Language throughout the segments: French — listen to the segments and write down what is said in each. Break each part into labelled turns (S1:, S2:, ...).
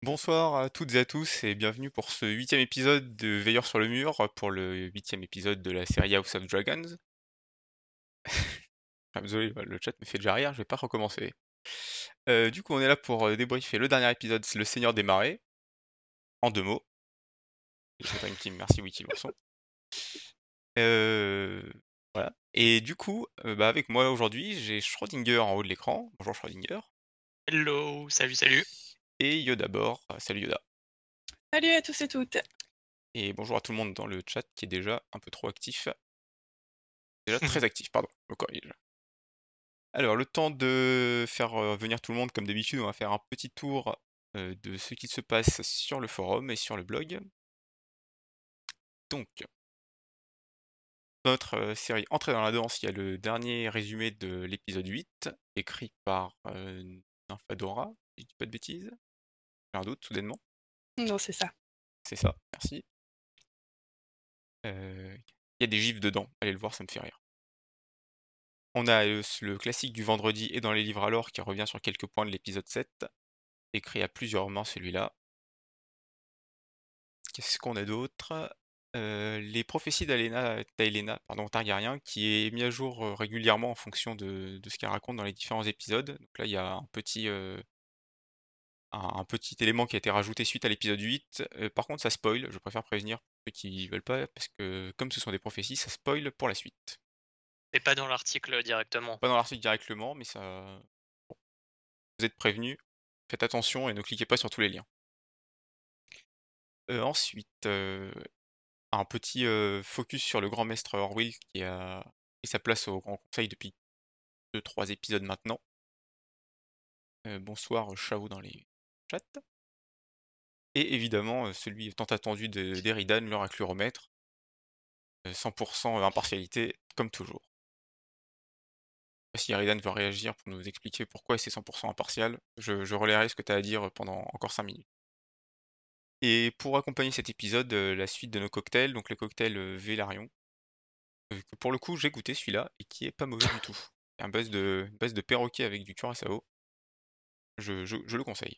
S1: Bonsoir à toutes et à tous et bienvenue pour ce 8e épisode de Veilleurs sur le mur, pour le 8e épisode de la série House of Dragons. Ah désolé, le chat me fait déjà rire, je vais pas recommencer. Du coup, on est là pour débriefer le dernier épisode, c'est le Seigneur des Marais, en 2 mots. Et The Dream Team, merci Wiki Bourson. Heu, voilà. Et du coup, avec moi aujourd'hui, j'ai Schrödinger en haut de l'écran. Bonjour Schrödinger.
S2: Hello, salut, salut.
S1: Et Yoda Bor. Salut Yoda.
S3: Salut à tous et toutes.
S1: Et bonjour à tout le monde dans le chat qui est déjà un peu trop actif. Déjà très actif, pardon, je me corrige. Alors, le temps de faire venir tout le monde, comme d'habitude, on va faire un petit tour de ce qui se passe sur le forum et sur le blog. Donc, notre série Entrée dans la danse, il y a le dernier résumé de l'épisode 8, écrit par Nymphadora, si je dis pas de bêtises. J'ai un doute, soudainement.
S3: Non, c'est ça.
S1: C'est ça, merci. Il y a des gifs dedans, allez le voir, ça me fait rire. On a le classique du vendredi et dans les livres alors qui revient sur quelques points de l'épisode 7, écrit à plusieurs mains celui-là. Qu'est-ce qu'on a d'autre? Les prophéties d'Aelena, pardon, Targaryen, qui est mis à jour, régulièrement en fonction de ce qu'elle raconte dans les différents épisodes. Donc là, il y a un petit élément qui a été rajouté suite à l'épisode 8. Par contre, ça spoil, je préfère prévenir ceux qui veulent pas, parce que comme ce sont des prophéties, ça spoil pour la suite.
S2: Et pas dans l'article directement.
S1: Pas dans l'article directement, mais ça vous êtes prévenus, faites attention et ne cliquez pas sur tous les liens. Ensuite, un petit focus sur le grand maître Orwell qui a pris sa place au Grand Conseil depuis 2-3 épisodes maintenant. Bonsoir Chao dans les chats. Et évidemment, celui tant attendu d'Eridan, le racluromètre. 100% impartialité, comme toujours. Je sais pas si Eridan veut réagir pour nous expliquer pourquoi c'est 100% impartial. Je relayerai ce que tu as à dire pendant encore 5 minutes. Et pour accompagner cet épisode, la suite de nos cocktails, donc le cocktail Vélarion. Que pour le coup, j'ai goûté celui-là et qui est pas mauvais du tout. Une base de perroquet avec du curaçao. Je le conseille.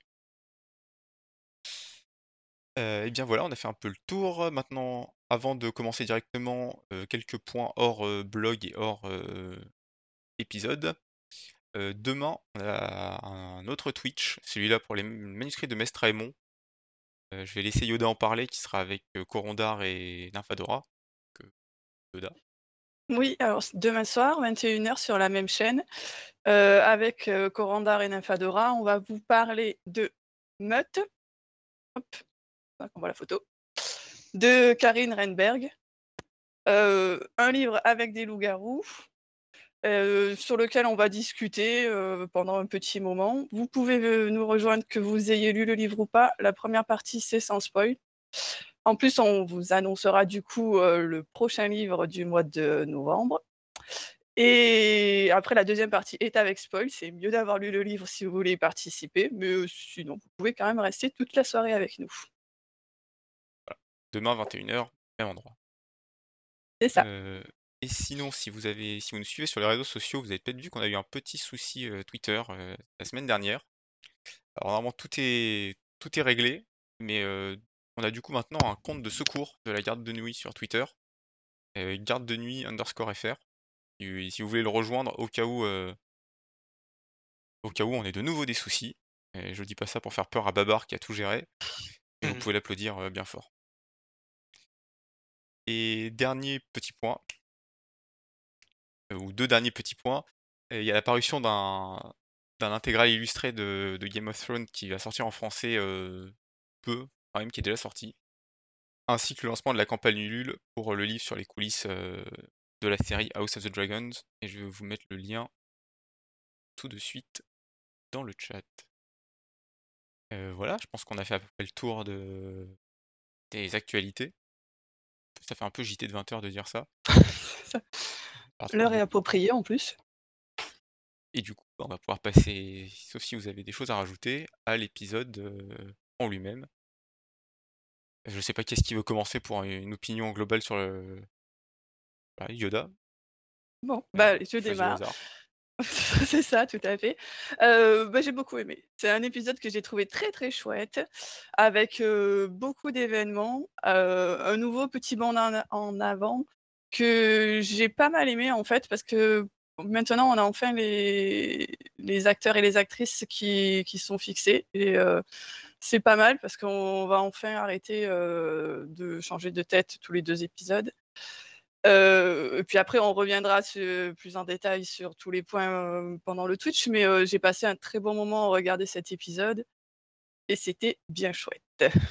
S1: Et bien voilà, on a fait un peu le tour. Maintenant, avant de commencer directement, quelques points hors, blog et hors, épisode. Demain, on a un autre Twitch, celui-là pour les manuscrits de Mestre Aemon. Je vais laisser Yoda en parler, qui sera avec, Corondar et Nymphadora. Que Yoda.
S3: Oui, alors demain soir, 21h sur la même chaîne, avec, Corandar et Nymphadora, on va vous parler de Meute, hop, là qu'on voit la photo, de Karine Renberg, un livre avec des loups-garous, sur lequel on va discuter, pendant un petit moment. Vous pouvez, nous rejoindre que vous ayez lu le livre ou pas. La première partie, c'est sans spoil. En plus, on vous annoncera du coup, le prochain livre du mois de novembre. Et après la deuxième partie est avec spoil, c'est mieux d'avoir lu le livre si vous voulez y participer, mais sinon vous pouvez quand même rester toute la soirée avec nous.
S1: Demain 21h, même endroit.
S3: C'est ça.
S1: Heu et sinon, si vous nous suivez sur les réseaux sociaux, vous avez peut-être vu qu'on a eu un petit souci, Twitter, la semaine dernière. Alors normalement tout est réglé, mais on a du coup maintenant un compte de secours de la garde de nuit sur Twitter, garde de nuit underscore FR. Et si vous voulez le rejoindre au cas où on ait de nouveau des soucis, et je dis pas ça pour faire peur à Babar qui a tout géré, mais vous
S2: Mmh.
S1: pouvez l'applaudir, bien fort. Et dernier petit point, ou 2 derniers petits points, il y a l'apparition d'un intégral illustré de Game of Thrones qui va sortir en français, quand même, qui est déjà sorti. Ainsi que le lancement de la campagne Ulule pour le livre sur les coulisses, de la série House of the Dragons, et je vais vous mettre le lien tout de suite dans le chat. Voilà, je pense qu'on a fait à peu près le tour des actualités. Ça fait un peu JT de 20 h de dire ça.
S3: C'est ça.
S1: Pas trop,
S3: L'heure
S1: mais
S3: est
S1: bon.
S3: appropriée en plus.
S1: Et du coup, on va pouvoir passer, sauf si vous avez des choses à rajouter, à l'épisode, en lui-même. Je sais pas qu'est-ce qui veut commencer pour une opinion globale sur le Yoda,
S3: Bon, bah, je
S1: choisis au
S3: démarre.
S1: hasard.
S3: C'est ça, tout à fait. Bah, j'ai beaucoup aimé. C'est un épisode que j'ai trouvé très, très chouette avec, beaucoup d'événements, un nouveau petit bond en avant que j'ai pas mal aimé, en fait, parce que maintenant on a enfin les acteurs et les actrices qui sont fixés et c'est pas mal parce qu'on va enfin arrêter, de changer de tête tous les 2 épisodes. Et puis après on reviendra plus en détail sur tous les points, pendant le Twitch, mais j'ai passé un très bon moment à regarder cet épisode et c'était bien chouette.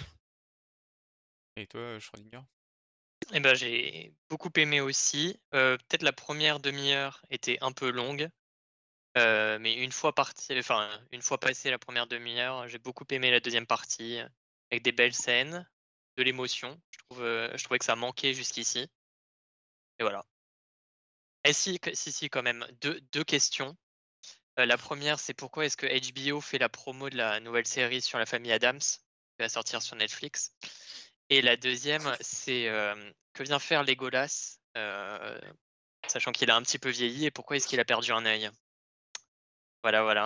S1: Et toi, Schrödinger?
S2: Et ben, j'ai beaucoup aimé aussi. Peut-être la première demi-heure était un peu longue, mais une fois passée la première demi-heure, j'ai beaucoup aimé la deuxième partie, avec des belles scènes, de l'émotion. Je trouvais que ça manquait jusqu'ici et voilà. Et si, quand même, deux questions. La première, c'est pourquoi est-ce que HBO fait la promo de la nouvelle série sur la famille Adams, qui va sortir sur Netflix? Et la deuxième, c'est, que vient faire Legolas, sachant qu'il a un petit peu vieilli et pourquoi est-ce qu'il a perdu un œil? Voilà, voilà,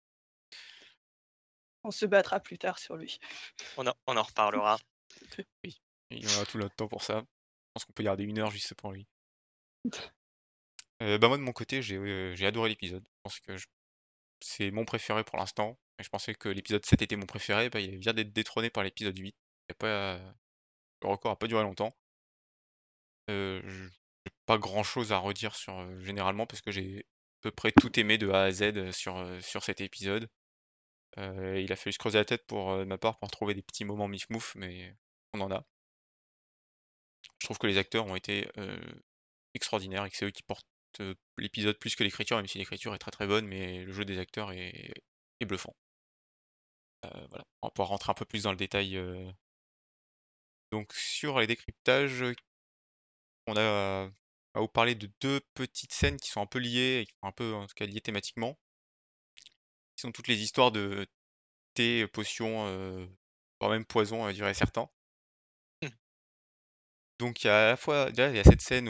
S3: On se battra plus tard sur lui.
S2: on en reparlera.
S1: Oui, il y aura tout notre temps pour ça. Je pense qu'on peut garder 1 heure juste pour lui. Bah, moi de mon côté, j'ai adoré l'épisode. Je pense que c'est mon préféré pour l'instant et je pensais que l'épisode 7 était mon préféré, bah, il vient d'être détrôné par l'épisode 8. Il y a pas Le record a pas duré longtemps. J'ai pas grand-chose à redire sur, généralement parce que j'ai à peu près tout aimé de A à Z, sur cet épisode. Il a fallu se creuser la tête pour, de ma part, pour trouver des petits moments mif-mouf, mais on en a. Je trouve que les acteurs ont été, extraordinaires et que c'est eux qui portent, l'épisode plus que l'écriture, même si l'écriture est très, très bonne, mais le jeu des acteurs est bluffant. Voilà, on va pouvoir rentrer un peu plus dans le détail, donc sur les décryptages, on a à vous parler de 2 petites scènes qui sont un peu liées et qui sont un peu, en tout cas, liées thématiquement. Qui sont toutes les histoires de thé, potions, voire même poison, diraient certains. Donc il y a à la fois déjà, il y a cette scène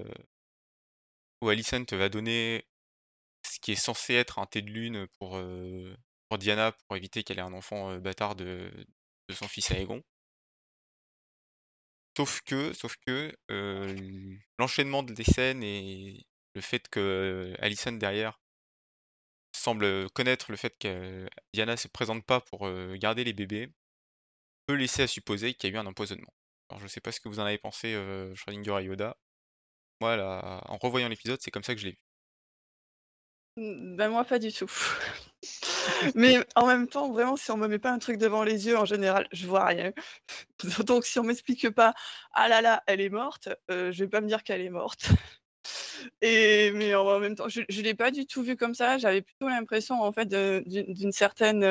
S1: où Alicent va donner ce qui est censé être un thé de lune pour Diana, pour éviter qu'elle ait un enfant, bâtard de son fils Aegon. Sauf que, l'enchaînement des scènes et le fait que Alicent derrière semble connaître le fait que Diana se présente pas pour, garder les bébés, peut laisser à supposer qu'il y a eu un empoisonnement. Alors je sais pas ce que vous en avez pensé, Schrödinger et Yoda. Moi là, en revoyant l'épisode, c'est comme ça que je l'ai vu.
S3: Bah, moi pas du tout. Mais en même temps, vraiment, si on me met pas un truc devant les yeux, en général, je vois rien. Donc si on m'explique pas: «Ah là là, elle est morte», je vais pas me dire qu'elle est morte. Mais en même temps, je l'ai pas du tout vu comme ça. J'avais plutôt l'impression, en fait, d'une certaine,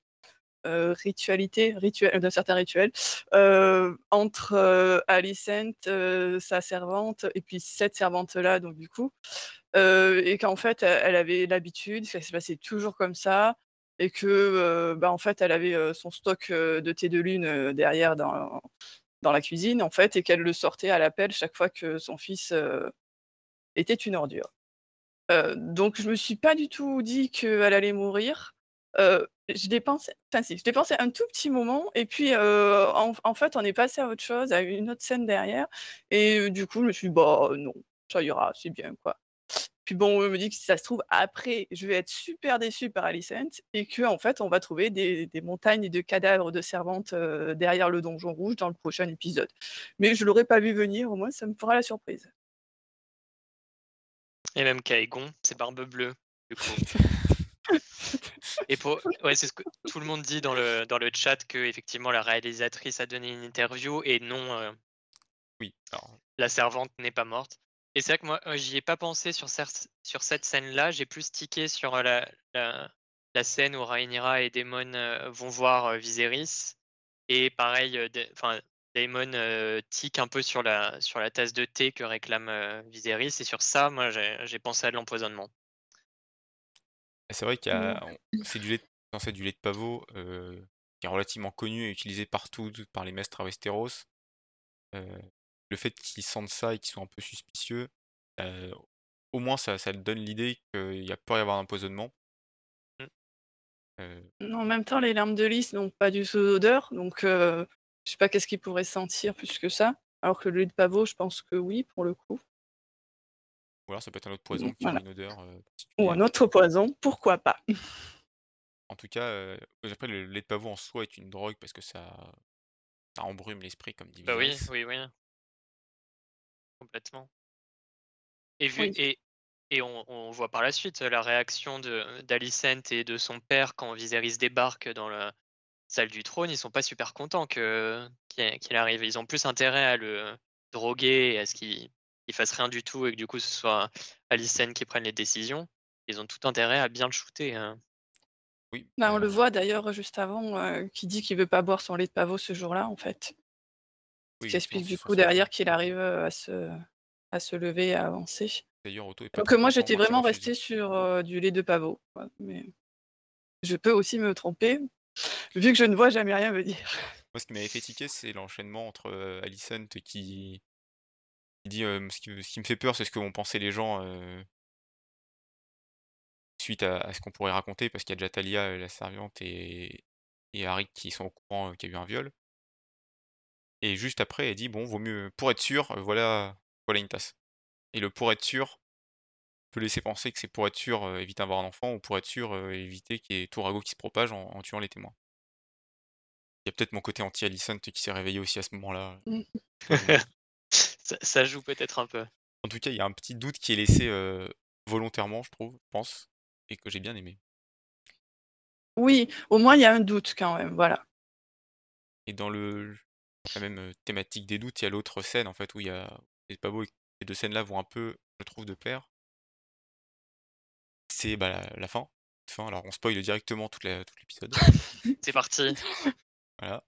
S3: d'un certain rituel, entre, Alicent, sa servante et puis cette servante-là, donc du coup, et qu'en fait, elle avait l'habitude, ça se passait toujours comme ça et que, bah, en fait, elle avait, son stock, de thé de lune, derrière dans la cuisine, en fait, et qu'elle le sortait à l'appel chaque fois que son fils, était une ordure. Donc je me suis pas du tout dit qu'elle allait mourir. Je l'ai pensé, enfin si, je l'ai pensé un tout petit moment et puis, en fait, on est passé à autre chose, à une autre scène derrière et du coup, je me suis dit: «Bah, non, ça ira, c'est bien, quoi». Puis bon, je me dis que si ça se trouve, après, je vais être super déçue par Alicent et qu'en fait, on va trouver des montagnes de cadavres de servantes, derrière le donjon rouge dans le prochain épisode. Mais je l'aurais pas vu venir, au moins ça me fera la surprise.
S2: Et même qu'Aegon, c'est Barbe Bleue, du coup. Et ouais, c'est ce que tout le monde dit dans le chat, que effectivement la réalisatrice a donné une interview et non,
S1: Oui, alors
S2: la servante n'est pas morte. Et c'est vrai que moi, j'y ai pas pensé sur cette scène-là. J'ai plus tiqué sur, la scène où Rhaenyra et Daemon, vont voir, Viserys, et pareil, Daemon, tique un peu sur la tasse de thé que réclame, Viserys, et sur ça, moi, j'ai pensé à de l'empoisonnement.
S1: c'est vrai qu'il y
S3: Mmh.
S1: a c'est du lait c'est du lait de pavot, qui est relativement connu et utilisé partout par les maîtres à Westeros. Heu, le fait qu'ils sentent ça et qu'ils soient un peu suspicieux, heu, au moins ça te donne l'idée qu'il y a peut y avoir un empoisonnement.
S2: Mmh.
S3: En même temps, les larmes de lys n'ont pas du tout d'odeur, donc je sais pas qu'est-ce qu'ils pourraient sentir plus que ça? Alors que le lait de pavot, je pense que oui, pour le coup.
S1: Ou alors ça peut être un autre poison qui aurait
S3: Voilà.
S1: une odeur,
S3: Ou un
S1: particulière.
S3: autre poison, pourquoi pas?
S1: En tout cas, après le lait de pavot en soi est une drogue parce que ça embrume l'esprit comme dit
S2: Bah, oui,
S1: Viserys.
S2: oui, oui, complètement. Et vu
S3: Oui.
S2: et on voit par la suite la réaction d'Alicent et de son père quand Viserys débarque dans la salle du trône. Ils sont pas super contents qu'il arrive. Ils ont plus intérêt à le droguer et à ce qu'il fasse rien du tout et que du coup ce soit Alicent qui prenne les décisions. Ils ont tout intérêt à bien le shooter, hein.
S1: Oui,
S3: Bah, on le voit d'ailleurs juste avant, qui dit qu'il veut pas boire son lait de pavot ce jour-là, en fait. Ce
S1: oui
S3: qui
S1: exactement,
S3: explique
S1: c'est
S3: du
S1: sur
S3: coup
S1: cette
S3: derrière qu'il arrive, à se lever et à avancer.
S1: d'ailleurs Otto est pas
S3: Alors que
S1: très
S3: moi
S1: content
S3: j'étais
S1: quand il
S3: vraiment
S1: refuse.
S3: restée sur, du lait de pavot, quoi, mais je peux aussi me tromper, vu que je ne vois jamais rien venir.
S1: Moi, ce qui m'avait fait tiquer, c'est l'enchaînement entre, Alicent qui dit, «Ce qui me fait peur, c'est ce que vont penser les gens, suite à ce qu'on pourrait raconter», parce qu'il y a déjà Thalia, la servante et Harry qui sont au courant, qu'il y a eu un viol et juste après, elle dit: «Bon, vaut mieux pour être sûr, voilà une tasse» et le «pour être sûr» peut laisser penser que c'est pour être sûr, éviter d'avoir un enfant ou pour être sûr, éviter qu'il y ait tout Rago qui se propage en tuant les témoins. Il y a peut-être mon côté anti-Alicent qui s'est réveillé aussi à ce moment-là,
S3: Mmh.
S1: toi je
S2: Ça joue peut-être un peu.
S1: en tout cas, il y a un petit doute qui est laissé, volontairement, je pense et que j'ai bien aimé
S3: Oui, au moins il y a un doute quand même, voilà.
S1: et dans la même, thématique des doutes, il y a l'autre scène, en fait, où il y a c'est pas beau et ces 2 scènes-là vont un peu, je trouve, de pair. C'est, bah, la fin, alors on spoil directement tout l'épisode,
S2: C'est parti.
S1: voilà.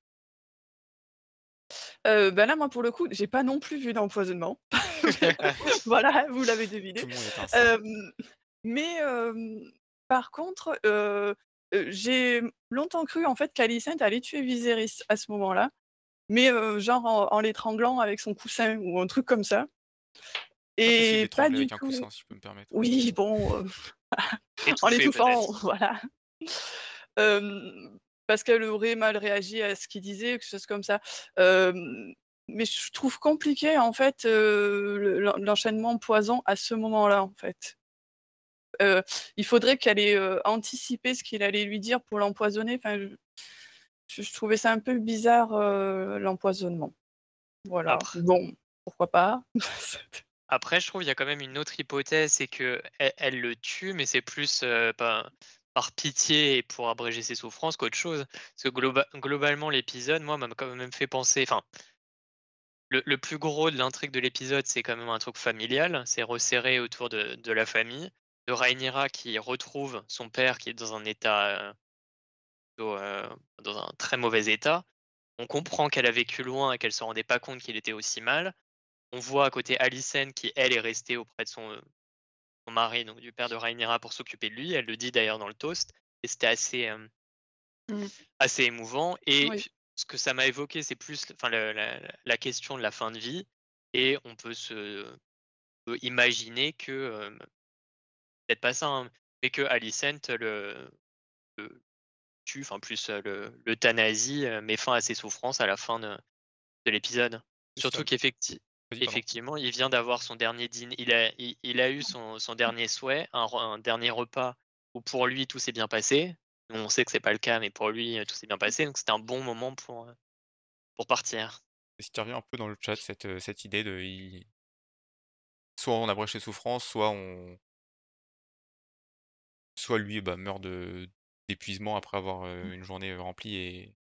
S3: Bah, là, moi, pour le coup, j'ai pas non plus vu d'empoisonnement. Voilà, vous l'avez deviné.
S1: Tout le monde est un.
S3: Hem, mais par contre, j'ai longtemps cru, en fait, qu'Alicent allait tuer Viserys à ce moment-là, mais genre en l'étranglant avec son coussin ou un truc comme ça
S1: Pas facile
S3: et pas
S1: d'étrangler
S3: du
S1: avec un
S3: tout
S1: coussin, si je peux me permettre.
S3: oui, bon, en
S2: Étouffé
S3: l'étouffant,
S2: peut-être.
S3: voilà. Parce qu'elle aurait mal réagi à ce qu'il disait, quelque chose comme ça. Hem, mais je trouve compliqué en fait, l'enchaînement poison à ce moment-là, en fait. Heu, il faudrait qu'elle ait, anticipé ce qu'il allait lui dire pour l'empoisonner. Enfin, je trouvais ça un peu bizarre, l'empoisonnement. Voilà.
S2: Après
S3: Bon, pourquoi pas?
S2: Après, je trouve il y a quand même une autre hypothèse, c'est qu'elle le tue, mais c'est plus, par pitié et pour abréger ses souffrances qu'autre chose. Parce que globalement, l'épisode, moi, m'a quand même fait penser enfin, le plus gros de l'intrigue de l'épisode, c'est quand même un truc familial. C'est resserré autour de la famille, de Rhaenyra qui retrouve son père qui est dans un état, plutôt, dans un très mauvais état. On comprend qu'elle a vécu loin et qu'elle se rendait pas compte qu'il était aussi mal. On voit à côté Alicent qui, elle, est restée auprès de son mari, donc du père de Rhaenyra, pour s'occuper de lui. Elle le dit d'ailleurs dans le toast et c'était assez,
S3: Mmh.
S2: assez émouvant et
S3: Oui.
S2: ce que ça m'a évoqué, c'est plus enfin le la question de la fin de vie et on peut imaginer que, peut-être pas ça, hein, mais que Alicent le tue, enfin plus, l'euthanasie, met fin à ses souffrances à la fin de l'épisode.
S1: C'est ça.
S2: Surtout
S1: Vas-y, pardon.
S2: effectivement, il vient d'avoir son dernier dîner il a eu son dernier souhait, un dernier repas où pour lui tout s'est bien passé. Nous, on sait que c'est pas le cas, mais pour lui, tout s'est bien passé, donc c'était un bon moment pour partir.
S1: C'est ce qui revient un peu dans le chat, cette idée de il soit on abrège ses souffrances, soit lui, bah, meurt d'épuisement après avoir, une journée, remplie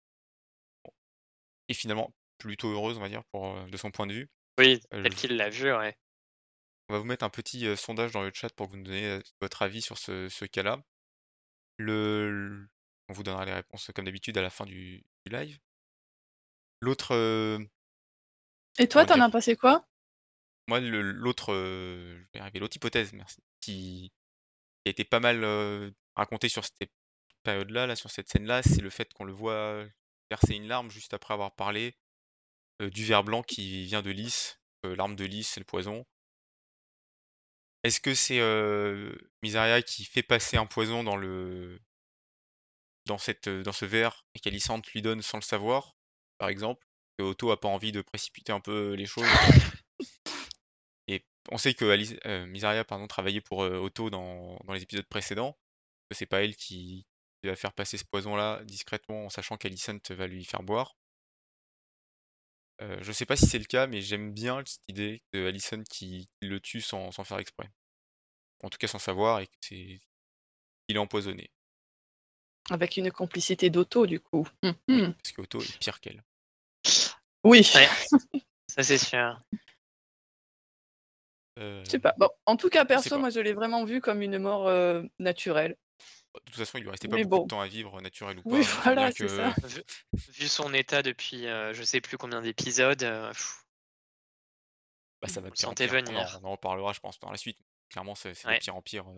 S1: et finalement plutôt heureuse, on va dire, de son point de vue.
S2: Oui, tel
S1: Je
S2: qu'il l'a vu, ouais.
S1: On va vous mettre un petit, sondage dans le chat pour que vous nous donniez, votre avis sur ce cas-là. Le on vous donnera les réponses comme d'habitude à la fin du live. L'autre,
S3: Et
S1: on
S3: toi,
S1: va
S3: tu en
S1: dire,
S3: as pensé quoi?
S1: moi l'autre, je vais y arriver, l'autre hypothèse, merci, qui a été pas mal, racontée sur cette période-là, là, sur cette scène-là, c'est le fait qu'on le voit verser une larme juste après avoir parlé, du ver blanc qui vient de Lys, l'arme de Lys, c'est le poison Est-ce que c'est, Mysaria qui fait passer un poison dans ce verre et qu'Alicante lui donne sans le savoir, par exemple? Que Otto a pas envie de précipiter un peu les choses et on sait que Mysaria pardon, travaillait pour, Otto dans les épisodes précédents, que c'est pas elle qui va faire passer ce poison-là discrètement en sachant qu'Alicent va lui faire boire. Je sais pas si c'est le cas, mais j'aime bien cette idée de Alicent qui le tue sans faire exprès. En tout cas sans savoir et que c'est il est empoisonné.
S3: Avec une complicité d'Otto, du coup.
S1: Oui,
S3: Mhm.
S1: parce que Otto est pire qu'elle.
S3: Oui,
S2: Ouais, ça c'est sûr.
S3: je sais pas. Bon, en tout cas,
S1: Je sais
S3: perso,
S1: pas.
S3: moi, je l'ai vraiment vu comme une mort naturelle.
S1: Bah, de toute façon, il lui restait pas
S3: Mais
S1: beaucoup de
S3: bon,
S1: temps à vivre, naturel ou
S3: oui,
S1: pas. On sent bien
S3: voilà, c'est ça.
S1: que
S2: Vu son état depuis, je sais plus combien d'épisodes,
S1: bah, ça
S2: on
S1: va de
S2: le
S1: pire en
S2: sentait
S1: pire. On
S2: venir.
S1: en reparlera, je pense, par la suite. Clairement, c'est de
S2: Ouais.
S1: pire en pire.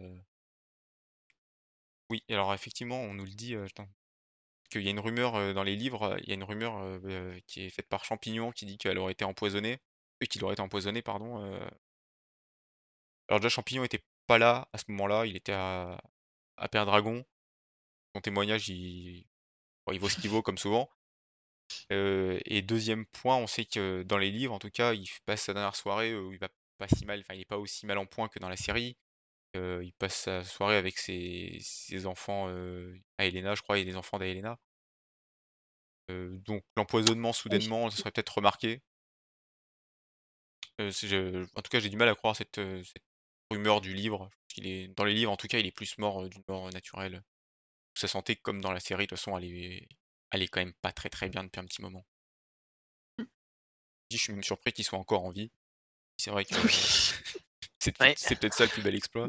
S1: Oui, et alors effectivement, on nous le dit, attends, qu'il y a une rumeur dans les livres, il y a une rumeur qui est faite par Champignon qui dit qu'elle aurait été empoisonnée, qu'il aurait été empoisonné, pardon. Alors déjà, Champignon était pas là à ce moment-là, il était à Pendragon. Son témoignage, bon, il vaut ce qu'il vaut, comme souvent. Et deuxième point, on sait que dans les livres, en tout cas, il passe sa dernière soirée où il va pas si mal, enfin, il est pas aussi mal en point que dans la série. Il passe sa soirée avec ses enfants, à Helena, je crois, et les enfants d'Helena. Donc l'empoisonnement
S3: Oui.
S1: soudainement, ça serait peut-être remarqué. En tout cas, j'ai du mal à croire cette rumeur du livre. Je pense qu'il est dans les livres, en tout cas, il est plus mort, d'une mort, naturelle. Sa santé, comme dans la série, de toute façon, elle est quand même pas très, très bien depuis un petit moment. Je suis même surpris qu'il soit encore en vie. C'est vrai que
S3: Oui.
S2: Ouais.
S1: c'est peut-être ça le plus bel exploit.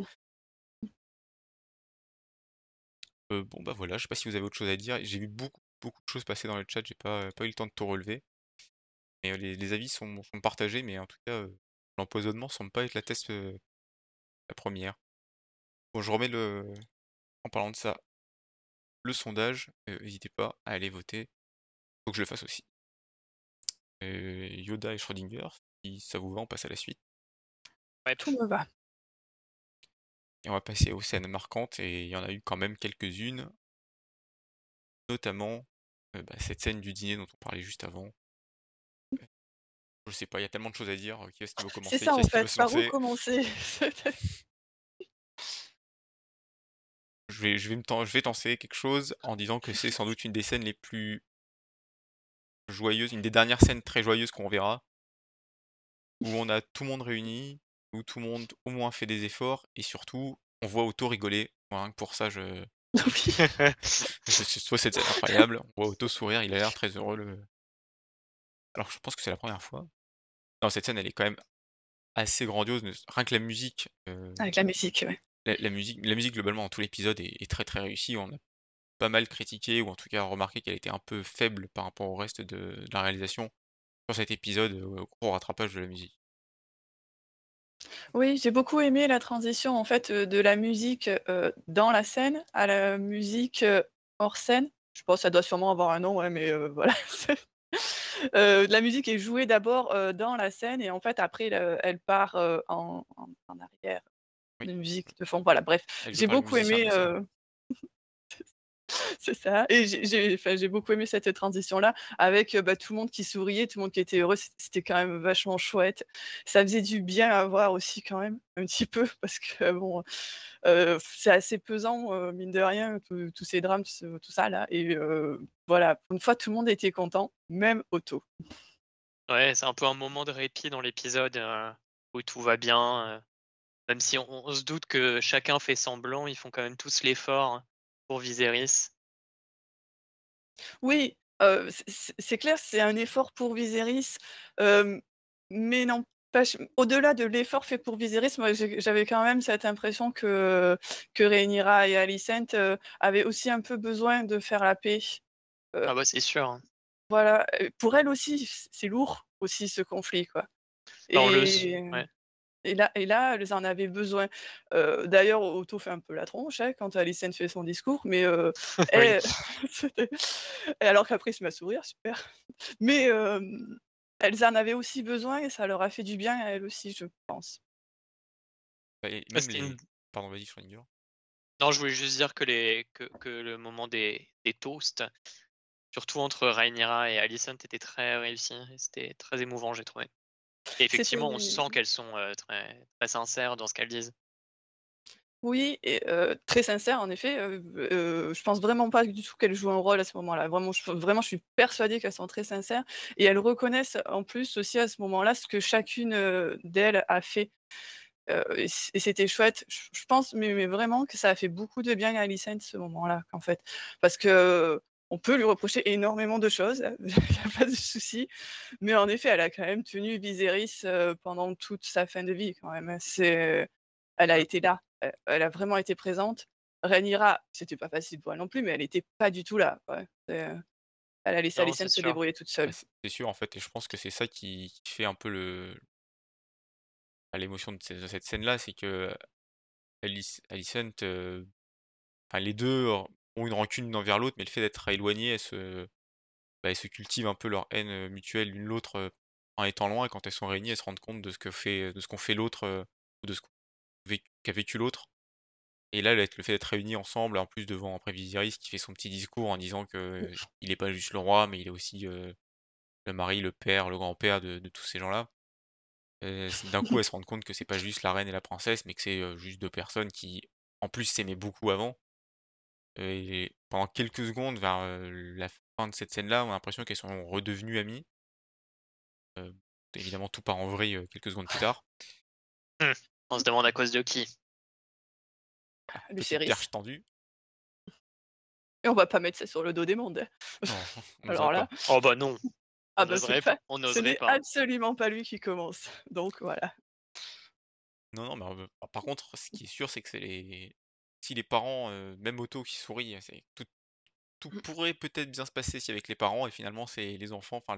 S1: Bon, bah, voilà, je sais pas si vous avez autre chose à dire. J'ai vu beaucoup, beaucoup de choses passer dans le chat, j'ai pas eu le temps de tout relever. Mais, les avis sont partagés, mais en tout cas, l'empoisonnement semble pas être la première. Bon, je remets en parlant de ça, le sondage, hésitez pas à aller voter. Faut que je le fasse aussi. Yoda et Schrödinger, si ça vous va, on passe à la suite
S2: Ouais.
S3: Tout me va.
S1: et on va passer aux scènes marquantes et il y en a eu quand même quelques-unes, notamment, bah, cette scène du dîner dont on parlait juste avant. Je sais pas, il y a tellement de choses à dire, qui est-ce qui veut
S3: C'est
S1: commencer?
S3: ça,
S1: Qui
S3: en
S1: est-ce qui veut
S3: fait.
S1: se
S3: Par où
S1: lancer?
S3: commencer?
S1: Je vais tenter quelque chose en disant que c'est sans doute une des scènes les plus joyeuses, une des dernières scènes très joyeuses qu'on verra, où on a tout le monde réuni, où tout le monde au moins fait des efforts et surtout on voit Otto rigoler. Moi, rien que pour ça,
S3: Oui.
S1: je trouve cette scène incroyable. On voit Otto sourire, il a l'air très heureux alors je pense que c'est la première fois. Non, cette scène, elle est quand même assez grandiose, rien que la musique,
S3: Avec la musique, ouais.
S1: la musique globalement dans tout l'épisode est très, très réussie. On a pas mal critiqué ou en tout cas remarqué qu'elle était un peu faible par rapport au reste de la réalisation. Sur cet épisode, gros rattrapage de la musique.
S3: Oui, j'ai beaucoup aimé la transition, en fait, de la musique, dans la scène à la musique, hors scène. Je pense que ça doit sûrement avoir un nom, ouais, mais voilà. La musique est jouée d'abord, dans la scène et en fait après elle part, en arrière,
S1: Oui,
S3: de musique de fond, voilà, bref.
S1: elle est jouée
S3: J'ai
S1: par les
S3: beaucoup
S1: musiciens de
S3: aimé,
S1: la scène.
S3: c'est ça et j'ai beaucoup aimé cette transition-là avec, bah, tout le monde qui souriait, tout le monde qui était heureux, c'était quand même vachement chouette. Ça faisait du bien à voir aussi quand même, un petit peu parce que bon, c'est assez pesant, mine de rien, tous ces drames, tout ça là et voilà, pour une fois tout le monde était content, même Otto.
S2: Ouais, c'est un peu un moment de répit dans l'épisode, où tout va bien, même si on se doute que chacun fait semblant, ils font quand même tous l'effort pour Viserys.
S3: Oui, c'est clair, c'est un effort pour Viserys, mais n'empêche au-delà de l'effort fait pour Viserys, moi j'avais quand même cette impression que Rhaenyra et Alicent, avaient aussi un peu besoin de faire la paix.
S2: Ah
S3: Heu,
S2: bah, c'est sûr, hein.
S3: voilà, pour elles aussi, c'est lourd aussi ce conflit, quoi
S2: Bah, on le s
S3: et
S2: ouais.
S3: et là, elles en avaient besoin. D'ailleurs, Otto fait un peu la tronche, hein, quand Alicent fait son discours, mais
S2: Oui.
S3: elle c'était et alors qu'après il se met à sourire, super. Mais elles en avaient aussi besoin et ça leur a fait du bien à elles aussi, je pense.
S1: Bah, et
S2: Ah,
S1: même
S2: c'était une
S1: les pardon, vas-y, Schrödinger.
S2: non, je voulais juste dire que le moment des toasts, surtout entre Rhaenyra et Alicent, était très réussi et c'était très émouvant, j'ai trouvé. Et effectivement, on
S3: C'était
S2: sent qu'elles sont, très très sincères dans ce qu'elles disent.
S3: Oui et très sincère en effet, je pense vraiment pas du tout qu'elles jouent un rôle à ce moment-là. Vraiment je suis persuadée qu'elles sont très sincères et elles reconnaissent en plus aussi à ce moment-là ce que chacune, d'elles a fait, et c'était chouette. Je pense mais vraiment que ça a fait beaucoup de bien à Alicent ce moment-là, en fait. Parce qu'on peut lui reprocher énormément de choses, il y a pas de souci, mais en effet, elle a quand même tenu Viserys, pendant toute sa fin de vie quand même, hein. Elle a
S2: Mmh.
S3: été là, elle a vraiment été présente. Rhaenyra, c'était pas facile pour elle non plus, mais elle était pas du tout là, quoi. Elle a laissé
S2: Non,
S3: Alicent
S2: c'est
S3: se
S2: sûr.
S3: débrouiller toute
S1: Bah,
S3: seule.
S1: c'est sûr, en fait, et je pense que c'est ça qui fait un peu l'émotion de cette scène-là, c'est que Alicent, enfin les 2 ont une rancune l'un envers l'autre, mais le fait d'être éloignés, elles se cultivent un peu leur haine, mutuelle l'une l'autre, en étant loin, et quand elles sont réunies, elles se rendent compte de ce qu'ont fait l'autre, ou de ce qu'a vécu l'autre. Et là, le fait d'être réunis ensemble, en plus devant après Viserys qui fait son petit discours en disant
S3: Mmh.
S1: que il est pas juste le roi, mais il est aussi, le mari, le père, le grand-père de tous ces gens-là. C D'un coup, elles se rendent compte que c'est pas juste la reine et la princesse, mais que c'est, juste 2 personnes qui, en plus, s'aimaient beaucoup avant. Et pendant quelques secondes vers, la fin de cette scène-là, on a l'impression qu'elles sont redevenues amies. Heu, Évidemment, tout part en vrille, quelques secondes plus tard.
S2: Mmh. On se demande à cause de qui?
S1: Ah, petite
S3: Lucerys
S1: perche tendue.
S3: et on va pas mettre ça sur le dos des mondes, hein.
S1: Non, on n'oserait
S3: Alors là,
S1: pas.
S2: Oh bah non,
S3: ah bah,
S2: on
S3: ce
S2: n'oserait
S3: n'est
S2: pas.
S3: absolument pas lui qui commence, donc voilà.
S1: Non, non, mais par contre, ce qui est sûr, c'est que c'est les si les parents, même Otto qui sourit, c'est tout
S3: Mmh,
S1: pourrait peut-être bien se passer si avec les parents, et finalement c'est les enfants, enfin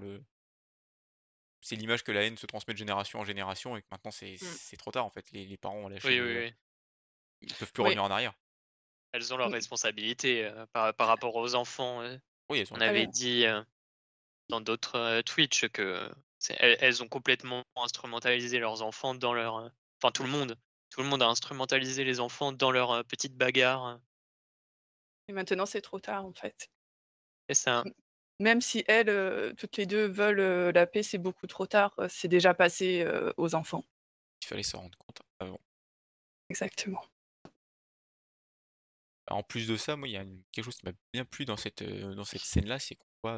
S1: c'est l'image que la haine se transmet de génération en génération, et que maintenant
S3: mmh.
S1: c'est trop tard en fait. Les parents ont lâché
S2: Oui, oui,
S1: le
S2: oui.
S1: ils peuvent plus
S3: Oui,
S1: revenir en arrière.
S2: Elles ont leurs
S3: mmh,
S2: responsabilités, par rapport aux enfants,
S1: Oui, elles ont
S2: on
S1: été
S3: très
S2: avait
S3: bien.
S2: dit, dans d'autres, Twitch que elles ont complètement instrumentalisé leurs enfants dans leur, enfin tout le monde a instrumentalisé les enfants dans leurs, petites bagarres,
S3: Et maintenant c'est trop tard, en fait.
S2: et ça
S3: M Même si elles, toutes les 2 veulent, la paix, c'est beaucoup trop tard, c'est déjà passé, aux enfants.
S1: Il fallait s'en rendre compte avant.
S3: Exactement.
S1: En plus de ça, moi, il y a quelque chose qui m'a bien plu dans cette scène-là, c'est qu'on voit,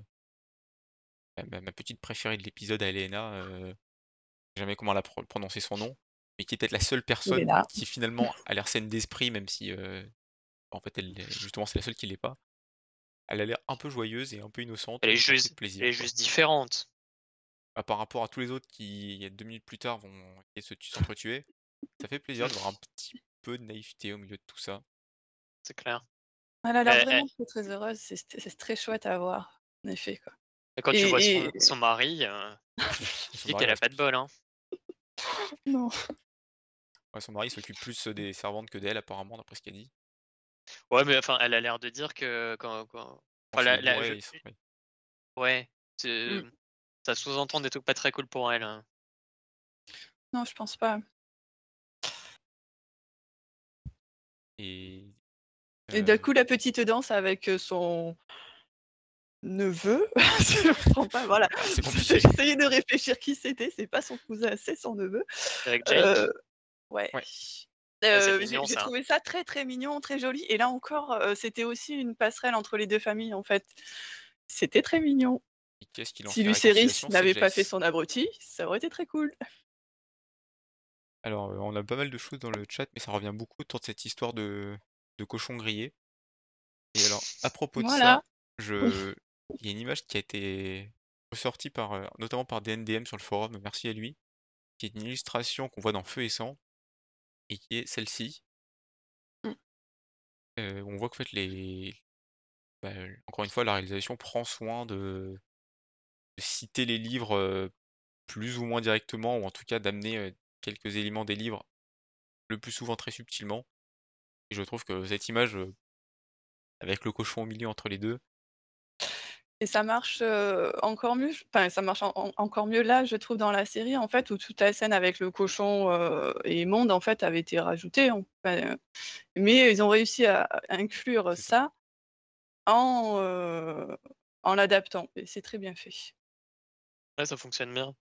S1: ma petite préférée de l'épisode, Aelena, sais jamais comment prononcer son nom, mais qui est peut-être la seule
S3: Il est
S1: personne
S3: là.
S1: qui finalement a l'air saine d'esprit, même si, en fait, justement, c'est la seule qui l'est pas. Elle a l'air un peu joyeuse et un peu innocente, et ça fait
S2: elle
S1: plaisir,
S2: est
S1: quoi.
S2: juste différente.
S1: Bah, par rapport à tous les autres qui, 2 minutes plus tard, vont essayer de s'entretuer, ça fait plaisir de voir un petit peu de naïveté au milieu de tout ça.
S2: C'est clair.
S3: Elle a l'air
S2: Et
S3: vraiment très, très heureuse, c'est très chouette à voir, en effet, quoi.
S2: quand tu vois
S3: Et
S2: son mari, tu
S1: Son
S2: dis
S1: mari
S2: qu'elle a pas de bol, hein.
S3: non.
S1: ouais, son mari s'occupe plus, des servantes que d'elle apparemment, d'après ce qu'elle dit.
S2: Ouais, mais enfin, elle a l'air de dire que
S1: Quand
S2: enfin
S1: il est
S2: la je
S1: bourré, ouais.
S2: ouais, c'est
S3: Mmh.
S2: ça sous-entend des trucs pas très cool pour elle, hein.
S3: Non, je pense pas.
S1: Et
S3: Et d'un
S1: heu,
S3: coup, la petite danse avec, son neveu, si je me trompe pas, voilà.
S1: c'est compliqué.
S3: J'essayais de réfléchir qui c'était, c'est pas son cousin, c'est son neveu.
S2: Avec Jake?
S3: Heu, ouais.
S1: Ouais,
S2: Ouais, c'est
S3: J'ai
S2: mignon
S3: j'ai
S2: ça.
S3: trouvé ça très, très mignon, très joli et là encore, c'était aussi une passerelle entre les 2 familles, en fait. C'était très mignon.
S1: et qu'est-ce qui lance
S3: Si
S1: la
S3: Lucerys
S1: réconciliation? C'est
S3: n'avait pas fait
S1: Jace.
S3: son abruti, ça aurait été très cool.
S1: Alors, on a pas mal de choses dans le chat, mais ça revient beaucoup autour de cette histoire de cochon grillé. Et alors, à propos de ça,
S3: Voilà.
S1: je il y a une image qui a été ressortie par, notamment par DNDM sur le forum, merci à lui, qui est une illustration qu'on voit dans Feu et Sang, et qui est celle-ci.
S3: Mmh.
S1: On voit qu'en fait bah, encore une fois, la réalisation prend soin de citer les livres, plus ou moins directement, ou en tout cas d'amener, quelques éléments des livres, le plus souvent très subtilement. Et je trouve que cette image, avec le cochon au milieu entre les 2,
S3: Et ça marche, encore mieux, enfin ça marche encore mieux là, je trouve dans la série en fait, où toute la scène avec le cochon, et Monde en fait avait été rajoutée mais ils ont réussi à inclure
S1: C'est ça.
S3: ça en, en l'adaptant et c'est très bien fait.
S2: Ouais, ça fonctionne bien.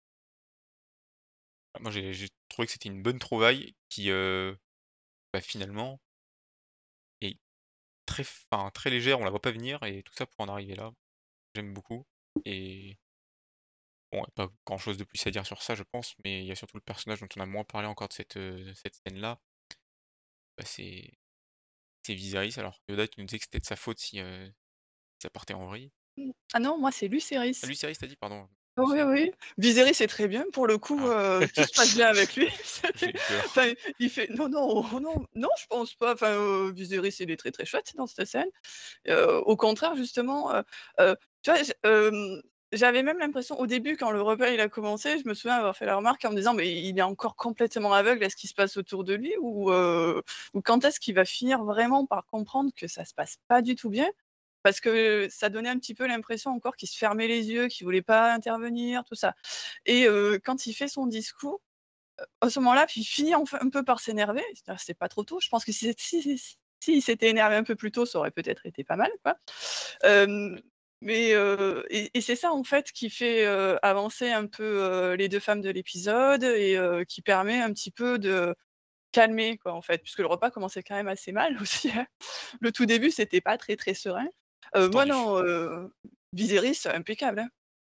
S1: Moi, j'ai trouvé que c'était une bonne trouvaille qui, bah, finalement est très légère, on la voit pas venir et tout ça pour en arriver là. J'aime beaucoup et bon, pas grand chose de plus à dire sur ça, je pense, mais il y a surtout le personnage dont on a moins parlé encore de cette scène-là. Bah, c'est Viserys. Alors Yoda, tu nous disais que c'était de sa faute si, ça partait en vrille.
S3: Ah non, moi c'est
S1: Ah,
S3: Lucerys.
S1: Lucerys, tu dit? Pardon,
S3: Oui,
S1: je
S3: oui. Viserys c'est très bien pour le coup,
S1: ah,
S3: tout se passe bien avec lui.
S1: j'ai eu peur.
S3: Enfin, il fait non, non, oh non, non, je pense pas. Enfin, Viserys il est très, très chouette dans cette scène. Au contraire justement, tu vois, j'avais même l'impression au début quand le repas il a commencé, je me souviens avoir fait la remarque en me disant: «Mais il est encore complètement aveugle à ce qui se passe autour de lui ou quand est-ce qu'il va finir vraiment par comprendre que ça se passe pas du tout bien?» Parce que ça donnait un petit peu l'impression encore qu'il se fermait les yeux, qu'il voulait pas intervenir, tout ça et quand il fait son discours, à ce moment-là, puis il finit enfin un peu par s'énerver. C'est-à-dire c'est pas trop tôt. Je pense que s'il s'était énervé un peu plus tôt, ça aurait peut-être été pas mal, quoi. Hem,
S1: Oui,
S3: mais et c'est ça, en fait, qui fait, avancer un peu, les 2 femmes de l'épisode et qui permet un petit peu de calmer, quoi, en fait, puisque le repas commençait quand même assez mal aussi, hein. Le tout début, c'était pas très, très serein.
S1: c'est
S3: Moi
S1: tendu.
S3: non, Viserys, impeccable, hein.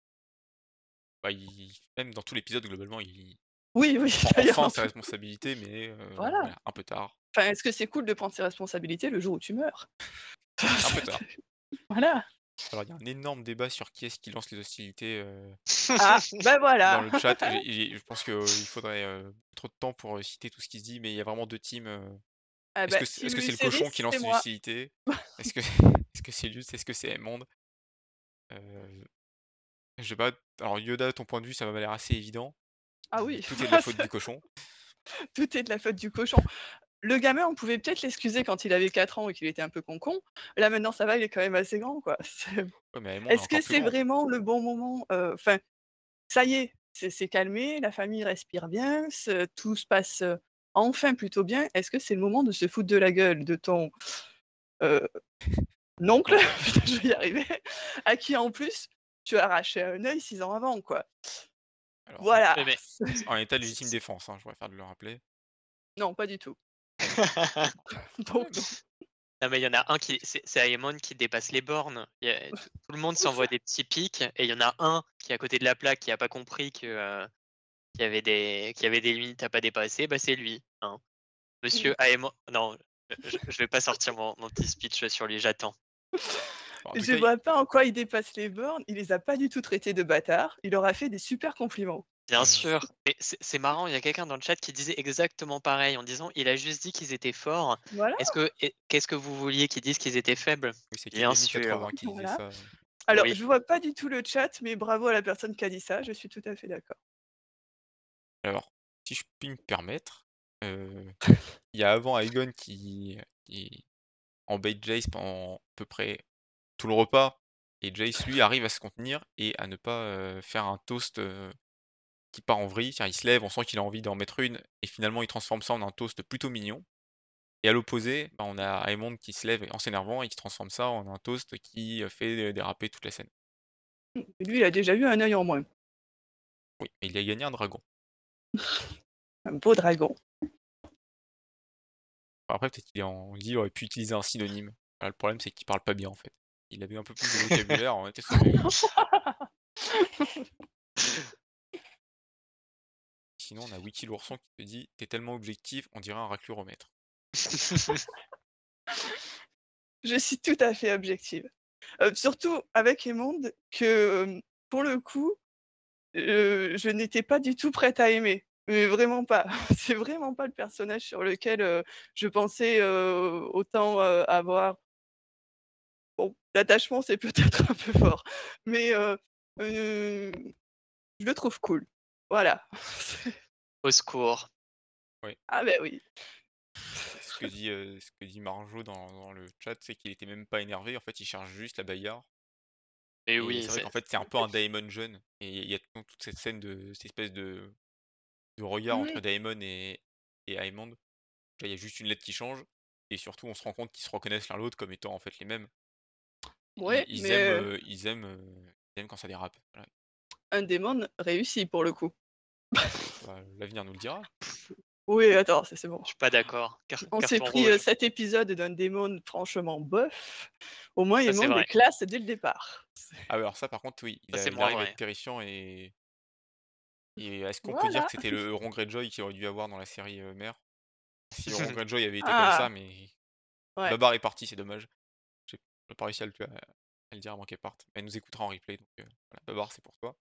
S1: Bah, il même dans tout l'épisode globalement,
S3: Oui, oui,
S1: il prend
S3: d'ailleurs
S1: enfin
S3: dans
S1: ses
S3: tout
S1: responsabilités, mais
S3: voilà.
S1: voilà, un peu tard.
S3: Enfin, est-ce que c'est cool de prendre ses responsabilités le jour où tu meurs?
S1: Un peu tard.
S3: Voilà.
S1: Alors il y a un énorme débat sur qui est-ce qui lance les hostilités,
S3: Ah, bah,
S1: dans
S3: voilà.
S1: le chat. Je pense qu'il faudrait, trop de temps pour, citer tout ce qui se dit, mais il y a vraiment 2 teams,
S3: Ah bah,
S1: est-ce
S3: team
S1: que c'est le cochon
S3: Lucerys,
S1: qui
S3: c'est
S1: lance les
S3: moi.
S1: hostilités? Est-ce que est-ce que c'est Luce? Est-ce que c'est Aemond? Heu, je sais pas. Alors Yoda, ton point de vue, ça m'a l'air assez évident.
S3: Ah oui,
S1: Tout est de la
S3: moi
S1: faute
S3: ça
S1: du cochon.
S3: tout est de la faute du cochon. Le gamin, on pouvait peut-être l'excuser quand il avait 4 ans et qu'il était un peu concon. Là, maintenant, ça va, il est quand même assez grand, quoi. C'est
S1: Ouais, mais Aemond est
S3: est-ce que
S1: encore plus
S3: c'est
S1: grand.
S3: vraiment le bon moment? Enfin, ça y est, c'est calmé, la famille respire bien, tout se passe, enfin plutôt bien. Est-ce que c'est le moment de se foutre de la gueule de ton, heu, oncle,
S1: Non.
S3: putain, je vais y arriver, à qui en plus, tu as arraché un œil 6 ans avant, quoi?
S1: Alors oui,
S3: Voilà.
S2: Ouais, mais
S1: en état de légitime
S2: c
S1: défense, hein, je préfère de le rappeler.
S3: Non, pas du tout.
S1: Quand
S3: Donc
S1: même.
S3: non.
S2: non, mais il y en a un qui c'est Aemon qui dépasse les bornes. Il y a tout le monde s'envoie des petits pics et il y en a un qui est à côté de la plaque qui a pas compris que, qu'il y avait des limites à pas dépasser, bah, c'est lui, hein. Monsieur Aemon non, je vais pas sortir mon petit speech sur lui, j'attends.
S1: Bah, en tout
S3: Je
S1: cas,
S3: vois pas en quoi il dépasse les bornes, il les a pas du tout traités de bâtards, il leur a fait des super compliments.
S2: Bien
S1: heu,
S2: sûr, mais c'est marrant, il y a quelqu'un dans le chat qui disait exactement pareil en disant: «Il a juste dit qu'ils étaient forts.
S3: Voilà,
S2: Qu'est-ce que vous vouliez qu'ils disent qu'ils étaient faibles?»
S1: oui, c'est
S2: Bien
S1: Kevin
S2: sûr,
S1: 80 qui disait
S3: voilà.
S1: ça.
S3: Alors
S2: oui.
S3: je vois pas du tout le chat, mais bravo à la personne qui a dit ça, je suis tout à fait d'accord.
S1: Alors, si je puis me permettre, heu, il y a avant Aegon qui embête Jace pendant à peu près tout le repas et Jace, lui, arrive à se contenir et à ne pas, faire un toast, qui part en vrille. C'est-à-dire, il se lève, on sent qu'il a envie d'en mettre une et finalement il transforme ça en un toast plutôt mignon et à l'opposé, bah, on a Aemond qui se lève en s'énervant et qui transforme ça en un toast qui, fait déraper toute la scène.
S3: Et lui, il a déjà eu un œil en moins.
S1: Oui, mais il a gagné un dragon.
S3: Un beau dragon.
S1: Après peut-être qu'il aurait pu utiliser un synonyme. Bah, le problème c'est qu'il parle pas bien en fait. Il avait un peu plus de vocabulaire, on était sauvé. Sinon on a Wiki l'ourson qui te dit: «Tu es tellement objectif, on dirait un racluromètre».
S3: Je suis tout à fait objective. Surtout avec Emonde que, pour le coup, je n'étais pas du tout prête à aimer, mais vraiment pas. C'est vraiment pas le personnage sur lequel, je pensais, autant, avoir bon, l'attachement, c'est peut-être un peu fort, mais heu, je le trouve cool. Voilà.
S2: Au secours.
S1: Oui,
S3: Ah beh, oui.
S1: ce que dit Marjo dans le chat, c'est qu'il était même pas énervé, en fait il cherche juste la bagarre.
S2: Et
S1: Et
S2: oui,
S1: c'est vrai qu'en fait, c'est un peu un Daemon jeune et il y a toute cette scène cette espèce de regard entre
S3: Mmh.
S1: Daemon et Aemond. Là, il y a juste une lettre qui change et surtout, on se rend compte qu'ils se reconnaissent l'un l'autre comme étant, en fait, les mêmes.
S3: Ouais,
S1: Ils
S3: mais
S1: aiment, ils aiment quand ça dérape. Voilà.
S3: un démon réussi pour le coup.
S1: Bah, l'avenir nous le dira.
S3: Oui, attends, ça c'est bon.
S2: je suis pas d'accord.
S3: On s'est
S2: Carton
S3: pris,
S2: rouge,
S3: 7 épisodes d'un démon franchement bof. Au moins
S2: ça c'est
S3: Aemond est
S2: vrai.
S3: classe dès le départ.
S1: Ah ouais, alors ça, par contre, oui,
S2: Ça c'est
S1: il
S2: moins
S1: arrive à
S2: vrai.
S1: être terrifiant et est-ce qu'on peut dire
S3: Voilà.
S1: que c'était le Euron Greyjoy qu'il aurait dû avoir dans la série, Mère? Si Euron Greyjoy avait été comme ça,
S3: Ah!
S1: mais
S3: Ouais.
S1: Babar est parti, c'est dommage. J'ai pas réussi à le dire avant qu'elle parte. Elle nous écoutera en replay, donc voilà, Babar, c'est pour toi.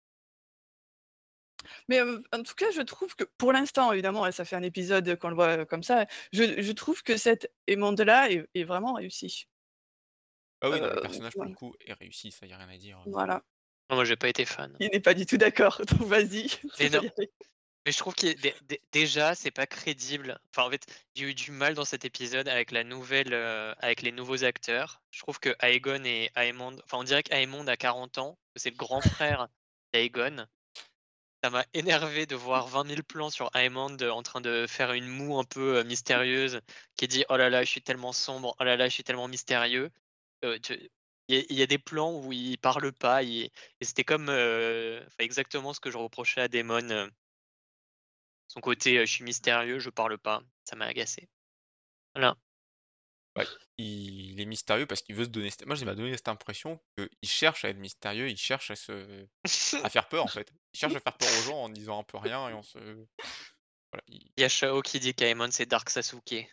S3: Mais, en tout cas, je trouve que pour l'instant, évidemment, ça fait un épisode qu'on le voit, comme ça. Je trouve que cet Aemond-là est vraiment réussi.
S1: Ah oui, non, le personnage, pour le
S3: Ouais,
S1: coup, est réussi, ça, y a rien à dire.
S3: voilà.
S2: Non, moi j'ai pas été fan.
S3: Il n'est pas du tout d'accord, donc vas-y, tu
S2: Mais
S3: peux
S2: non,
S3: y aller.
S2: mais je trouve que déjà, c'est pas crédible. Enfin, en fait, j'ai eu du mal dans cet épisode avec la nouvelle, avec les nouveaux acteurs. Je trouve que Aegon et Aemond, enfin, on dirait qu'Aemond a 40 ans, que c'est le grand frère d'Aegon. Ça m'a énervé de voir 20 000 plans sur Aemond, en train de faire une moue un peu, mystérieuse, qui dit: «Oh là là, je suis tellement sombre. Oh là là, je suis tellement mystérieux». Tu il y a des plans où il parle pas, et c'était comme, enfin, exactement ce que je reprochais à Daemon, son côté, «Je suis mystérieux, je parle pas». Ça m'a agacé. Voilà.
S1: Bah, il est mystérieux parce qu'il veut se donner cette moi, ça m'a donné cette impression qu'il cherche à être mystérieux, il cherche à faire peur, en fait. Il cherche à faire peur aux gens en disant un peu rien et voilà,
S2: Il y a Shao qui dit qu'Aemon c'est Dark Sasuke.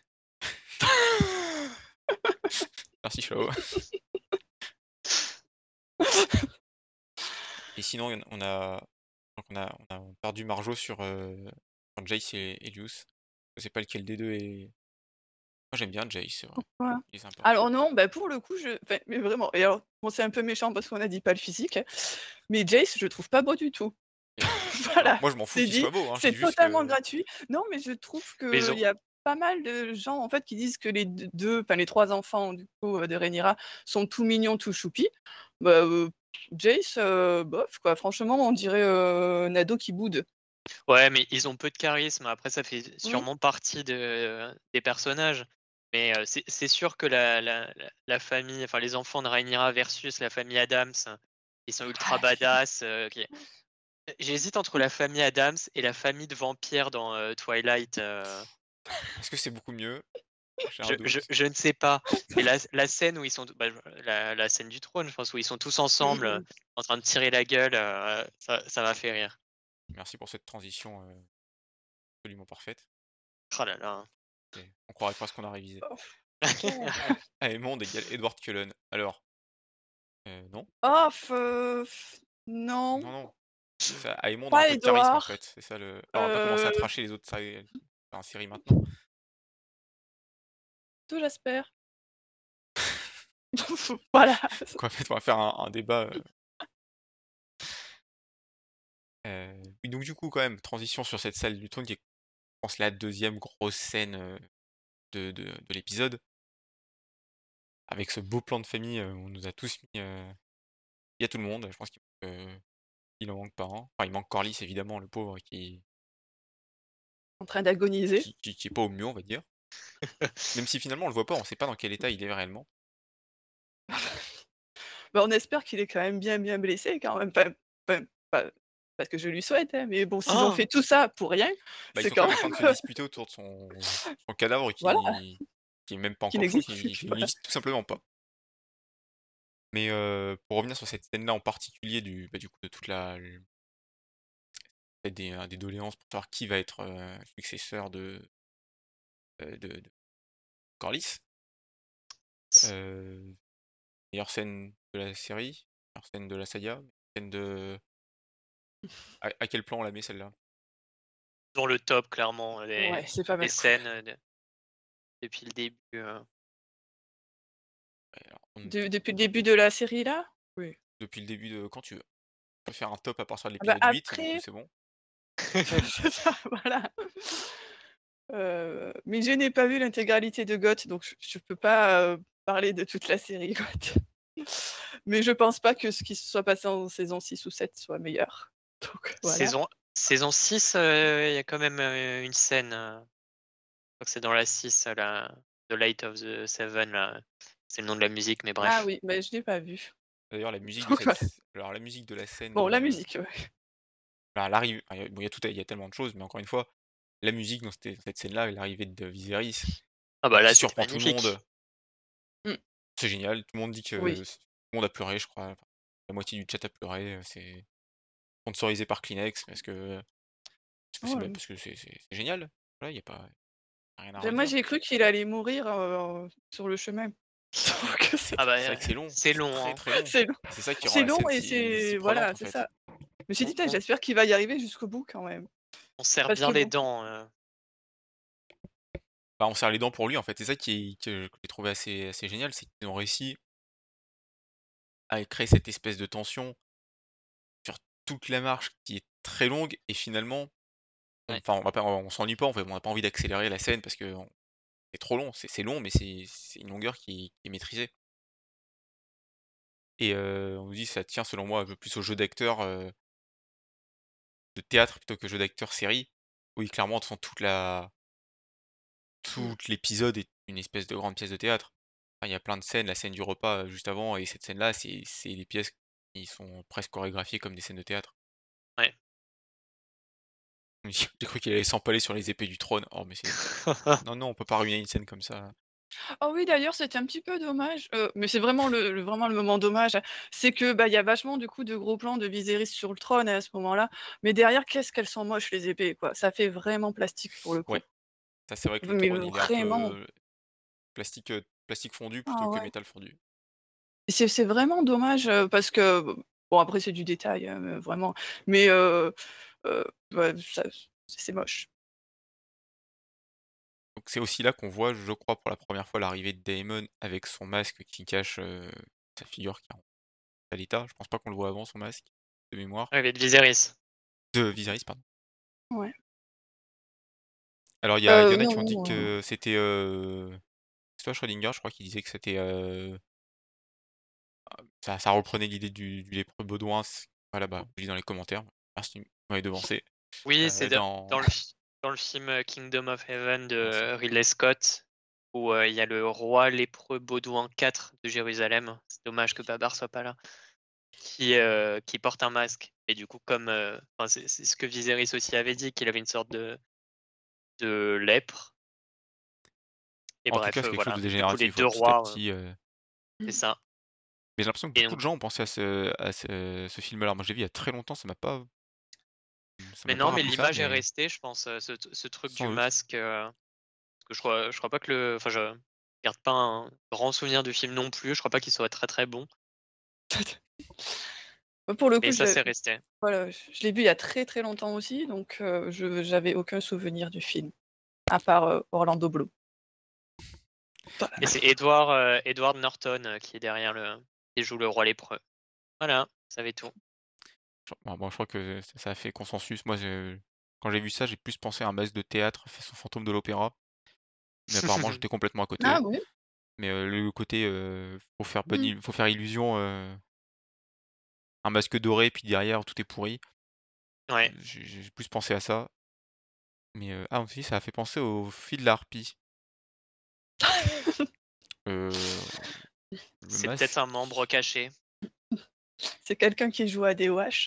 S1: merci Shao. Et sinon, on a perdu Marjo sur Jace et Luce. Je sais pas lequel des 2 est moi, j'aime bien Jace, c'est vrai.
S3: Ouais.
S1: Il est sympa.
S3: Alors non, bah, pour le coup, enfin, mais vraiment, et alors, bon, c'est un peu méchant parce qu'on a dit pas le physique, mais Jace, je le trouve pas beau du tout.
S1: Et alors
S3: Voilà,
S1: moi, je m'en fous
S3: c'est
S1: qu'il
S3: dit,
S1: soit beau, hein, je dis
S3: c'est
S1: juste
S3: totalement
S1: que
S3: gratuit. Non, mais je trouve
S2: Mais ils
S3: qu'il
S2: ont
S3: y a pas mal de gens, en fait, qui disent que les 2, enfin les 3 enfants, du coup, de Rhaenyra sont tout mignons, tout choupis. Bah, Jace, bof, quoi. Franchement, on dirait, un ado qui boude.
S2: ouais, mais ils ont peu de charisme. Après, ça fait
S3: Mmh.
S2: sûrement partie des personnages. Mais, c'est sûr que la famille, enfin les enfants de Rhaenyra versus la famille Adams, ils sont ultra
S3: Ah,
S2: badass, OK. J'hésite entre la famille Adams et la famille de vampires dans, Twilight,
S1: est-ce que c'est beaucoup mieux? J'ai un
S2: je
S1: doute.
S2: je ne sais pas. Mais la scène où ils sont, bah, la scène du trône, je pense, où ils sont tous
S3: mmh
S2: ensemble,
S3: mh.
S2: en train de tirer la gueule, ça m'a fait rire.
S1: Merci pour cette transition, absolument parfaite
S2: Oh là là.
S1: et on croirait presque qu'on a révisé.
S3: Oh.
S1: Aemond égale Edward Cullen. Alors, non,
S3: Oh non,
S1: non, non, ça Aemond a un
S3: pas
S1: peu de charisme, en
S3: Édouard,
S1: fait, c'est ça le alors on va pas commencer à
S3: heu,
S1: tracher les autres séries maintenant.
S3: plutôt Jasper. Voilà.
S1: Donc en fait, on va faire un débat, oui, donc du coup, quand même, transition sur cette salle du trône qui est, je pense, la deuxième grosse scène, de l'épisode. Avec ce beau plan de famille, où on nous a tous mis, il y a tout le monde, je pense qu'il en manque pas un. Enfin, il manque Corlys évidemment, le pauvre
S3: En train d'agoniser.
S1: qui est pas au mieux, on va dire. Même si finalement on le voit pas, on sait pas dans quel état il est réellement.
S3: Bah, on espère qu'il est quand même bien, bien blessé quand même, enfin, pas pas que je lui souhaite, hein, mais bon, s'ils ont
S2: Oh!
S3: fait tout ça pour rien,
S1: Bah, ils
S3: c'est
S1: sont quand
S3: quand
S1: même en train de se
S3: même,
S1: disputer autour de son cadavre
S3: voilà,
S1: qui est même pas
S3: qu'il
S1: encore chaud,
S3: n'existe plus,
S1: qui
S3: voilà.
S1: n'existe tout simplement pas. Mais, pour revenir sur cette scène-là en particulier du coup de toute la l des doléances pour savoir qui va être, successeur de Corlys. Heu, meilleure scène de la série, meilleure scène de la saga, scène de à quel plan on la met celle-là?
S2: Dans le top clairement,
S3: Ouais, c'est pas
S2: les
S3: mal.
S2: scènes, depuis le début,
S1: Ouais, alors on
S3: Depuis le début de la série là? Oui.
S1: depuis le début de quand tu veux. On peut faire un top à partir de
S3: Ah bah,
S1: l'épisode 8, du coup
S3: après,
S1: c'est bon.
S3: c'est ça, voilà. Mais je n'ai pas vu l'intégralité de GOT, donc je peux pas, parler de toute la série GOT. Mais je pense pas que ce qui se soit passé en saison 6 ou 7 soit meilleur. Donc voilà.
S2: Saison saison 6, il y a quand même, une scène, je crois que c'est dans la 6, la The Light of the Seven là, c'est le nom de la musique, mais
S3: Ah
S2: bref.
S3: oui, mais je l'ai pas vu.
S1: D'ailleurs, la musique de
S3: Donc
S1: cette
S3: voilà.
S1: s alors la musique de la scène
S3: Bon, la
S1: de
S3: musique, ouais.
S1: bah, l'arrivée enfin, il y a tellement de choses, mais encore une fois, la musique dans cette scène-là, l'arrivée de Viserys,
S2: Ah bah là,
S1: qui
S2: c'était
S1: surprend tout le monde,
S2: magnifique.
S3: Mmh,
S1: c'est génial. Tout le monde dit
S3: oui.
S1: que tout le monde a pleuré, je crois, enfin, la moitié du chat a pleuré, c'est sponsorisé par Kleenex
S3: Oh là.
S1: parce que c'est génial. Voilà, il y a pas rien à
S3: Ben moi,
S1: redire.
S3: j'ai cru qu'il allait mourir, sur le chemin. Donc
S2: Ah bah,
S1: C'est vrai que
S2: c'est
S1: c'est
S2: long,
S1: très,
S2: hein.
S1: très long.
S3: c'est long
S1: C'est ça qui rend
S3: c'est
S1: la
S3: long
S1: scène
S3: et
S1: si
S3: c'est
S1: prenante,
S3: voilà,
S1: en
S3: c'est
S1: fait.
S3: ça. Je me suis dit:
S2: On
S3: «Putain,
S2: on
S3: j'espère qu'il va y arriver jusqu'au bout quand même».
S2: on serre
S3: Parce
S2: bien
S3: que
S2: les
S3: bon,
S2: dents,
S1: Bah, on serre les dents pour lui, en fait. C'est ça que j'ai trouvé assez génial, c'est qu'ils ont réussi à créer cette espèce de tension sur toute la marche qui est très longue et finalement,
S2: ouais.
S1: on s'ennuie pas, en fait, on n'a pas envie d'accélérer la scène parce que c'est trop long, c'est long, mais c'est une longueur qui est maîtrisée et on nous dit: «Ça tient selon moi un peu plus au jeu d'acteur, de théâtre plutôt que jeu d'acteur série». Oui, clairement, de toute façon,
S3: mmh,
S1: tout l'épisode est une espèce de grande pièce de théâtre. Enfin, il y a plein de scènes, la scène du repas, juste avant et cette scène-là, c'est des pièces qui sont presque chorégraphiées comme des scènes de théâtre.
S2: Ouais.
S1: J'ai cru qu'il allait s'empaler sur les épées du trône. Oh mais c'est non, non, on peut pas ruiner une scène comme ça.
S3: oh oui, d'ailleurs, c'était un petit peu dommage, mais c'est vraiment vraiment le moment dommage, c'est que, bah, il y a vachement du coup de gros plans de Viserys sur le trône à ce moment-là, mais derrière, qu'est-ce qu'elles sont moches les épées, quoi. Ça fait vraiment plastique pour le coup.
S1: Ouais, ça c'est vrai que le
S3: Mais
S1: trône, il est un
S3: vraiment.
S1: peu plastique fondu
S3: Ah
S1: plutôt que
S3: ouais.
S1: métal fondu.
S3: C'est vraiment dommage, parce que bon après c'est du détail, vraiment, mais ouais, ça c'est moche.
S1: Donc c'est aussi là qu'on voit, je crois, pour la première fois l'arrivée de Daemon avec son masque qui cache, sa figure qui est en sale état. Je pense pas qu'on le voit avant son masque, de mémoire.
S2: Arrivée de Viserys.
S1: De Viserys, pardon.
S3: Ouais.
S1: Alors il y en a qui ont dit
S3: Non,
S1: que c'était, c'est toi Schrödinger, je crois, qui disait que c'était, ça reprenait l'idée du lépreux Baudouin, voilà, bah, je lis dans les commentaires. Merci, vous m'avez devancé.
S2: Oui, c'est
S1: Dans
S2: dans le film, Kingdom of Heaven
S1: merci.
S2: de Ridley Scott où, il y a le roi lépreux Baudouin IV de Jérusalem. C'est dommage que Babar soit pas là. Qui porte un masque et du coup comme, enfin c'est ce que Viserys aussi avait dit, qu'il avait une sorte de lèpre et
S1: En tout cas,
S2: bref,
S1: c'est quelque chose
S2: voilà.
S1: de
S2: Du coup les
S1: dégénératif, ouais,
S2: 2
S1: petit à
S2: rois,
S1: petit,
S2: c'est
S3: mmh.
S2: ça
S1: mais j'ai l'impression que
S2: et
S1: beaucoup
S2: donc
S1: de gens ont pensé à ce film-là. Moi, je l'ai vu il y a très longtemps, ça
S2: mais
S1: m'a pas
S2: non, mais
S1: rappelé ça,
S2: l'image est
S1: mais
S2: restée, je pense, ce truc du
S1: sans doute.
S2: masque, parce que je crois pas que le enfin je garde pas un grand souvenir du film non plus, je crois pas qu'il soit très, très bon,
S3: Bah, pour le coup,
S2: mais ça c'est resté.
S3: voilà, je l'ai vu il y a très, très longtemps aussi, donc je j'avais aucun souvenir du film, à part, Orlando Bloom. Voilà.
S2: Et c'est Edward Norton, qui est derrière qui joue le roi lépreux. Voilà, vous savez tout.
S1: Moi, je crois que ça a fait consensus. Moi, quand j'ai vu ça, j'ai plus pensé à un masque de théâtre façon Fantôme de l'opéra, mais apparemment, j'étais complètement à
S3: Ah
S1: côté.
S3: oui?
S1: Mais, le côté,
S3: Mmh.
S1: faut faire illusion, un masque doré, puis derrière tout est pourri.
S2: Ouais.
S1: J'ai plus pensé à ça. Mais, ah aussi, ça a fait penser au fil de la harpie. Heu, le
S2: C'est peut-être
S1: masque
S2: un membre caché.
S3: C'est quelqu'un qui joue à DOH.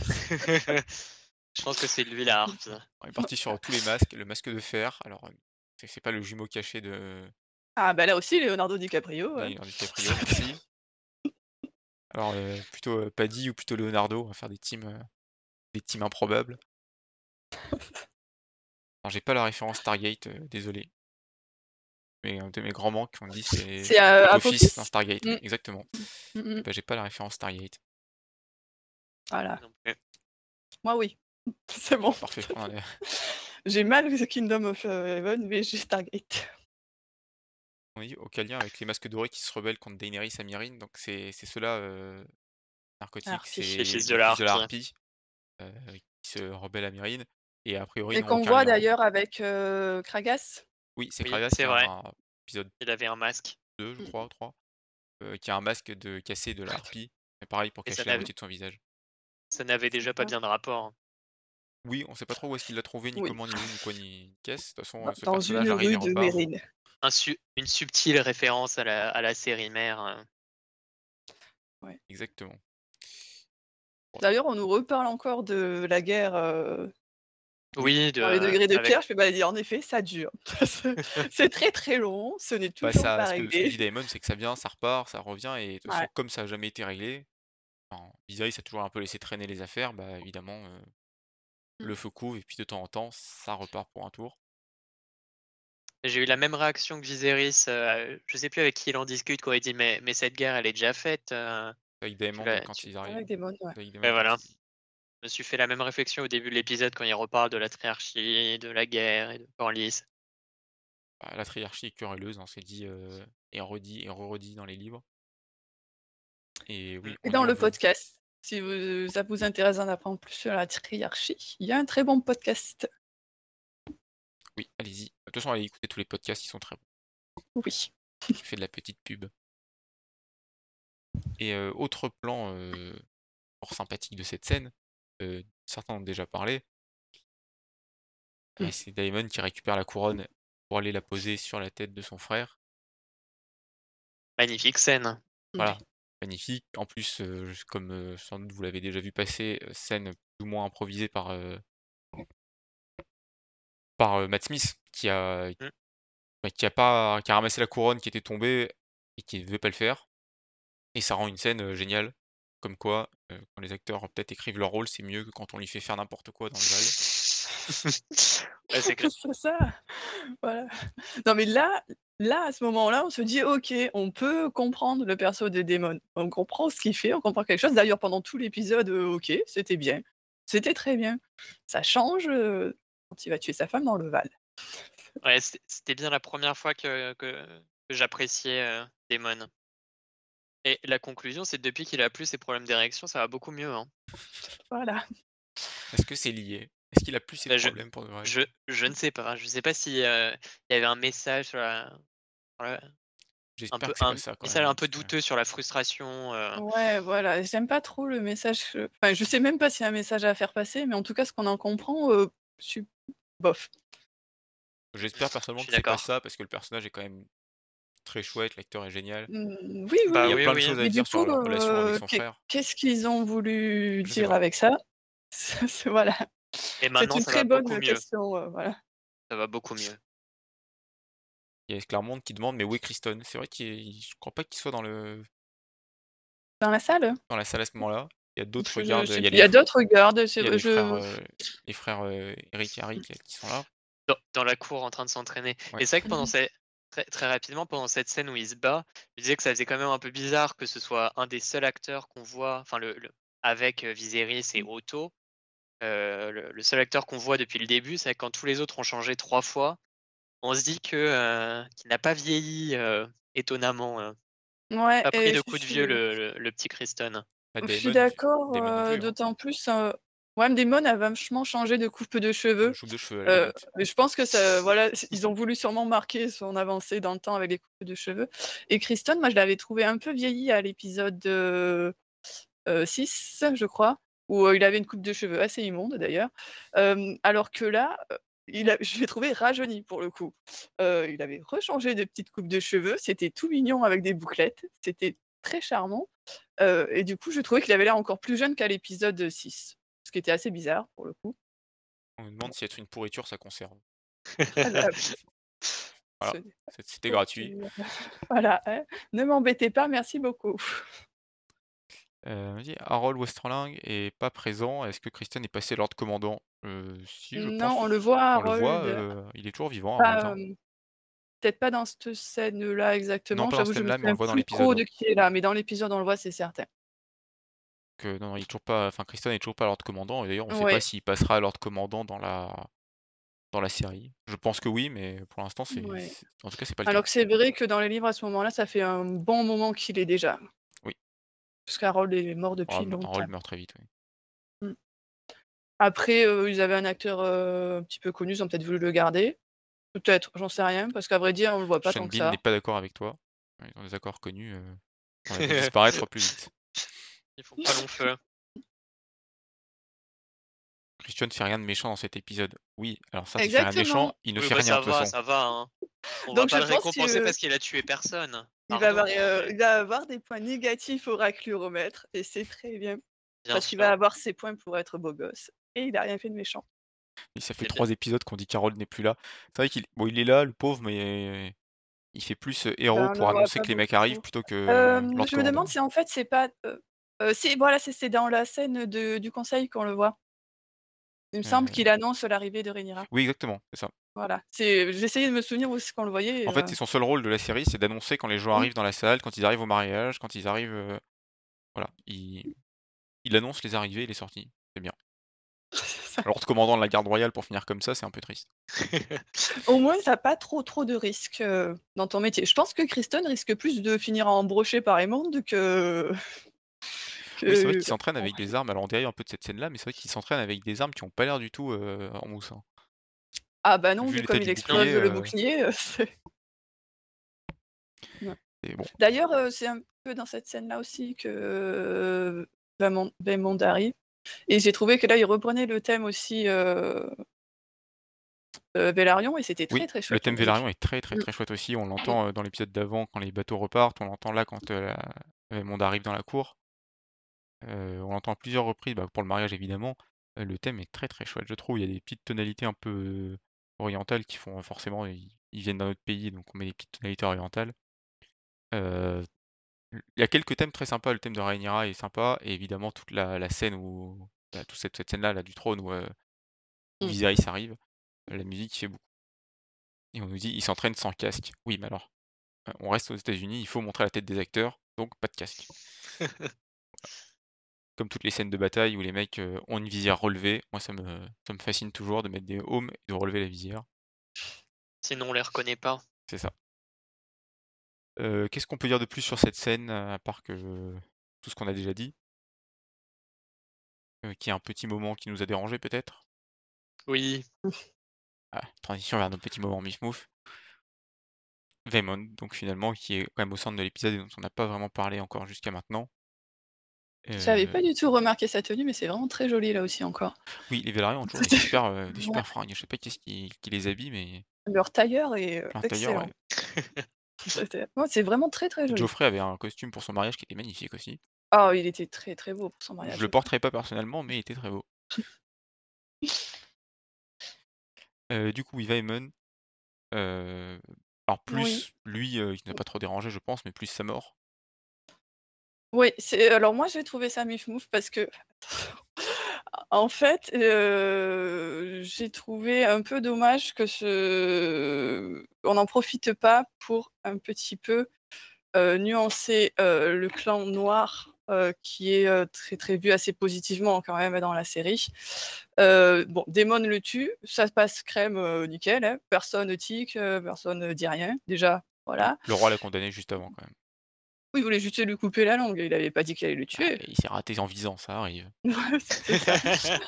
S2: Je pense que c'est lui la harpe.
S1: on est parti sur tous les masques. Le masque de fer, alors, c'est pas le jumeau caché de
S3: Ah bah là aussi Leonardo DiCaprio,
S1: Leonardo DiCaprio, merci. Alors, plutôt, Paddy ou plutôt Leonardo, on va faire des teams improbables. Alors j'ai pas la référence Stargate, désolé. Mais un de mes grands manques, on me dit c'est
S3: C'est,
S1: Apophis dans
S3: Apophis?
S1: Stargate, oui,
S3: Mmh.
S1: exactement.
S3: Mmh
S1: Et
S3: mh.
S1: bah, j'ai pas la référence Stargate.
S3: Voilà.
S2: Non plus.
S3: Moi oui, c'est bon.
S1: Parfait, on en est
S3: J'ai mal The Kingdom of Heaven, mais j'ai Stargate.
S1: on dit aucun lien avec les masques dorés qui se rebellent contre Daenerys et Myrrine, donc c'est ceux-là, narcotiques,
S3: Harpie.
S2: Les
S1: c'est
S2: fils de
S1: les
S2: la
S1: fils de la
S2: harpie.
S1: harpie, heu, qui se rebellent à Myrrine et a priori
S3: Et
S1: n'ont
S3: qu'on
S1: aucun
S3: voit
S1: lien.
S3: d'ailleurs avec, Kragas.
S1: Oui, c'est
S2: Oui,
S1: Kragas
S2: c'est vrai,
S1: dans épisode
S2: il avait un masque.
S1: 2, je crois, 3. qui a un masque de cassé de la harpie, et pareil pour
S2: Et
S1: cacher la moitié de son visage.
S2: ça n'avait
S3: C'est
S2: déjà pas
S3: ça.
S2: bien de rapport, hein.
S1: Oui, on sait pas trop où est-ce qu'il l'a trouvé, ni
S3: Oui,
S1: comment, ni où, ni quoi, ni qu'est-ce. De toute façon, ce
S3: dans une
S1: personnage arrive et
S3: rue de
S1: repart.
S3: Mérine.
S2: Une subtile référence à la série mère.
S3: Ouais.
S1: Exactement. Voilà.
S3: D'ailleurs, on nous reparle encore de la guerre,
S1: Oui,
S2: Oui,
S3: dans les degrés de
S2: avec
S3: pierre. Je fais: «Bah, dis en effet, ça dure». C'est très, très long, ce n'est
S1: bah,
S3: toujours
S1: ça
S3: pas
S1: ce que
S3: réglé.
S1: dit Daemon, c'est que ça vient, ça repart, ça revient et de toute
S3: Ouais.
S1: façon, comme ça a jamais été réglé, enfin, Viserys a toujours un peu laissé traîner les affaires, bah, évidemment,
S3: Mmh.
S1: le feu couvre et puis de temps en temps, ça repart pour un tour.
S2: j'ai eu la même réaction que Viserys, je sais plus avec qui il en discute, quoi. Il dit: «Mais cette guerre, elle est déjà faite,
S1: Avec
S2: tu
S1: Daemon,
S2: l'as
S1: quand
S2: tu»
S1: ils
S3: Avec
S1: arrivent.
S3: des mônes, ouais.
S1: Avec Daemon
S2: ouais,
S1: quand
S2: voilà.
S1: il
S2: Je me suis fait la même réflexion au début de l'épisode quand il reparle de la triarchie, de la guerre et de Corlys.
S1: bah, la triarchie est querelleuse, hein, c'est dit, et redit et re-redit dans les livres et
S2: Mmh.
S1: oui,
S3: Et
S1: on y
S3: dans
S1: en
S3: le
S1: veut.
S3: podcast, si ça vous intéresse d'en apprendre plus sur la triarchie, il y a un très bon podcast.
S1: Oui, allez-y. De toute façon, allez écouter tous les podcasts, ils sont très bons.
S3: Oui.
S1: Je fais de la petite pub et autre plan, fort sympathique de cette scène, certains en ont déjà parlé,
S3: Mmh.
S1: c'est Daemon qui récupère la couronne pour aller la poser sur la tête de son frère.
S2: Magnifique scène.
S1: Voilà,
S3: Oui.
S1: magnifique. En plus, comme, sans doute vous l'avez déjà vu passer, scène plus ou moins improvisée par Matt Smith
S2: Mmh.
S1: qui a ramassé la couronne qui était tombée et qui ne devait pas le faire et ça rend une scène, géniale. Comme quoi, quand les acteurs peut-être écrivent leur rôle, c'est mieux que quand on lui fait faire n'importe quoi dans le Val.
S2: Ouais, c'est clair.
S3: C'est ça, voilà. Non mais là, à ce moment-là, on se dit: «OK, on peut comprendre le perso de Daemon. On comprend ce qu'il fait, on comprend quelque chose». D'ailleurs, pendant tout l'épisode, OK, c'était bien. C'était très bien. Ça change, quand il va tuer sa femme dans le Val.
S2: Ouais, c'était bien la première fois que j'appréciais, Daemon. Et la conclusion, c'est depuis qu'il a plus ses problèmes d'érection, ça va beaucoup mieux, hein.
S3: Voilà.
S1: Est-ce que c'est lié? Est-ce qu'il a plus ces
S2: Bah,
S1: problèmes pour de vrai?
S2: je ne sais pas. Je sais pas si, il y avait un message sur la
S1: J'espère que c'est
S2: un
S1: pas ça quand
S2: message
S1: même, hein,
S2: un peu
S1: parce que
S2: douteux sur la frustration,
S3: Ouais, voilà, j'aime pas trop le message, enfin, je sais même pas s'il y a un message à faire passer, mais en tout cas, ce qu'on en comprend, je suis bof.
S1: j'espère
S2: je
S1: personnellement
S2: suis
S1: que c'est pas
S2: d'accord.
S1: ça, parce que le personnage est quand même très chouette, l'acteur est génial
S3: Oui,
S1: et il
S2: Bah,
S1: y a
S3: oui,
S2: oui,
S1: plein de
S2: oui.
S1: choses à
S3: mais du
S1: dire sur
S3: coup,
S1: leur relation avec son frère.
S3: qu'est-ce qu'ils ont voulu
S1: Je sais
S3: dire
S1: pas.
S3: avec ça? C'est voilà,
S2: Et
S3: c'est
S2: maintenant,
S3: une
S2: ça va
S3: très
S2: beaucoup
S3: bonne
S2: mieux.
S3: question, voilà.
S2: Ça va beaucoup mieux.
S1: Il y a Claremont qui demande: «Mais où est Criston?» C'est vrai je crois pas qu'il soit
S3: Dans la salle?
S1: dans la salle à ce moment-là. Il y a d'autres
S3: Je
S1: gardes,
S3: sais plus, il y a d'autres gardes, c'est
S1: il y a
S3: vrai, je
S1: les frères, Eric et Harry qui sont là.
S2: Dans la cour en train de s'entraîner.
S1: Ouais.
S2: Et c'est vrai que très très rapidement, pendant cette scène où il se bat, je disais que ça faisait quand même un peu bizarre que ce soit un des seuls acteurs qu'on voit, enfin le avec, Viserys et Otto, le seul acteur qu'on voit depuis le début. C'est vrai que quand tous les autres ont changé 3 fois, on se dit que, qu'il n'a pas vieilli, étonnamment,
S3: ouais
S2: pas pris
S3: et
S2: de coups de vieux le petit Criston.
S1: Bah,
S3: je suis
S1: Daemon
S3: d'accord,
S1: Daemon non plus, hein.
S3: d'autant plus, ouais, Daemon a vachement changé de coupe de cheveux,
S1: Choupe de cheveux à la limite.
S3: mais je pense que ça voilà, ils ont voulu sûrement marquer son avancée dans le temps avec les coupes de cheveux et Criston, moi, je l'avais trouvé un peu vieilli à l'épisode, 6, je crois, où, il avait une coupe de cheveux assez immonde d'ailleurs, alors que là, je l'ai trouvé rajeuni pour le coup. Il avait rechangé de petite coupe de cheveux, c'était tout mignon avec des bouclettes, c'était très charmant, et du coup, je trouvais qu'il avait l'air encore plus jeune qu'à l'épisode 6, ce qui était assez bizarre pour le coup.
S1: On me demande si être une pourriture, ça conserve.
S3: Voilà,
S1: Voilà,
S3: ce
S1: c'était gratuit.
S3: voilà, hein, ne m'embêtez pas, merci beaucoup.
S1: On me dit: «Harold Westerling est pas présent, est-ce que Kristen est passé l'ordre commandant?» Si je
S3: Non, on le
S1: pense
S3: voit
S1: on le voit,
S3: Harold,
S1: il est toujours vivant Harold,
S3: pas,
S1: hein.
S3: peut-être pas dans cette scène-là
S1: Non
S3: exactement,
S1: pas dans
S3: j'avoue,
S1: ce
S3: je me
S1: thème-là, mais on
S3: souviens
S1: le voit dans
S3: plus
S1: l'épisode,
S3: trop
S1: hein.
S3: de qui est là, mais dans l'épisode, on le voit, c'est certain.
S1: Que non, non, il est toujours pas enfin Kristen est toujours pas l'ordre commandant et d'ailleurs on sait pas
S3: Ouais,
S1: s'il passera à l'ordre commandant dans la série. Je pense que oui, mais pour l'instant
S3: ouais.
S1: en tout cas c'est pas le cas.
S3: Alors que c'est vrai que dans les livres, à ce moment-là, ça fait un bon moment qu'il est déjà.
S1: Oui,
S3: Parce qu'Harold est mort depuis
S1: Harold
S3: longtemps.
S1: meurt très vite, oui.
S3: Mmh. Après, ils avaient un acteur, un petit peu connu, ils ont peut-être voulu le garder. Peut-être, j'en sais rien, parce qu'à vrai dire, on le voit pas
S1: Sean
S3: tant que
S1: Bean n'est
S3: ça.
S1: pas d'accord avec toi. Ils ont des accords connus, On a dû disparaître plus vite.
S2: Ils font pas long feu.
S1: Christian ne fait rien de méchant dans cet épisode. Oui, alors ça, il fait rien de méchant,
S3: Exactement.
S1: il ne
S2: Oui,
S1: fait
S2: bah
S1: rien de toute façon.
S2: ça va, hein. On va
S3: Donc
S2: pas
S3: je
S2: le
S3: pense
S2: récompenser
S3: que
S2: parce qu'il a tué personne.
S3: il va
S2: Pardon,
S3: avoir, il va avoir des points négatifs au racluromètre et c'est très bien.
S2: bien
S3: Parce qu'il va
S2: sûr,
S3: avoir ses points pour être beau gosse et il a rien fait de méchant.
S1: Et ça fait
S2: c'est bien.
S1: 3 épisodes qu'on dit Carole n'est plus là. C'est vrai il est là, le pauvre, mais il fait plus, héros
S3: Ben, on le
S1: pour
S3: voit
S1: annoncer
S3: pas
S1: que les mecs arrivent
S3: beaucoup.
S1: plutôt que Lord
S3: Je me demande
S1: Commandant.
S3: si en fait c'est pas, si voilà, c'est dans la scène du conseil qu'on le voit. Il me semble
S1: Heu,
S3: qu'il annonce l'arrivée de Rhaenyra.
S1: oui, exactement, c'est ça.
S3: Voilà, j'essayais de me souvenir où est-ce qu'on le voyait et
S1: En fait, c'est son seul rôle de la série, c'est d'annoncer quand les gens
S3: mmh,
S1: arrivent dans la salle, quand ils arrivent au mariage, quand ils arrivent, voilà, il annonce les arrivées et les sorties, c'est bien.
S3: c'est ça.
S1: Lord Commandant de la garde royale pour finir comme ça, c'est un peu triste.
S3: Au moins tu as pas trop de risques, dans ton métier. Je pense que Kristen risque plus de finir embrochée par Aemond que
S1: Oui, c'est vrai
S3: que
S1: qu'il s'entraîne avec des armes, alors on dérive un peu de cette scène-là, mais c'est vrai qu'il s'entraîne avec des armes qui ont pas l'air du tout, en mousse, hein.
S3: ah bah non,
S1: Vu
S3: vu
S1: l'état
S3: comme
S1: du
S3: il
S2: Non,
S1: bouclier,
S3: explose le bouclier, c'est ouais.
S1: c'est bon.
S3: D'ailleurs, c'est un peu dans cette scène-là aussi que, Daemon arrive et j'ai trouvé que là, il reprenait le thème aussi, Velaryon et c'était
S1: Oui,
S3: très
S1: le
S3: chouette la
S1: thème Velaryon
S3: musique.
S1: est très, très,
S3: Mmh.
S1: très chouette aussi. On l'entend, dans l'épisode d'avant quand les bateaux repartent, on l'entend là quand, Raymond arrive dans la cour. On l'entend à plusieurs reprises, bah, pour le mariage évidemment. Le thème est très, très chouette, je trouve. Il y a des petites tonalités un peu, orientales qui font forcément ils viennent d'un autre pays, donc on met des petites tonalités orientales. Heu, il y a quelques thèmes très sympas, le thème de Rhaenyra est sympa et évidemment toute la scène où, bah, toute cette scène-là, là, du trône où
S3: Mmh.
S1: Viserys arrive, la musique fait beaucoup et on nous dit: «Il s'entraîne sans casque». Oui, mais alors on reste aux États-Unis, il faut montrer la tête des acteurs, donc pas de casque. Comme toutes les scènes de bataille où les mecs, ont une visière relevée, moi ça me fascine toujours de mettre des aumes et de relever la visière,
S2: sinon on les reconnaît pas.
S1: c'est ça. Qu'est-ce qu'on peut dire de plus sur cette scène, à part que tout ce qu'on a déjà dit? Qu'il y a un petit moment qui nous a dérangés peut-être?
S2: Oui,
S1: Ah, transition vers nos petits moments Mif Mouf. Vaemond, donc finalement, qui est quand même au centre de l'épisode et dont on n'a pas vraiment parlé encore jusqu'à maintenant.
S3: J'avais pas
S1: Heu,
S3: du tout remarqué sa tenue, mais c'est vraiment très joli là aussi encore.
S1: oui, les Velaryons ont toujours des
S3: Ouais,
S1: super fringues. Je sais pas qu'est-ce qui les habille, mais
S3: leur tailleur est,
S1: plein de tailleurs, ouais.
S3: excellent. Ouais, c'est vraiment très joli.
S1: Geoffrey avait un costume pour son mariage qui était magnifique aussi.
S3: Ah, il était très beau pour son
S1: Je
S3: mariage,
S1: le
S3: Geoffrey.
S1: porterai pas personnellement, mais il était très beau. Du coup, oui, Vaemond, heu, alors
S3: Oui.
S1: plus lui, il nous a pas trop dérangé, je pense, mais plus sa mort.
S3: Oui, alors moi j'ai trouvé ça mif-mouf parce que en fait, j'ai trouvé un peu dommage que on n'en profite pas pour un petit peu, nuancer, le clan noir, qui est, très vu assez positivement quand même dans la série. Bon, Daemon le tue, ça passe crème, nickel, hein, personne tique, personne, dit rien. Déjà,
S1: Oui,
S3: voilà.
S1: le roi l'a condamné juste avant quand même.
S3: Oui, il voulait juste lui couper la langue, il avait pas dit qu'il allait le
S1: Bah,
S3: tuer.
S1: il s'est raté en visant, ça arrive.
S3: C'est ça.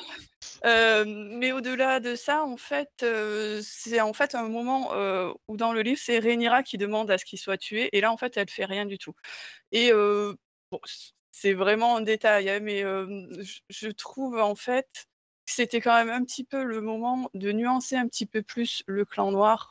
S3: Mais au-delà de ça, en fait, c'est en fait un moment, où dans le livre, c'est Rhaenyra qui demande à ce qu'il soit tué et là, en fait, elle fait rien du tout et bon, c'est vraiment un détail, hein, mais je trouve, en fait, que c'était quand même un petit peu le moment de nuancer un petit peu plus le clan noir,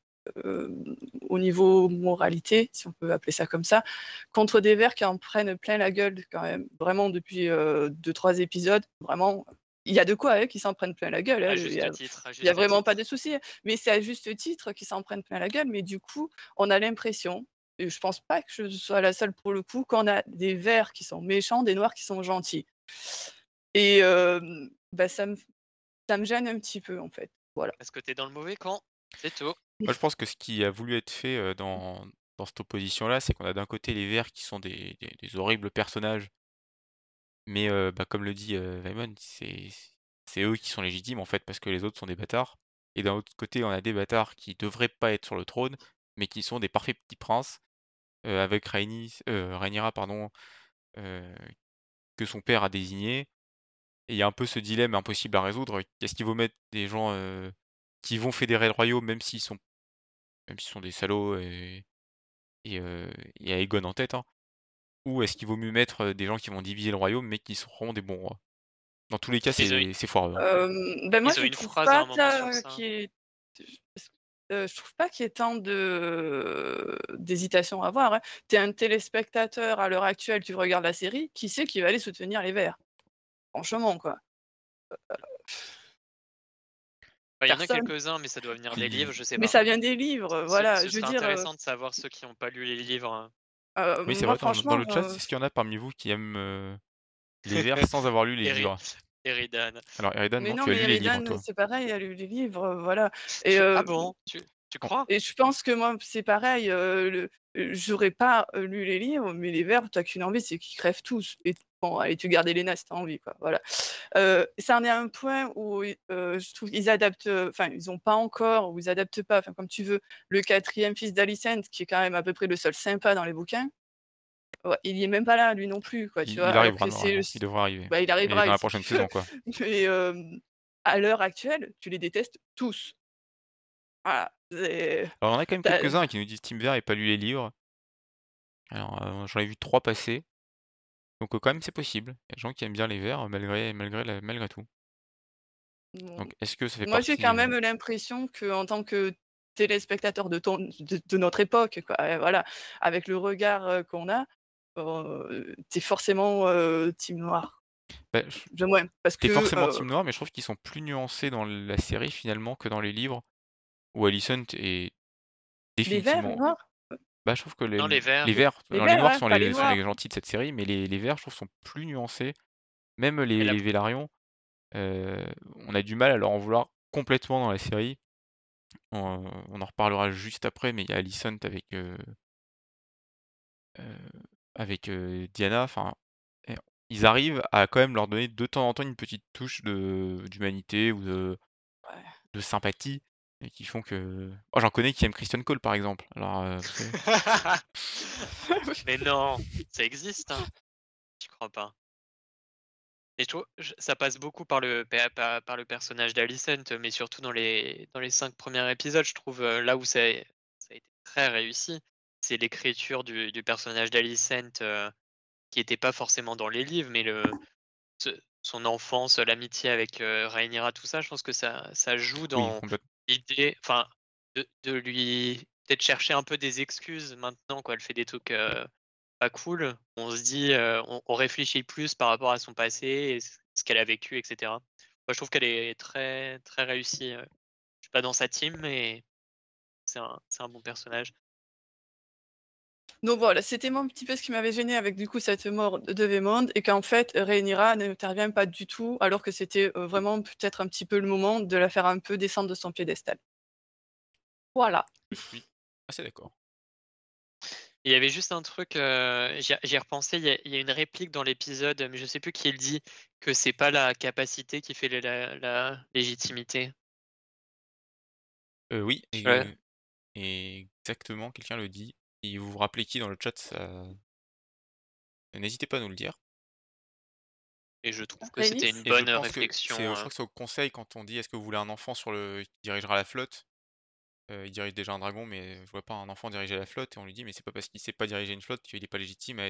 S3: au niveau moralité, si on peut appeler ça comme ça, contre des Verts qui en prennent plein la gueule quand même, vraiment depuis, 2-3 épisodes, vraiment, il y a de quoi, hein, qu'ils s'en prennent plein la gueule, hein,
S2: à juste titre, à
S3: il y a
S2: juste
S3: vraiment pas
S2: titre.
S3: de souci, hein. Mais c'est à juste titre qu'ils s'en prennent plein la gueule, mais du coup, on a l'impression et je pense pas que je sois la seule pour le coup, qu'on a des Verts qui sont méchants, des Noirs qui sont gentils et bah, ça me gêne un petit peu, en fait, voilà.
S2: Parce que tu es dans le mauvais camp, c'est tout.
S1: Moi, je pense que ce qui a voulu être fait, dans cette opposition-là, c'est qu'on a d'un côté les Verts qui sont des horribles personnages, mais bah, comme le dit, Vaemond, c'est eux qui sont légitimes, en fait, parce que les autres sont des bâtards et d'un autre côté, on a des bâtards qui devraient pas être sur le trône, mais qui sont des parfaits petits princes, avec Rhaenyra, pardon, heu, que son père a désigné et il y a un peu ce dilemme impossible à résoudre. Est-ce qu'il vaut mettre des gens, qui vont fédérer le royaume même s'ils sont des salauds et il y a Aegon en tête, hein. ou est-ce qu'il vaut mieux mettre des gens qui vont diviser le royaume, mais qui seront des bons rois? Dans tous les cas,
S2: Ils ont
S1: c'est foireux.
S3: Ben moi
S2: ils ont
S3: je
S2: une
S3: trouve
S2: phrase à
S3: pas
S2: un moment sur ça.
S3: qu'il y ait je trouve pas qu'il y ait tant d'hésitation à avoir, hein. Tu es un téléspectateur à l'heure actuelle, tu regardes la série, qui c'est qui va aller soutenir les Verts? Franchement quoi,
S2: Il y en a
S3: personne.
S2: quelques-uns, mais ça doit venir des
S1: Puis
S2: livres, je sais
S3: Mais
S2: pas.
S3: ça vient des livres, voilà.
S2: Ce
S3: Je veux
S2: serait
S3: dire,
S2: intéressant de savoir ceux qui n'ont pas lu les livres, hein.
S1: oui, c'est
S3: moi
S1: vrai, dans
S3: franchement,
S1: le chat, est-ce qu'il y en a parmi vous qui aiment, les Verts sans avoir lu les
S2: Eri
S1: livres?
S2: Eridan.
S1: Alors Eridan,
S3: mais
S1: non,
S3: non,
S1: tu as
S3: mais
S1: lu les livres,
S3: Eridan,
S1: toi?
S3: c'est pareil, elle a lu les livres, voilà et
S2: Ah bon? Tu
S1: Bon,
S2: crois?
S3: et je pense que moi, c'est pareil, j'aurais pas, lu les livres, mais les Verts, tu qu'une envie, c'est qu'ils crèvent tous et bon, allez, tu gardes Elena si tu envie, quoi, voilà. Ça en est à un point où je trouve qu'ils adaptent, enfin, ils ont pas encore ou ils adaptent pas, enfin, comme tu veux, le quatrième fils d'Alicent, qui est quand même à peu près le seul sympa dans les bouquins. Ouais, il y est même pas là, lui non plus, quoi, tu vois?
S1: il
S3: Alors
S1: arrivera
S3: que c'est le
S1: normalement, il devrait arriver.
S3: bah, il
S1: Mais
S3: arrivera,
S1: dans
S3: il
S1: la
S3: si
S1: prochaine
S3: tu veux,
S1: saison, quoi.
S3: mais à l'heure actuelle, tu les détestes tous. Voilà, c'est
S1: Alors, on a quand même
S3: tu
S1: quelques-uns qui nous disent Team Vert et pas lu les livres. Alors, j'en ai vu 3 passer, donc quand même c'est possible. Il y a des gens qui aiment bien les Verts malgré tout.
S3: bon,
S1: Donc est-ce que ça fait
S3: moi, j'ai
S1: partie,
S3: quand même l'impression qu'en tant que téléspectateur de notre époque, quoi, voilà, avec le regard, qu'on a, tu es forcément, team noir.
S1: bah,
S3: De moi, parce
S1: tu
S3: que,
S1: forcément Team Noir, mais je trouve qu'ils sont plus nuancés dans la série finalement que dans les livres, où Alicent est
S3: les verts, les
S1: définitivement
S3: noirs?
S1: bah, je trouve que
S2: Non, les
S1: les
S2: Verts.
S1: Verts
S3: Les
S1: alors les
S3: verts,
S1: Noirs
S3: hein, pas les
S1: sont les
S3: noirs.
S1: gentils de cette série, mais les Verts, je trouve, sont plus nuancés. Même
S2: Et la
S1: les Vélarions, on a du mal à leur en vouloir complètement dans la série. On en reparlera juste après, mais il y a Alicent Diana, enfin, et ils arrivent à quand même leur donner de temps en temps une petite touche d'humanité ou
S3: Ouais.
S1: de sympathie et qui font que oh, j'en connais qui aiment Christian Cole, par exemple. Alors, vous savez
S2: Mais non, ça existe, hein? Tu crois pas? Et je trouve ça passe beaucoup par par le personnage d'Alicent, mais surtout dans les 5 premiers épisodes, je trouve, là où ça a été très réussi, c'est l'écriture du personnage d'Alicent, qui était pas forcément dans les livres, mais ce son enfance, l'amitié avec, Rhaenyra, tout ça, je pense que ça joue
S1: oui,
S2: dans
S1: complètement.
S2: l'idée enfin, de lui peut-être chercher un peu des excuses maintenant quand elle fait des trucs, pas cool. On se dit, on réfléchit plus par rapport à son passé et ce qu'elle a vécu et cetera. Moi, je trouve qu'elle est très, très réussie, je suis pas dans sa team, mais c'est un bon personnage.
S3: Donc voilà, c'était moi un petit peu ce qui m'avait gêné avec du coup cette mort de Vémond et qu'en fait Rhaenyra n'intervient pas du tout alors que c'était, vraiment peut-être un petit peu le moment de la faire un peu descendre de son piédestal. Voilà.
S1: Je suis assez d'accord.
S2: Il y avait juste un truc, j'y ai repensé, il y a une réplique dans l'épisode, mais je sais plus qui le dit, que c'est pas la capacité qui fait la légitimité.
S1: Oui,
S2: Ouais.
S1: et exactement, quelqu'un le dit. Si vous vous rappelez qui dans le chat, ça n'hésitez pas à nous le dire.
S2: Et je trouve que c'était une
S3: Rhaenys?
S1: Et je
S2: bonne
S1: pense que
S2: réflexion,
S1: je crois que c'est au conseil quand on dit: «Est-ce que vous voulez un enfant qui dirigera la flotte?» Il dirige déjà un dragon, mais je vois pas un enfant diriger la flotte et on lui dit: «Mais c'est pas parce qu'il sait pas diriger une flotte qu'il est pas légitime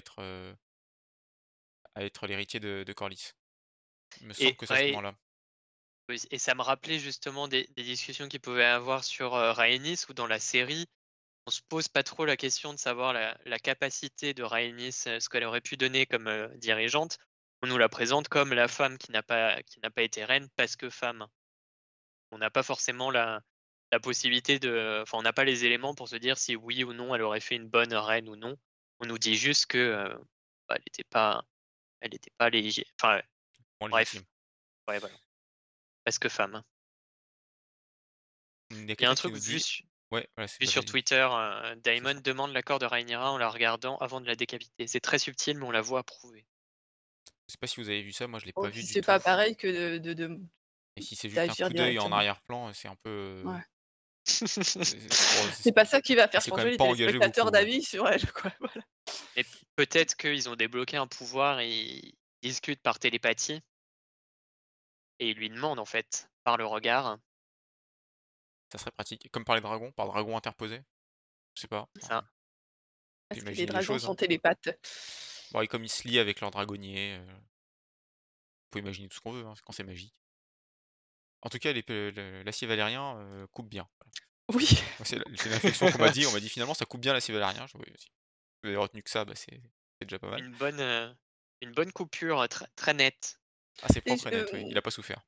S1: à être l'héritier de Corlys». Il me semble
S2: et
S1: que c'est à ce
S2: ouais.
S1: moment-là.
S2: Oui, et ça me rappelait justement des discussions qu'il pouvait avoir sur, Rhaenys où dans la série, on se pose pas trop la question de savoir la capacité de Rhaenys, ce qu'elle aurait pu donner comme, dirigeante. On nous la présente comme la femme qui n'a pas été reine parce que femme. On n'a pas forcément la possibilité de enfin, on n'a pas les éléments pour se dire si oui ou non elle aurait fait une bonne reine ou non. On nous dit juste que, bah, elle était pas légi enfin,
S1: Moins
S2: bref,
S1: légitime.
S2: ouais, voilà, parce que femme.
S1: Il y a
S2: Il y a un
S1: quelqu'un qui
S2: truc
S1: nous dit ouais, voilà, c'est
S2: vu
S1: bah,
S2: sur
S1: vas-y,
S2: Twitter,
S1: c'est
S2: Daemon
S1: ça.
S2: demande l'accord de Rhaenyra en la regardant avant de la décapiter. C'est très subtil, mais on la voit approuver.
S1: Je sais pas si vous avez vu ça, moi je l'ai
S3: Oh,
S1: pas vu
S3: puis
S1: du
S3: c'est
S1: tout
S3: pas pareil que de
S1: et si c'est juste un
S3: d'agir
S1: coup d'œil en
S3: directement.
S1: arrière-plan, c'est un peu,
S3: Ouais.
S1: bon,
S3: C'est pas ça qui va faire
S1: c'est quand
S3: changer
S1: même
S3: les
S1: pas engagé
S3: téléspectateurs
S1: beaucoup.
S3: d'avis sur elle, quoi, voilà.
S2: Mais peut-être qu'ils ont débloqué un pouvoir et ils discutent par télépathie et ils lui demandent en fait, par le regard,
S1: Ça serait pratique. Comme par dragon interposé. Je sais pas,
S2: c'est
S1: enfin,
S2: ça.
S3: Parce que les
S1: j'imagine les
S3: dragons
S1: choses,
S3: sont
S1: hein.
S3: télépathes.
S1: Bon, et comme il se lie avec leur dragonnier, on peut imaginer tout ce qu'on veut, hein, quand c'est magique. En tout cas, l'acier valérien, coupe bien. Voilà.
S3: Oui.
S1: Moi, c'est l'inflexion qu'on m'a dit. On m'a dit: «Finalement, ça coupe bien l'acier valérien». Je fais: «Oui, si vous avez retenu que ça, bah, c'est déjà pas mal».
S2: Une bonne, heu, une bonne coupure, très très nette.
S1: Ah, c'est
S3: Et
S1: propre et net, oui, il a pas souffert.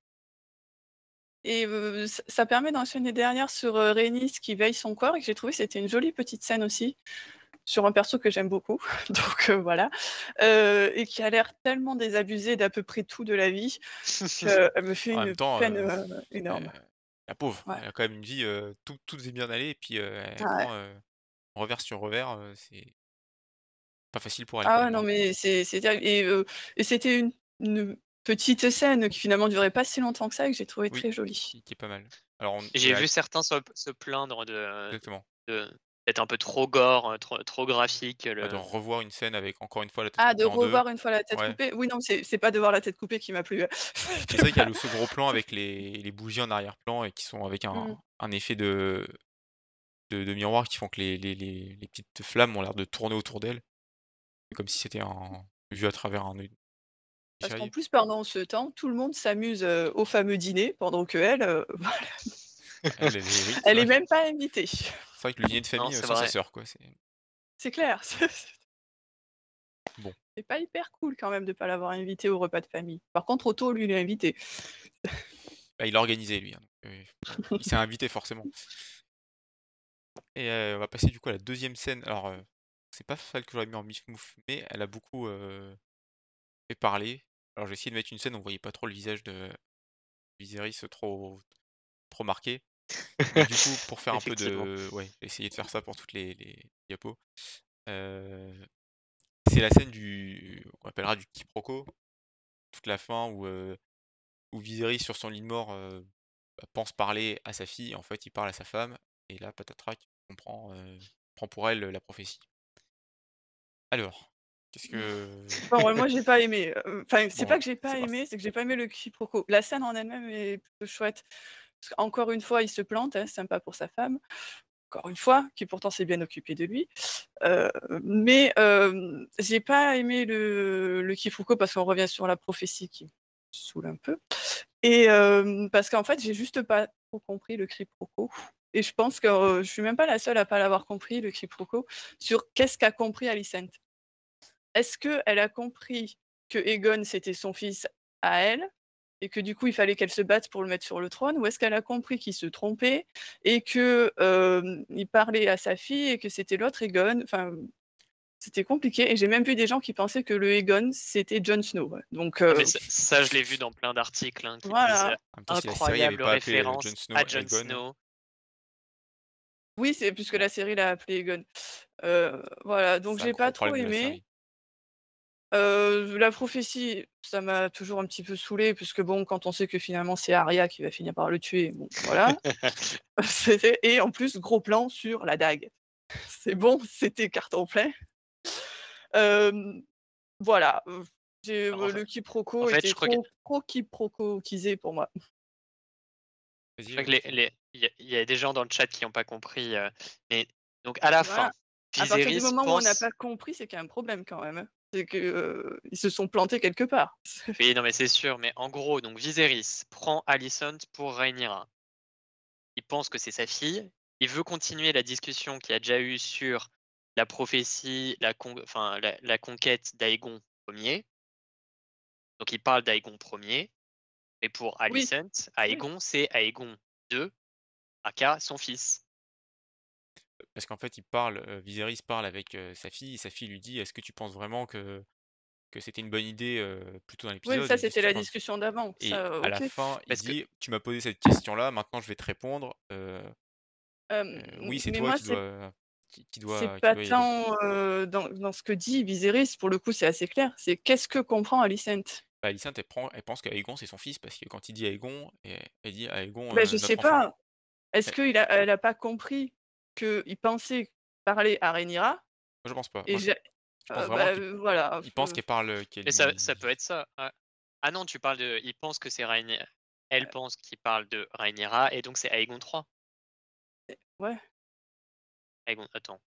S3: ça permet d'enchaîner derrière sur, Rhaenys qui veille son corps et que j'ai trouvé que c'était une jolie petite scène aussi, sur un perso que j'aime beaucoup, donc voilà, et qui a l'air tellement désabusée d'à peu près tout de la vie qu'elle me fait
S1: En même
S3: une
S1: temps,
S3: peine,
S1: heu,
S3: énorme.
S1: la pauvre,
S3: Ouais.
S1: elle a quand même une vie, tout devait bien aller et puis, elle
S3: Ah ouais.
S1: prend, revers sur revers, c'est pas facile pour elle quand
S3: Ah ouais,
S1: même,
S3: non,
S1: hein.
S3: mais c'est terrible et c'était une petite scène qui finalement durait pas si longtemps que ça et que j'ai trouvé
S1: Oui,
S3: très jolie.
S1: qui est pas mal. Alors on
S2: J'ai
S1: mais
S2: vu certains se plaindre
S1: exactement.
S2: de d'être un peu trop gore, trop graphique,
S1: Bah, de
S2: le
S1: revoir une scène avec encore une fois la tête
S3: Ah, de
S1: coupée en 2.
S3: revoir une fois la tête
S1: Ouais.
S3: coupée? Oui, non, c'est pas de voir la tête coupée qui m'a plu.
S1: Mais c'est
S3: C'est
S1: vrai qu'il y a
S3: pas
S1: le ce gros plan avec les bougies en arrière-plan et qui sont avec
S3: mmh.
S1: un effet de miroir qui font que les petites flammes ont l'air de tourner autour d'elle, comme si c'était vu à travers un œil
S3: Parce qu'en
S1: échaillé.
S3: plus, pendant ce temps, tout le monde s'amuse, au fameux dîner pendant qu'elle, voilà,
S1: Elle est oui,
S3: elle est même pas invitée.
S1: c'est vrai que le dîner de
S2: non,
S1: famille,
S2: c'est
S1: sans sa
S2: vrai.
S1: sœur quoi,
S3: C'est clair,
S1: bon.
S3: c'est pas hyper cool quand même de pas l'avoir invitée au repas de famille. Par contre, Otto, lui, il est invité.
S1: Bah, il a organisé lui, hein, donc il s'est invité forcément et on va passer du coup à la deuxième scène. Alors, c'est pas celle que j'aurais mis en Mif Mouf, mais elle a beaucoup, fait parler. Alors j'ai essayé de mettre une scène où on voyait pas trop le visage de Viserys, trop marqué. Mais du coup, pour faire un peu
S2: Effectivement.
S1: de ouais, j'ai essayé de faire ça pour toutes les diapos. Heu, c'est la scène qu'on appellera du quiproquo, toute la fin où Viserys sur son lit de mort, bah, pense parler à sa fille, en fait il parle à sa femme et là patatrac, on prend pour elle, la prophétie. Alors, qu'est-ce que
S3: Bon, ouais, moi, j'ai pas aimé, enfin, c'est
S1: bon,
S3: pas que j'ai
S1: c'est
S3: pas
S1: pas
S3: aimé, c'est que j'ai pas aimé le quiproquo. La scène en elle-même est plutôt chouette. Parce qu'encore une fois, il se plante, hein, sympa pour sa femme, encore une fois, qui pourtant s'est bien occupée de lui. Mais j'ai pas aimé le quiproquo parce qu'on revient sur la prophétie qui me saoule un peu et parce qu'en fait, j'ai juste pas trop compris le quiproquo et je pense que, je suis même pas la seule à pas l'avoir compris, le quiproquo, sur qu'est-ce qu'a compris Alicent? Est-ce qu'elle a compris que Aegon, c'était son fils à elle et que du coup, il fallait qu'elle se batte pour le mettre sur le trône? Ou est-ce qu'elle a compris qu'il se trompait et que, il parlait à sa fille et que c'était l'autre Aegon? Enfin, c'était compliqué et j'ai même vu des gens qui pensaient que le Aegon, c'était Jon Snow, ouais. Donc
S2: Ah mais ça je l'ai vu dans plein d'articles, hein, qui disent,
S3: voilà.
S1: en même temps si la série avait
S2: incroyable
S1: pas appelé,
S2: référence
S1: Jon Snow
S2: à Jon
S1: Aegon,
S2: Snow.
S3: Oui, c'est puisque
S1: bon,
S3: la série l'a appelé Aegon. Voilà, donc
S1: c'est un
S3: j'ai pas
S1: gros
S3: trop
S1: problème de la
S3: aimé.
S1: série.
S3: La prophétie, ça m'a toujours un petit peu saoulée puisque bon, quand on sait que finalement c'est Arya qui va finir par le tuer, bon voilà. C'était et en plus, gros plan sur la dague. C'est bon, c'était carton plein. Hem, voilà,
S2: En fait
S3: le
S2: en
S3: quiproquo
S2: fait,
S3: était trop quiproquoisé pour moi.
S2: je
S1: Vas-y,
S2: crois que il y a des gens dans le chat qui ont pas compris, mais donc à la fin,
S3: Voilà. À partir du
S2: Viserys
S3: moment où on n'a
S2: pense
S3: pas compris, c'est qu'il y a un problème quand même, hein. C'est que, ils se sont plantés quelque part.
S2: oui, non, mais c'est sûr, mais en gros, donc Viserys prend Alicent pour Rhaenyra. Il pense que c'est sa fille. Il veut continuer la discussion qu'il y a déjà eu sur la prophétie, la conquête d'Aegon Ier. Donc il parle d'Aegon Ier, mais pour
S3: Oui,
S2: Alicent,
S3: oui.
S2: Aegon, c'est Aegon II, aka son fils.
S1: parce qu'en fait Viserys parle avec, sa fille et sa fille lui dit: «Est-ce que tu penses vraiment que c'était une bonne idée?» Plus tôt dans
S3: Oui,
S1: l'épisode,
S3: ça
S1: il dit:
S3: c'était la discussion d'avant,
S1: et
S3: ça,
S1: à la
S3: OK.
S1: fin, il
S2: Parce que
S1: dit: «Tu m'as posé cette question-là, maintenant je vais te répondre, oui, c'est
S3: Mais
S1: toi
S3: moi
S1: qui dois
S3: c'est
S1: qui
S3: pas
S1: dois y aller».
S3: tant, dans ce que dit Viserys, pour le coup, c'est assez clair. C'est qu'est-ce que comprend Alicent?
S1: Bah, Alicent, elle pense qu'Aegon, c'est son fils parce que quand il dit Aegon, elle dit: «Aegon,
S3: Ben je sais
S1: notre enfant».
S3: pas. Est-ce
S1: Mais
S3: elle a pas compris qu'il pensait parler à Rhaenyra
S1: moi, je pense pas.
S3: et
S1: Je pense vraiment
S3: bah, voilà,
S1: qu'il pense qu'elle parle, qu'elle
S2: mais ça
S1: lui
S2: peut être ça, ouais. Ah non, tu parles de il pense que c'est Rhaenyra, elle pense qu'il parle de Rhaenyra et donc c'est Aegon III.
S3: ouais.
S2: Aegon attends.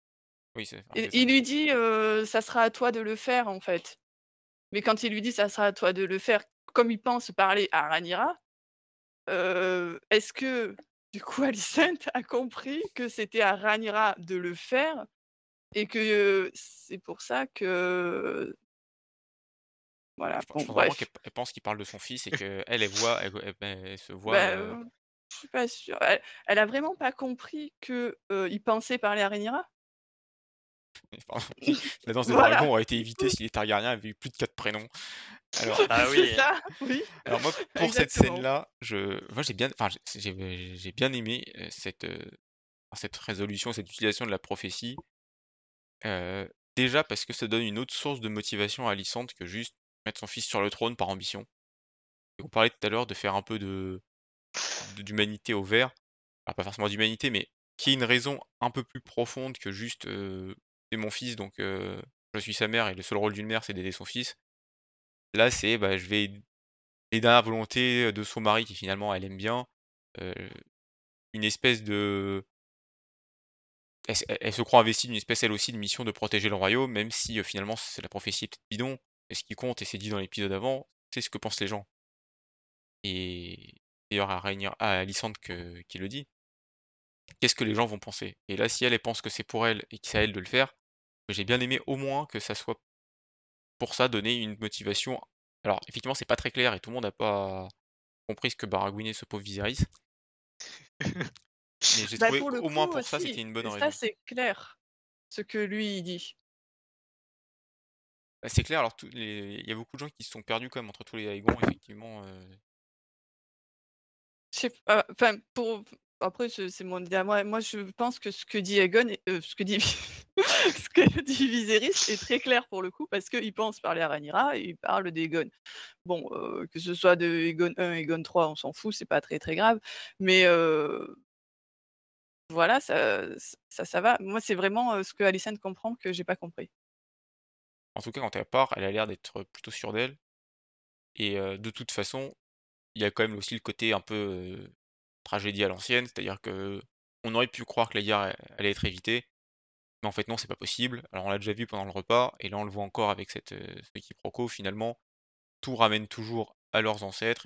S1: Oui, c'est
S3: Et
S1: c'est ça.
S3: il lui dit, «Ça sera à toi de le faire», en fait. Mais quand il lui dit: «Ça sera à toi de le faire», comme il pense parler à Rhaenyra, est-ce que, du coup, Alicent a compris que c'était à Rhaenyra de le faire et que, c'est pour ça que voilà,
S1: Je
S3: bon
S1: pense vraiment
S3: bref.
S1: qu'elle pense qu'il parle de son fils et qu'elle, elle voit elle se voit,
S3: Bah, je suis pas sûre. Elle a vraiment pas compris que, il pensait parler à Rhaenyra?
S1: pardon, oui, la danse des dragons
S3: Voilà,
S1: aurait été
S3: du
S1: évitée
S3: coup,
S1: si les Targaryens avaient eu plus de 4 prénoms. Alors
S2: Bah
S3: c'est
S2: oui,
S3: ça, oui,
S1: alors moi, pour cette
S3: exactement.
S1: scène-là, moi j'ai bien enfin j'ai bien aimé, cette résolution, cette utilisation de la prophétie, heu, déjà parce que ça donne une autre source de motivation à Alicent que juste mettre son fils sur le trône par ambition. Et on parlait tout à l'heure de faire un peu d'humanité au vert, alors pas forcément d'humanité, mais qui ait une raison un peu plus profonde que juste, «C'est mon fils donc je suis sa mère et le seul rôle d'une mère, c'est d'aider son fils». Là, c'est, bah, je vais aider à la volonté de son mari qui finalement elle aime bien, heu, une espèce de elle se croit investie d'une espèce elle aussi de mission de protéger le royaume, même si, finalement c'est la prophétie est peut-être bidon et ce qui compte et c'est dit dans l'épisode avant, c'est ce que pensent les gens et d'ailleurs à Alicent qui le dit. Qu'est-ce que les gens vont penser? Et là, si elle, elle pense que c'est pour elle et que c'est à elle de le faire, j'ai bien aimé au moins que ça soit pour ça, donner une motivation. Alors effectivement, c'est pas très clair et tout le monde n'a pas compris ce que baragouinait ce pauvre Viserys, mais j'ai
S3: Bah,
S1: trouvé
S3: pour le
S1: qu'au moins
S3: coup
S1: pour ça, c'était
S3: aussi,
S1: une bonne
S3: ça
S1: raison.
S3: c'est clair, ce que lui il dit.
S1: Bah, c'est clair, alors il y a beaucoup de gens qui se sont perdus quand même entre tous les Aegon effectivement,
S3: Je sais pas, enfin pour après c'est mon idée à moi. Moi je pense que ce que dit Aegon ce que dit ce que dit Viserys est très clair pour le coup parce qu'il pense parler à Rhaenyra et il parle d'Aegon. Bon, que ce soit de Aegon 1, Aegon 3, on s'en fout, c'est pas très, très grave. Mais, voilà, ça va. Moi, c'est vraiment, ce que Alicent comprend que j'ai pas compris.
S1: en tout cas quand elle part, elle a l'air d'être plutôt sûre d'elle et de toute façon, il y a quand même aussi le côté un peu, tragédie à l'ancienne, c'est-à-dire que on aurait pu croire que la guerre allait être évitée. Mais en fait non, c'est pas possible. Alors on l'a déjà vu pendant le repas et là on le voit encore avec ce quiproquo finalement. Tout ramène toujours à leurs ancêtres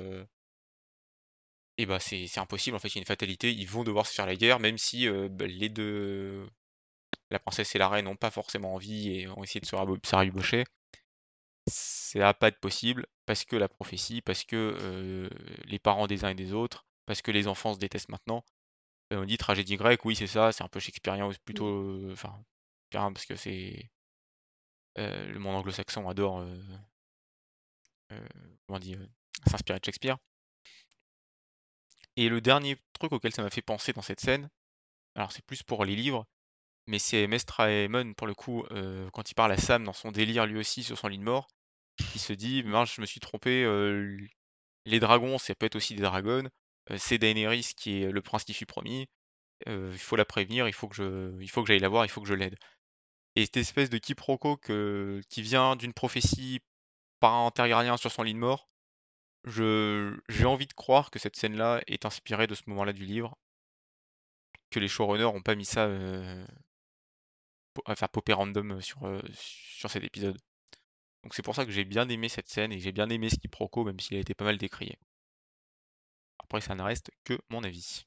S1: et bah, c'est impossible en fait, il y a une fatalité, ils vont devoir se faire la guerre même si, bah, les 2, la princesse et la reine ont pas forcément envie et ont essayé de se rabibocher. Ça va pas être possible parce que la prophétie, parce que, les parents des uns et des autres, parce que les enfants se détestent maintenant. On dit tragédie grecque, oui c'est ça, c'est un peu shakespearien plutôt,
S3: Mmh.
S1: enfin, shakespearien parce que c'est le monde anglo-saxon adore, comment on dit? S'inspirer de Shakespeare et le dernier truc auquel ça m'a fait penser dans cette scène, alors c'est plus pour les livres, mais c'est Mestre Aemon pour le coup, quand il parle à Sam dans son délire lui aussi sur son lit de mort, il se dit: «Mince, je me suis trompé, les dragons, ça peut être aussi des dragons, c'est Daenerys qui est le prince qui fut promis, il faut la prévenir, il faut que j'aille la voir, il faut que je l'aide» et cette espèce de quiproquo qui vient d'une prophétie par un Targaryen sur son lit de mort. J'ai envie de croire que cette scène-là est inspirée de ce moment-là du livre, que les showrunners ont pas mis ça, à faire popper random, sur cet épisode. Donc c'est pour ça que j'ai bien aimé cette scène et j'ai bien aimé ce quiproquo, même s'il a été pas mal décrié. Après ça ne reste que mon avis.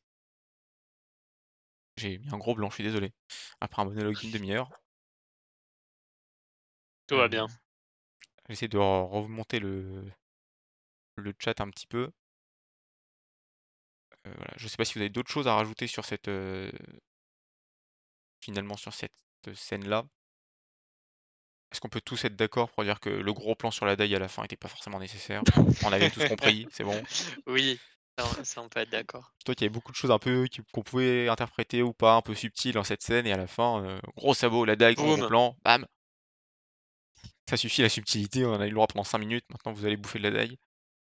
S1: J'ai mis un gros blanc, je suis désolé. Après un monologue d'une demi-heure,
S2: Tout va bien.
S1: j'essaie de remonter le chat un petit peu. Voilà, je sais pas si vous avez d'autres choses à rajouter sur finalement sur cette scène-là? Est-ce qu'on peut tous être d'accord pour dire que le gros plan sur la dague à la fin était pas forcément nécessaire? On avait tous compris, c'est bon?
S2: Oui, ça on peut être d'accord.
S1: Je trouve qu'il y avait beaucoup de choses un peu qu'on pouvait interpréter ou pas, un peu subtiles dans cette scène et à la fin, gros sabot, la dague en gros
S2: Boum!
S1: plan, bam! Ça suffit la subtilité, on en a eu le droit pendant 5 minutes, maintenant vous allez bouffer de la dague.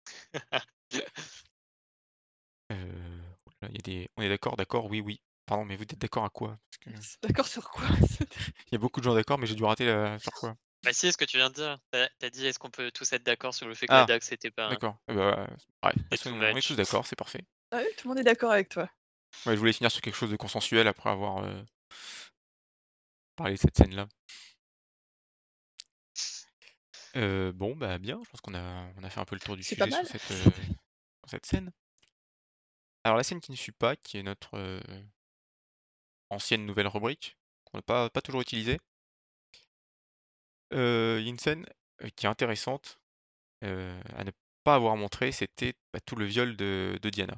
S1: Ouh là, il y a des on est d'accord, d'accord, oui, oui. Pardon, mais vous êtes d'accord à quoi? Parce que
S3: D'accord sur quoi?
S1: il y a beaucoup de gens d'accord, mais j'ai dû rater la sur quoi?
S2: Bah si, ce que tu viens de dire. Tu as dit: «Est-ce qu'on peut tous être d'accord sur le fait que la
S1: Ah!
S2: dague c'était pas
S1: D'accord, et bah, ouais,
S2: c'est too
S1: on est tous
S2: much».
S1: d'accord, c'est parfait.
S3: Ah oui, tout le monde est d'accord avec toi.
S1: Ouais, je voulais finir sur quelque chose de consensuel après avoir, parler de cette scène-là. Bon, bah, bien, je pense qu'on a fait un peu le tour du
S3: C'est pas
S1: sujet
S3: mal.
S1: sur cette scène. Alors la scène qui ne suit pas, qui est notre, ancienne nouvelle rubrique, qu'on n'a pas toujours utilisée. Il y a une scène, qui est intéressante, à ne pas avoir montré, c'était, bah, tout le viol de Diana.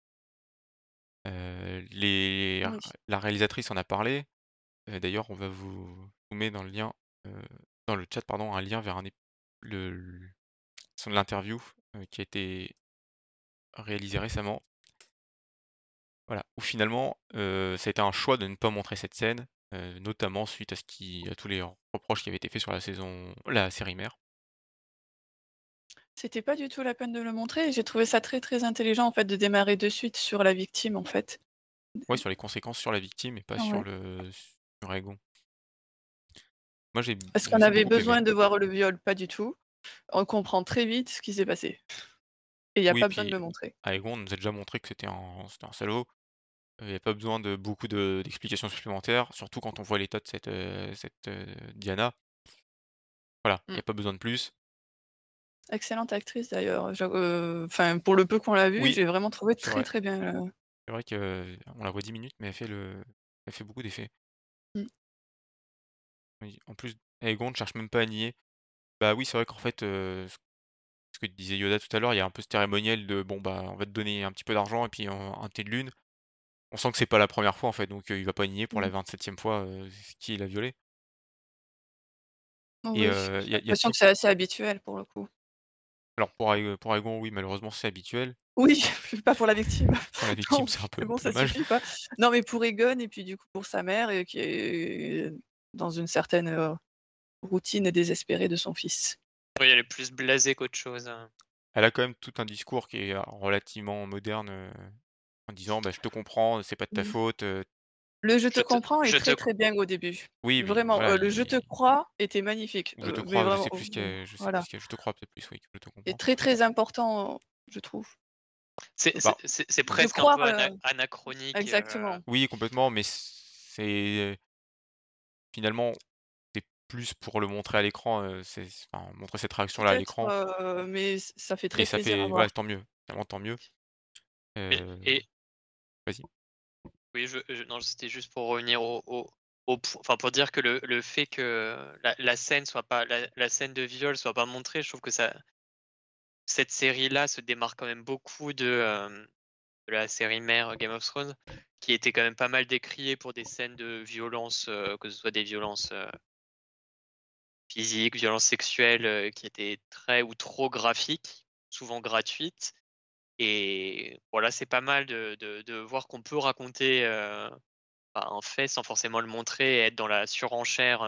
S1: Les
S3: Oui.
S1: la réalisatrice en a parlé, d'ailleurs on va vous met dans le lien, heu, dans le chat pardon, un lien vers un ép le son l'interview, qui a été réalisée récemment. Voilà, où finalement, ça a été un choix de ne pas montrer cette scène, notamment suite à tous les reproches qui avaient été faits sur la série mère.
S3: C'était pas du tout la peine de le montrer et j'ai trouvé ça très, très intelligent, en fait, de démarrer de suite sur la victime, en fait.
S1: Ouais, sur les conséquences sur la victime et pas
S3: Ah
S1: sur
S3: ouais.
S1: sur Egon. Moi
S3: Parce
S1: j'ai
S3: qu'on
S1: aussi
S3: avait
S1: beaucoup aimé.
S3: besoin de voir le viol, pas du tout. On comprend très vite ce qui s'est passé et il y a
S1: Oui et
S3: pas besoin de
S1: puis
S3: le montrer.
S1: à Egon, on nous a déjà montré que c'était un salaud, il y a pas besoin de beaucoup d'explications supplémentaires, surtout quand on voit l'état de cette Diana. Voilà, il y
S3: Mmh.
S1: a pas besoin de plus.
S3: Excellente actrice d'ailleurs, enfin, pour le peu qu'on l'a vue,
S1: Oui,
S3: j'ai vraiment trouvé
S1: c'est
S3: très,
S1: vrai.
S3: très bien,
S1: C'est vrai qu'on la voit 10 minutes, mais elle fait beaucoup d'effets.
S3: mmh.
S1: Oui, en plus, Aegon ne cherche même pas à nier. Bah, oui, c'est vrai qu'en fait, ce que disait Yoda tout à l'heure, il y a un peu ce cérémoniel de: «Bon, bah, on va te donner un petit peu d'argent et puis un thé de lune». On sent que c'est pas la première fois, en fait, donc il va pas nier pour la
S3: Mmh.
S1: 27e fois, qui l'a violée et
S3: Oui, j'ai
S1: il y a
S3: l'impression
S1: tout
S3: que c'est assez habituel pour le coup.
S1: alors pour Aegon, oui, malheureusement, c'est habituel.
S3: Oui, pas pour la victime.
S1: Pour la victime,
S3: Non,
S1: c'est
S3: c'est
S1: un
S3: bon,
S1: peu
S3: ça
S1: dommage.
S3: suffit pas. Non, mais pour Egon et puis du coup pour sa mère, qui est dans une certaine, routine désespérée de son fils.
S2: Oui, elle est plus blasée qu'autre chose,
S1: Elle a quand même tout un discours qui est, relativement moderne, en disant: «Bah, je te comprends, c'est pas de ta
S3: Mmh.
S1: faute,
S3: Le «je te
S2: Je te
S3: comprends» est
S2: je te
S3: très, très bien au début.
S1: oui, mais
S3: Vraiment,
S1: voilà,
S3: le «je te crois» était magnifique,
S1: ou je te
S3: mais
S1: crois,
S3: vraiment,
S1: je sais plus
S3: voilà,
S1: ce qu'il y a, je te crois peut-être plus, oui, que je te
S3: et
S1: comprends.
S3: très, très important, je trouve.
S1: Bah,
S2: c'est
S3: Je
S2: presque un
S3: crois,
S2: peu anachronique,
S3: exactement.
S1: oui, complètement, mais c'est finalement, c'est plus pour le montrer à l'écran, enfin, montrer cette réaction-là à
S3: Peut-être,
S1: l'écran,
S3: mais ça fait
S1: mais
S3: très
S1: ça
S3: plaisir à
S1: fait
S3: voir.
S1: voilà, tant mieux, vraiment tant mieux. Heu,
S2: et
S1: Vas-y.
S2: oui, non, c'était juste pour revenir au po enfin, pour dire que le fait que la scène soit pas la scène de viol soit pas montrée, je trouve que ça cette série-là se démarque quand même beaucoup de la série mère Game of Thrones, qui était quand même pas mal décriée pour des scènes de violence, que ce soit des violences, physiques, violences sexuelles, qui étaient très ou trop graphiques, souvent gratuites. Et voilà, c'est pas mal de voir qu'on peut raconter, bah, un fait sans forcément le montrer et être dans la surenchère,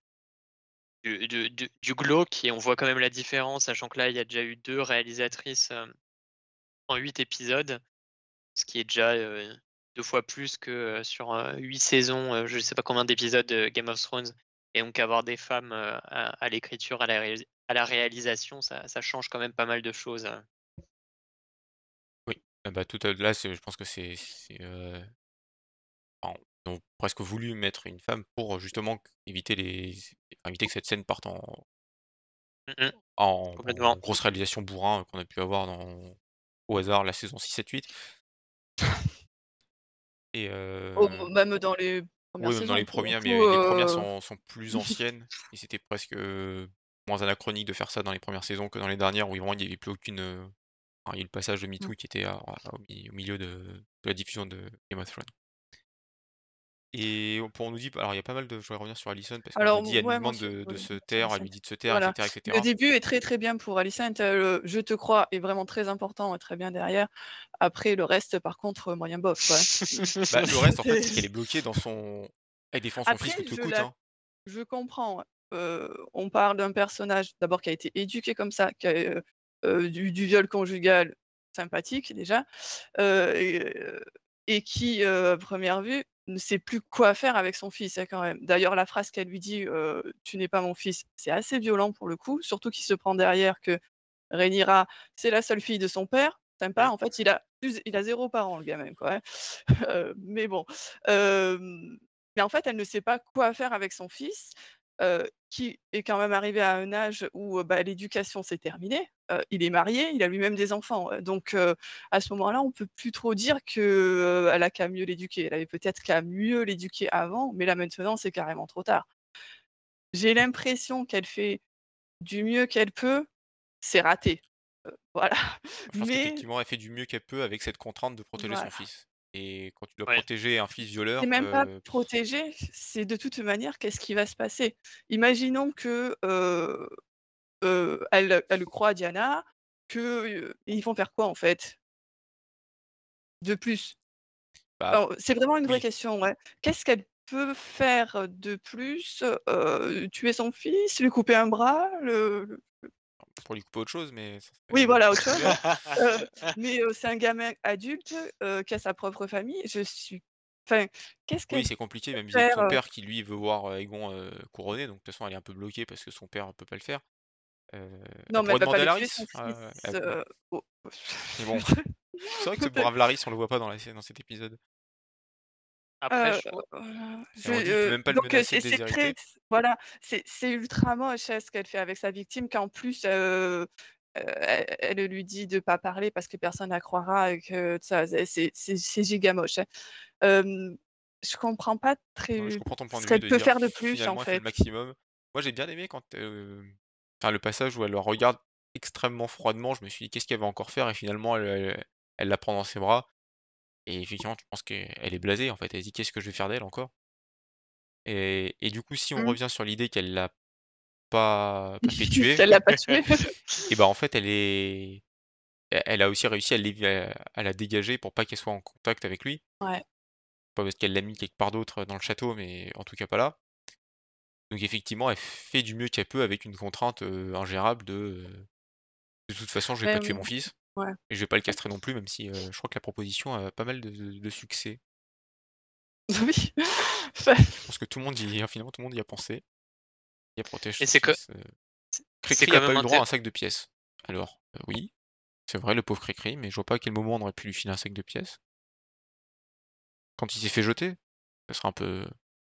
S2: du glauque. Et on voit quand même la différence, sachant que là, il y a déjà eu 2 réalisatrices, en 8 épisodes, ce qui est déjà, 2 fois plus que, sur, 8 saisons, je ne sais pas combien d'épisodes de Game of Thrones. Et donc avoir des femmes, à l'écriture, à la réalisation, ça change quand même pas mal de choses,
S1: Oui, bah, tout à là, je pense que enfin, ils ont presque voulu mettre une femme pour, justement éviter que cette scène parte
S2: Mmh mh,
S1: en
S2: complètement.
S1: grosse réalisation bourrin, qu'on a pu avoir au hasard la saison 6, 7, 8 et
S3: Même dans les premières
S1: oui, même dans les
S3: saisons pour le
S1: premières,
S3: coup,
S1: mais les premières sont plus anciennes et c'était presque, moins anachronique de faire ça dans les premières saisons que dans les dernières où vraiment il y avait plus aucune, enfin, il y a eu le passage de
S3: Mmh.
S1: MeToo qui était au milieu de la diffusion de Game of Thrones. Et on nous dit alors il y a pas mal de je voudrais revenir sur Allison parce qu'on nous
S3: Alors,
S1: dit elle nous
S3: ouais, moi
S1: demande
S3: aussi,
S1: de
S3: oui,
S1: se
S3: sur
S1: taire, elle
S3: Alicent.
S1: lui dit de se taire et
S3: Voilà.
S1: cetera et
S3: Le
S1: cetera.
S3: début est très, très bien pour Alicent, le «je te crois» est vraiment très important et très bien derrière. Après le reste, par contre, moyen bof, quoi, hein.
S1: Bah, le reste en fait, c'est qu'elle
S3: C'est
S1: est bloquée dans son elle défend son fils
S3: après
S1: coûte que coûte, hein.
S3: je comprends, ouais. On parle d'un personnage d'abord qui a été éduqué comme ça, qui a, du viol conjugal sympathique déjà, heu et heu et qui, à première vue, ne sait plus quoi faire avec son fils, hein, quand même. D'ailleurs, la phrase qu'elle lui dit, «Tu n'es pas mon fils», c'est assez violent pour le coup, surtout qu'il se prend derrière que Rhaenyra, c'est la seule fille de son père. Sympa,
S2: Mmh.
S3: en fait, il a 0 parents le gamin, quoi, hein. Mais bon, hem mais en fait, elle ne sait pas quoi faire avec son fils, qui est quand même arrivé à un âge où, bah, l'éducation c'est terminé. Il est marié, il a lui-même des enfants, donc à ce moment-là, on peut plus trop dire que, elle a qu'à mieux l'éduquer. Elle avait peut-être qu'à mieux l'éduquer avant, mais là maintenant, c'est carrément trop tard. J'ai l'impression qu'elle fait du mieux qu'elle peut, c'est raté, voilà,
S1: Je pense
S3: mais
S1: qu'effectivement, elle fait du mieux qu'elle peut avec cette contrainte de protéger son
S3: voilà.
S1: fils et quand tu dois
S2: Ouais.
S1: protéger un fils
S3: C'est
S1: violeur,
S3: même pas protéger, c'est de toute manière, qu'est-ce qui va se passer? Imaginons que, elle croit Diana, que, ils vont faire quoi en fait? De plus?
S1: bah,
S3: Alors, c'est vraiment une vraie
S1: oui,
S3: question, ouais. Qu'est-ce qu'elle peut faire de plus? Tuer son fils? Lui couper un bras? Le
S1: pour lui couper autre chose, mais ça
S3: Oui,
S1: serait
S3: voilà, autre chose, ouais. Heu, mais c'est un gamin adulte, qui a sa propre famille. Enfin, qu'est-ce
S1: oui,
S3: qu'elle
S1: c'est compliqué,
S3: peut
S1: même vis-à-vis de
S3: faire,
S1: son père qui lui veut voir, Aegon, couronné, donc de toute façon elle est un peu bloquée parce que son père peut pas le faire. Elle
S3: Non, mais
S1: pourrait
S3: elle va pas
S1: demander à
S3: aller tuer son
S1: Larys,
S3: fils,
S1: ouais,
S3: oh
S1: mais bon, c'est vrai que ce
S3: peut-être,
S1: brave Larys, on le voit pas dans cet épisode
S2: Après,
S3: heu,
S2: je trouve
S1: et on dit il peut même pas le
S3: donc
S1: menacer de
S3: c'est très
S1: déshériter.
S3: voilà, c'est ultra moche, ce qu'elle fait avec sa victime, qu'en plus, elle lui dit de pas parler parce que personne la croira et que ça c'est giga moche, hein. Hem, je comprends pas
S1: Non, mais je
S3: très
S1: comprends ton point
S3: ce
S1: de vue
S3: qu'elle
S1: de
S3: peut
S1: dire
S3: faire de plus, en
S1: finalement elle fait le
S3: fait.
S1: maximum. Moi j'ai bien aimé quand, enfin le passage où elle le regarde extrêmement froidement, je me suis dit: «Qu'est-ce qu'elle va encore faire?» et finalement elle la prend dans ses bras et effectivement tu penses qu'elle est blasée en fait. Elle se dit: «Qu'est-ce que je vais faire d'elle encore?» et du coup si on
S3: Mmh.
S1: revient sur l'idée qu'elle l'a pas fait tuer
S3: Elle l'a pas tué.
S1: et bah, en fait elle a aussi réussi à la dégager pour pas qu'elle soit en contact avec lui.
S3: Ouais,
S1: Pas parce qu'elle l'a mis quelque part d'autre dans le château, mais en tout cas pas là. Donc effectivement, elle fait du mieux qu'elle peut avec une contrainte, ingérable «De toute façon, je vais pas tuer
S3: mais
S1: mon fils
S3: ouais.
S1: et je vais pas le castrer non plus», même si, je crois que la proposition a pas mal de succès.
S3: Oui. Enfin,
S1: Je pense que tout le monde y finalement tout le monde y a pensé et elle protège
S2: et
S1: son fils.
S2: c'est
S1: Cricri a
S2: quand
S1: pas
S2: même
S1: eu le droit à
S2: inté
S1: un sac de pièces. Alors, oui, c'est vrai, le pauvre Cricri, mais je vois pas à quel moment on aurait pu lui filer un sac de pièces. Quand il s'est fait jeter? Ce serait un peu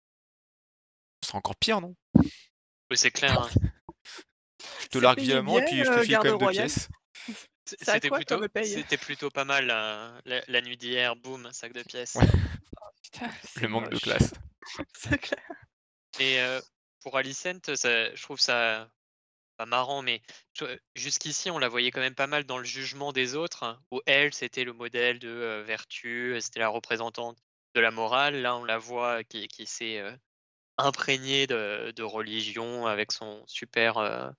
S1: ce serait encore pire, non?
S2: oui, c'est clair, hein.
S1: Je te
S3: c'est
S1: largue
S3: payé
S1: violemment et
S3: bien,
S1: puis je te file quand
S3: garde
S1: même 2
S3: royale.
S1: pièces.
S3: Ça a quoi comme paye?
S2: C'était plutôt pas mal la nuit d'hier, boum, sac de pièces.
S1: Ouais,
S3: Putain,
S1: le
S3: c'est
S1: manque de
S3: moche.
S1: classe.
S3: C'est clair.
S2: Et pour Alicent, ça je trouve ça pas marrant, mais jusqu'ici, on la voyait quand même pas mal dans le jugement des autres, hein, où elle, c'était le modèle de, vertu, c'était la représentante de la morale. Là, on la voit qui s'est, imprégnée de religion avec son super,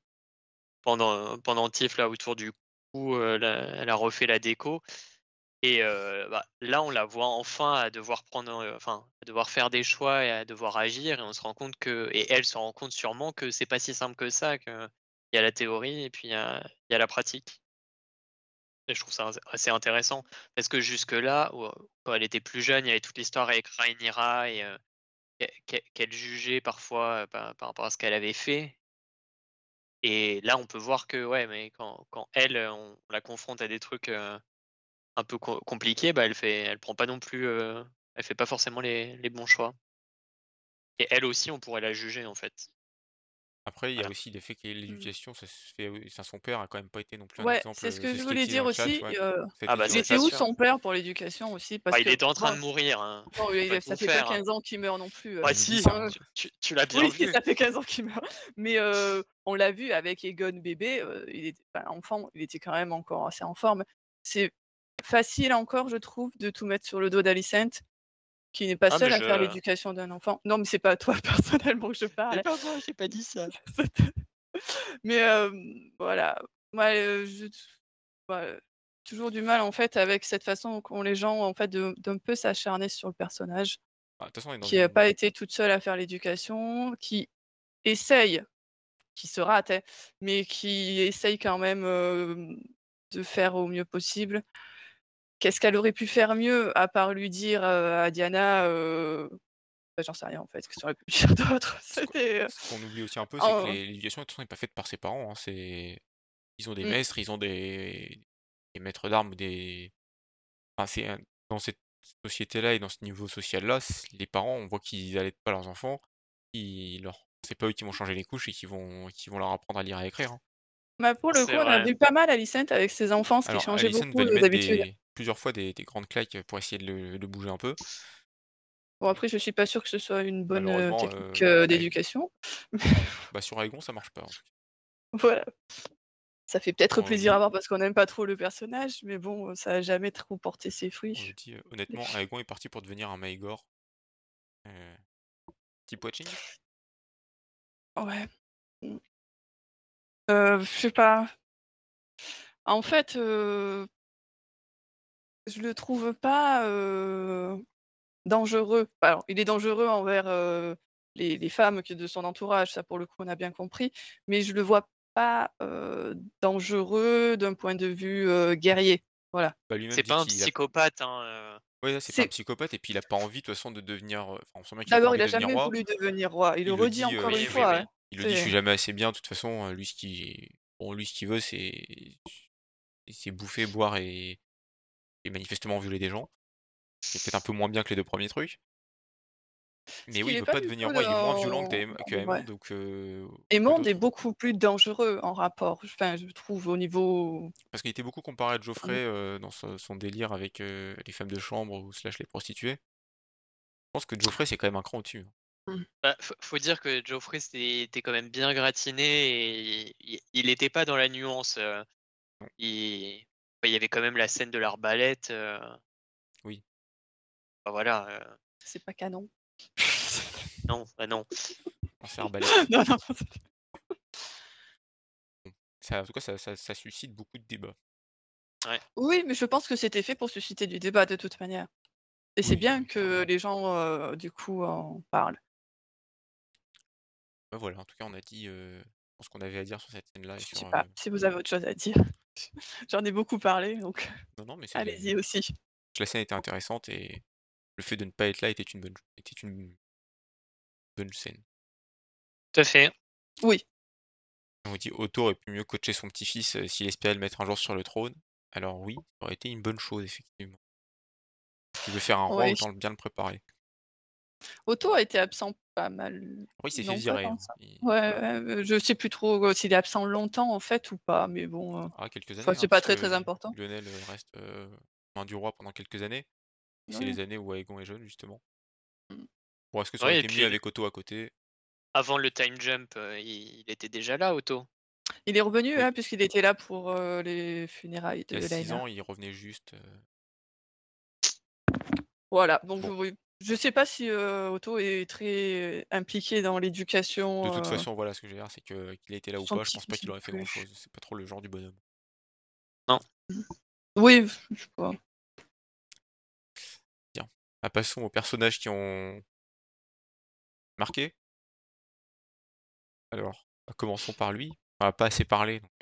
S2: pendentif là autour du cou, elle a refait la déco. Et bah, là, on la voit enfin à devoir prendre, enfin, à devoir faire des choix et à devoir agir, et on se rend compte que, et elle se rend compte sûrement que c'est pas si simple que ça, qu'il y a la théorie et puis il y a la pratique, et je trouve ça assez intéressant parce que jusque-là, quand elle était plus jeune, il y avait toute l'histoire avec Rhaenyra et qu'elle jugeait parfois, par rapport à ce qu'elle avait fait, et là, on peut voir que, ouais, mais quand elle, on la confronte à des trucs, un peu compliqué, bah, elle prend pas non plus, elle fait pas forcément les bons choix, et elle aussi, on pourrait la juger, en fait.
S1: Après, il y a
S2: Voilà.
S1: aussi l'effet que
S3: Mmh.
S1: l'éducation, ça se fait oui, enfin son père a quand même pas été non plus un
S3: Ouais,
S1: exemple,
S3: c'est ce que
S1: c'est
S3: je
S1: ce qui est
S3: voulais
S1: dit dans
S3: dire
S1: le chat,
S3: aussi,
S1: ouais. Ça a
S2: Ah
S1: été
S2: bah,
S1: dit
S3: il
S1: dans le
S2: ça,
S3: était
S2: c'est
S1: chat.
S3: où
S2: sûr.
S3: son père pour l'éducation aussi? Parce
S2: Bah, il
S3: que
S2: était en train
S3: bon,
S2: de mourir, hein,
S3: bon,
S2: faut pas
S3: ça
S2: tout
S3: fait pas
S2: faire, hein.
S3: 15 ans qu'il meurt non plus,
S2: Bah
S1: Je me dis
S2: si,
S1: ça, hein.
S2: tu l'as bien
S3: oui,
S2: vu.
S3: ça fait 15 ans qu'il meurt, mais on l'a vu avec Aegon bébé, il était pas enfant, il était quand même encore assez en forme. C'est facile encore, je trouve, de tout mettre sur le dos d'Alicent, qui n'est pas
S2: Ah mais
S3: seule à faire
S2: je
S3: l'éducation d'un enfant. Non, mais c'est pas à toi personnellement que je
S2: mais
S3: parle.
S2: pas moi, j'ai pas dit ça.
S3: Mais voilà, moi, bah, toujours du mal, en fait, avec cette façon qu'ont les gens, en fait, d'un peu s'acharner sur le personnage,
S1: Bah, de toute façon, on est dans
S3: qui a
S1: une
S3: pas été toute seule à faire l'éducation, qui essaye, qui se rate, hein, mais qui essaye quand même, de faire au mieux possible. Qu'est-ce qu'elle aurait pu faire mieux à part lui dire, à Diana, bah, j'en sais rien, en fait, qu'est-ce qu'elle aurait pu dire d'autre? C'était,
S1: ce qu'on oublie aussi un peu, c'est que
S3: en
S1: l'éducation de toute façon n'est pas faite par ses parents, hein. Ils ont des
S3: mmh,
S1: maîtres, ils ont des maîtres d'armes, enfin c'est, dans cette société-là et dans ce niveau social-là, les parents, on voit qu'ils allaitent pas leurs enfants, c'est pas eux qui vont changer les couches et qui vont leur apprendre à lire et à écrire, hein.
S3: Bah, pour le coup,
S2: C'est
S3: on a
S2: vrai.
S3: vu pas mal Alicent avec ses enfants, ce qui
S1: Alors
S3: changeait
S1: Alicent va
S3: beaucoup,
S1: lui mettre
S3: d'habitude.
S1: plusieurs fois des grandes claques, pour essayer de le bouger un peu.
S3: Bon après je suis pas sûre que ce soit une bonne,
S1: Malheureusement,
S3: technique,
S1: Ae
S3: d'éducation.
S1: bah, sur Aegon, ça marche pas, en tout cas.
S3: Voilà. Ça fait peut-être
S1: On
S3: plaisir
S1: dit
S3: à voir parce qu'on n'aime pas trop le personnage, mais bon, ça a jamais trop porté ses
S1: on
S3: fruits.
S1: dit, honnêtement, Aegon est parti pour devenir un Maegor, heu, type watching.
S3: Ouais. Mmh. Je sais pas. En fait, je le trouve pas, dangereux. Alors, il est dangereux envers, les femmes de son entourage, ça pour le coup on a bien compris, mais je le vois pas, dangereux d'un point de vue, guerrier. Voilà.
S1: Bah, lui-même
S2: C'est
S1: dit
S2: pas un
S1: qu'il a
S2: psychopathe, hein.
S1: ouais, c'est pas un
S3: C'est
S1: psychopathe et puis il a pas envie de toute façon de devenir, enfin, on sent bien qu'il a pas
S3: D'abord,
S1: envie
S3: il
S1: de
S3: a
S1: devenir
S3: jamais
S1: roi.
S3: voulu devenir roi. Il le
S1: Il le
S3: redit
S1: dit,
S3: encore une
S2: Oui, oui,
S3: fois,
S2: oui.
S3: hein.
S1: il le dit: «Je
S3: C'est
S1: suis jamais assez bien». De toute façon, lui ce qu'il veut, c'est bouffer, boire et manifestement violer des gens. C'est peut-être un peu moins bien que les 2 premiers trucs.
S3: ce
S1: Mais oui,
S3: qu'il
S1: il
S3: est
S1: veut
S3: pas
S1: pas
S3: du
S1: devenir
S3: tout
S1: roi, il est moins violent
S3: dans
S1: que
S3: ouais.
S1: Aemond donc que
S3: Aemond est
S1: d'autres.
S3: beaucoup plus dangereux en rapport, enfin je trouve au niveau
S1: Parce qu'il était beaucoup comparé à Joffrey, dans son délire avec, les femmes de chambre ou slash les prostituées. Je pense que Joffrey, c'est quand même un cran au-dessus, hein.
S3: mmh.
S2: Bah, faut dire que Geoffrey était quand même bien gratiné et il était pas dans la nuance,
S1: Non,
S2: il bah, il y avait quand même la scène de l'arbalète,
S1: oui,
S2: bah, voilà,
S3: C'est pas canon.
S2: non, bah, non.
S1: lancer arbalète.
S3: Non, non.
S1: Bon, ça en tout cas, ça suscite beaucoup de débats.
S2: Ouais.
S3: Oui, mais je pense que c'était fait pour susciter du débat de toute manière et c'est
S1: Oui,
S3: bien que
S1: clairement.
S3: les gens, du coup, en parlent.
S1: Bah, voilà, en tout cas, on a dit, je pense qu'on avait à dire sur cette scène-là et
S3: Je
S1: sur,
S3: sais pas si vous avez autre chose à dire. J'en ai beaucoup parlé donc
S1: non, non, mais
S3: allez-y aussi.
S1: la scène était intéressante et le fait de ne pas être là était une bonne scène.
S2: Tout à fait.
S3: Oui,
S1: On dit: «Otto aurait pu mieux coacher son petit-fils, s'il espérait le mettre un jour sur le trône». Alors oui, ça aurait été une bonne chose effectivement. Il veut faire un roi,
S3: oui.
S1: autant bien le préparer.
S3: Otto a été absent pas mal
S1: Après il s'est fait
S3: non, pas
S1: virer,
S3: tant
S1: hein.
S3: que ça. Ouais, ouais, je sais plus trop, s'il est absent longtemps en fait ou pas, mais bon,
S1: Quelques
S3: enfin
S1: années,
S3: c'est
S1: hein,
S3: pas
S1: puisque
S3: très, très important.
S1: Lionel, reste, main du roi pendant quelques années. C'est
S3: Ouais.
S1: les années où Aegon est jeune justement.
S3: Mmh.
S1: Bon, est-ce que ça aurait
S2: Ouais et
S1: été mieux
S2: puis
S1: avec Otto à côté?
S2: avant le time jump, il était déjà là, Otto.
S3: Il est revenu,
S1: Oui,
S3: hein, puisqu'il était là pour, les funérailles
S1: il y a
S3: de
S1: 6
S3: Laena.
S1: ans, il revenait juste,
S3: Voilà, donc
S1: bon.
S3: oui, je sais pas si, Otto est très impliqué dans
S1: De
S3: l'éducation,
S1: toute façon, voilà, ce que je veux dire, c'est que qu'il ait été là
S3: de
S1: ou
S3: son
S1: pas, je pense pas
S3: petit-fils
S1: qu'il
S3: non
S1: aurait fait
S3: plus.
S1: grand-chose. C'est pas trop le genre du bonhomme.
S2: Non.
S3: Mmh. Oui, je sais pas.
S1: Bien. Passons aux personnages qui ont marqué. Alors, commençons par lui. On a pas assez parlé, donc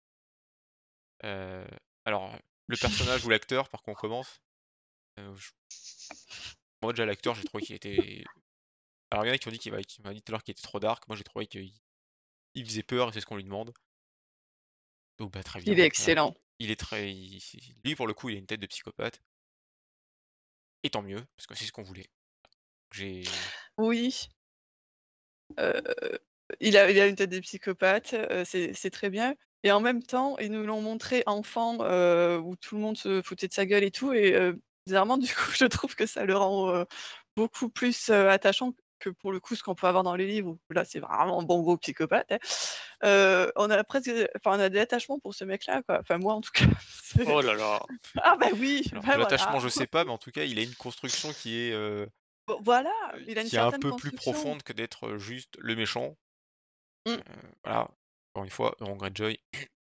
S1: alors, le personnage ou l'acteur, par quoi on commence? Je Moi déjà l'acteur, j'ai trouvé qu'il était alors il y en a qui ont dit qui m'a dit tout à l'heure qu'il était trop dark. Moi j'ai trouvé qu'il faisait peur et c'est ce qu'on lui demande. Donc bah, très
S3: Il est
S1: bien, voilà.
S3: excellent.
S1: Il est très il lui pour le coup, il a une tête de psychopathe et tant mieux, parce que c'est ce qu'on voulait. J'ai
S3: Oui, heu, il a une tête de psychopathe, c'est très bien et en même temps, ils nous l'ont montré enfant, où tout le monde se foutait de sa gueule et tout et bizarrement, du coup, je trouve que ça le rend, beaucoup plus, attachant que pour le coup, ce qu'on peut avoir dans les livres où là, c'est vraiment un bon gros psychopathe, hein. On a presque enfin, on a de l'attachement pour ce mec-là, quoi. Enfin, moi, en tout cas, c'est
S2: Oh là là.
S3: ah bah oui,
S1: alors
S3: bah
S1: de l'attachement,
S3: voilà.
S1: je sais pas, mais en tout cas, il a une construction
S3: Bon, voilà, il a une
S1: qui est un
S3: certaine
S1: peu plus
S3: construction.
S1: profonde que d'être, juste le méchant.
S3: Mmh.
S1: Voilà, encore une fois, Euron Greyjoy.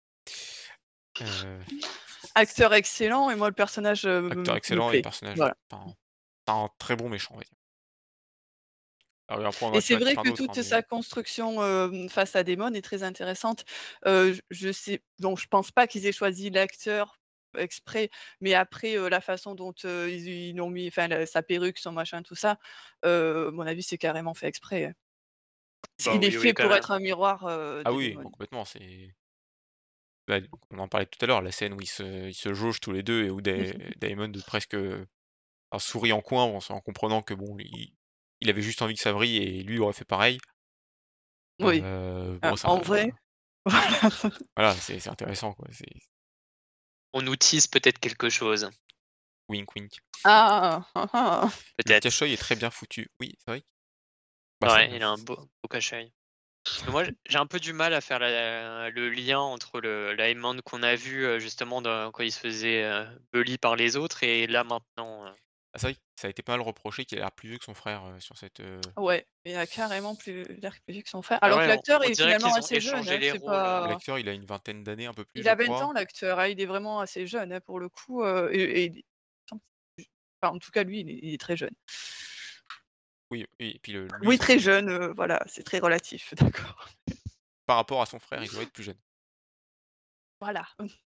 S1: Heu,
S3: Acteur excellent et moi, le personnage,
S1: Acteur
S3: me
S1: excellent et
S3: plaît.
S1: personnage
S3: Voilà.
S1: un très bon méchant, on va dire. Alors après on
S3: Et
S1: aurait pu
S3: c'est
S1: mettre
S3: vrai
S1: plein
S3: que
S1: d'autres, hein,
S3: toute
S1: mais
S3: sa construction, face à Daemon est très intéressante. Je sais donc je pense pas qu'ils aient choisi l'acteur exprès, mais après, la façon dont, ils l'ont mis, enfin le sa perruque, son machin, tout ça, à mon avis, c'est carrément fait exprès, hein.
S2: Bah
S3: Il est
S2: oui, oui,
S3: fait
S2: quand
S3: pour
S2: même.
S3: être un miroir,
S1: ah
S3: de
S1: oui,
S3: Daemon.
S1: complètement, bah, on en parlait tout à l'heure, la scène où ils se jaugent tous les 2 et où
S3: Mmh.
S1: Daemon de presque, un souris en coin en comprenant que bon, il avait juste envie que ça brille et lui aurait fait pareil.
S3: Oui,
S1: Bon ça
S3: en vrai, voilà.
S1: voilà, c'est intéressant quoi, c'est
S2: On nous tease peut-être quelque chose,
S1: wink wink.
S3: Ah! Ah ah!
S1: Le
S2: peut-être.
S1: cache-œil est très bien foutu. Oui, c'est vrai. Bah, ça
S2: Ouais, il a un beau cache-œil. Mais moi, j'ai un peu du mal à faire le lien entre la Aemond qu'on a vu, justement quand il se faisait, bully par les autres et là maintenant,
S1: ah, c'est vrai que ça a été pas mal reproché qu'il a l'air plus vieux que son frère, sur cette,
S3: Ouais, il a carrément l'air plus vieux que son frère,
S2: bah,
S3: alors que
S2: ouais,
S3: l'acteur
S2: on
S3: est
S2: dirait
S3: finalement
S2: qu'ils ont
S3: assez jeune,
S2: échangé
S3: hein,
S2: les
S3: c'est
S2: rôles,
S3: pas
S1: l'acteur, il a une vingtaine d'années, un peu plus,
S3: il
S1: je
S3: a 20
S1: crois.
S3: ans l'acteur, hein, il est vraiment assez jeune, hein, pour le coup, et enfin, en tout cas lui, il est très jeune.
S1: Oui, et puis lui,
S3: Oui, très jeune, voilà, c'est très relatif, d'accord.
S1: par rapport à son frère, il doit être plus jeune
S3: Voilà.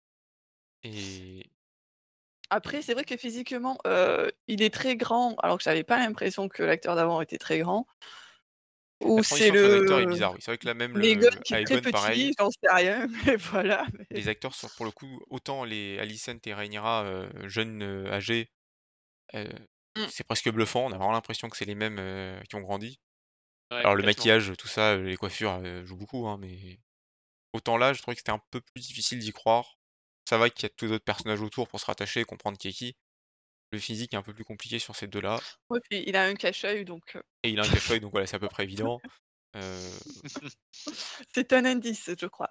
S1: et
S3: Après,
S1: et
S3: c'est vrai que physiquement, il est très grand, alors que j'avais pas l'impression que l'acteur d'avant était très grand.
S1: la
S3: Ou c'est
S1: transition entre les acteurs est
S3: le
S1: bizarre, oui. C'est vrai que là, même
S3: Megan
S1: le
S3: qui est très
S1: Aegon, pareil.
S3: petit, j'en sais rien, mais voilà, mais
S1: Les acteurs sont pour le coup, autant les Alicent et Rhaenyra, jeunes, âgés, heu,
S3: mmh,
S1: c'est presque bluffant. On a vraiment l'impression que c'est les mêmes, qui ont grandi.
S2: ouais,
S1: Alors le
S2: complètement.
S1: maquillage, tout ça, les coiffures, jouent beaucoup, hein, mais autant là, je trouvais que c'était un peu plus difficile d'y croire. Ça va qu'il y a tous les autres personnages autour pour se rattacher et comprendre qui est qui. Le physique est un peu plus compliqué sur ces 2 là
S3: ouais, puis il a un cache-œil donc
S1: et il a un cache-œil, donc voilà, c'est à peu près évident. Heu
S3: c'est un indice, je crois.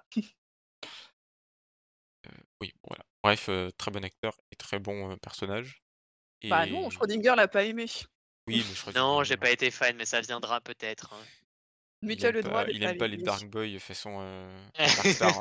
S1: oui, voilà. Bref, très bon acteur et très bon, personnage
S3: Bah non,
S1: et
S3: Schrödinger l'a pas aimé.
S1: oui, mais Schrödinger,
S2: Non, j'ai pas été fan, mais ça viendra peut-être, hein.
S3: Mais tu as le droit de
S1: il
S3: pas
S1: aime pas les
S3: l'aimer.
S1: dark boys façon, Dark Star,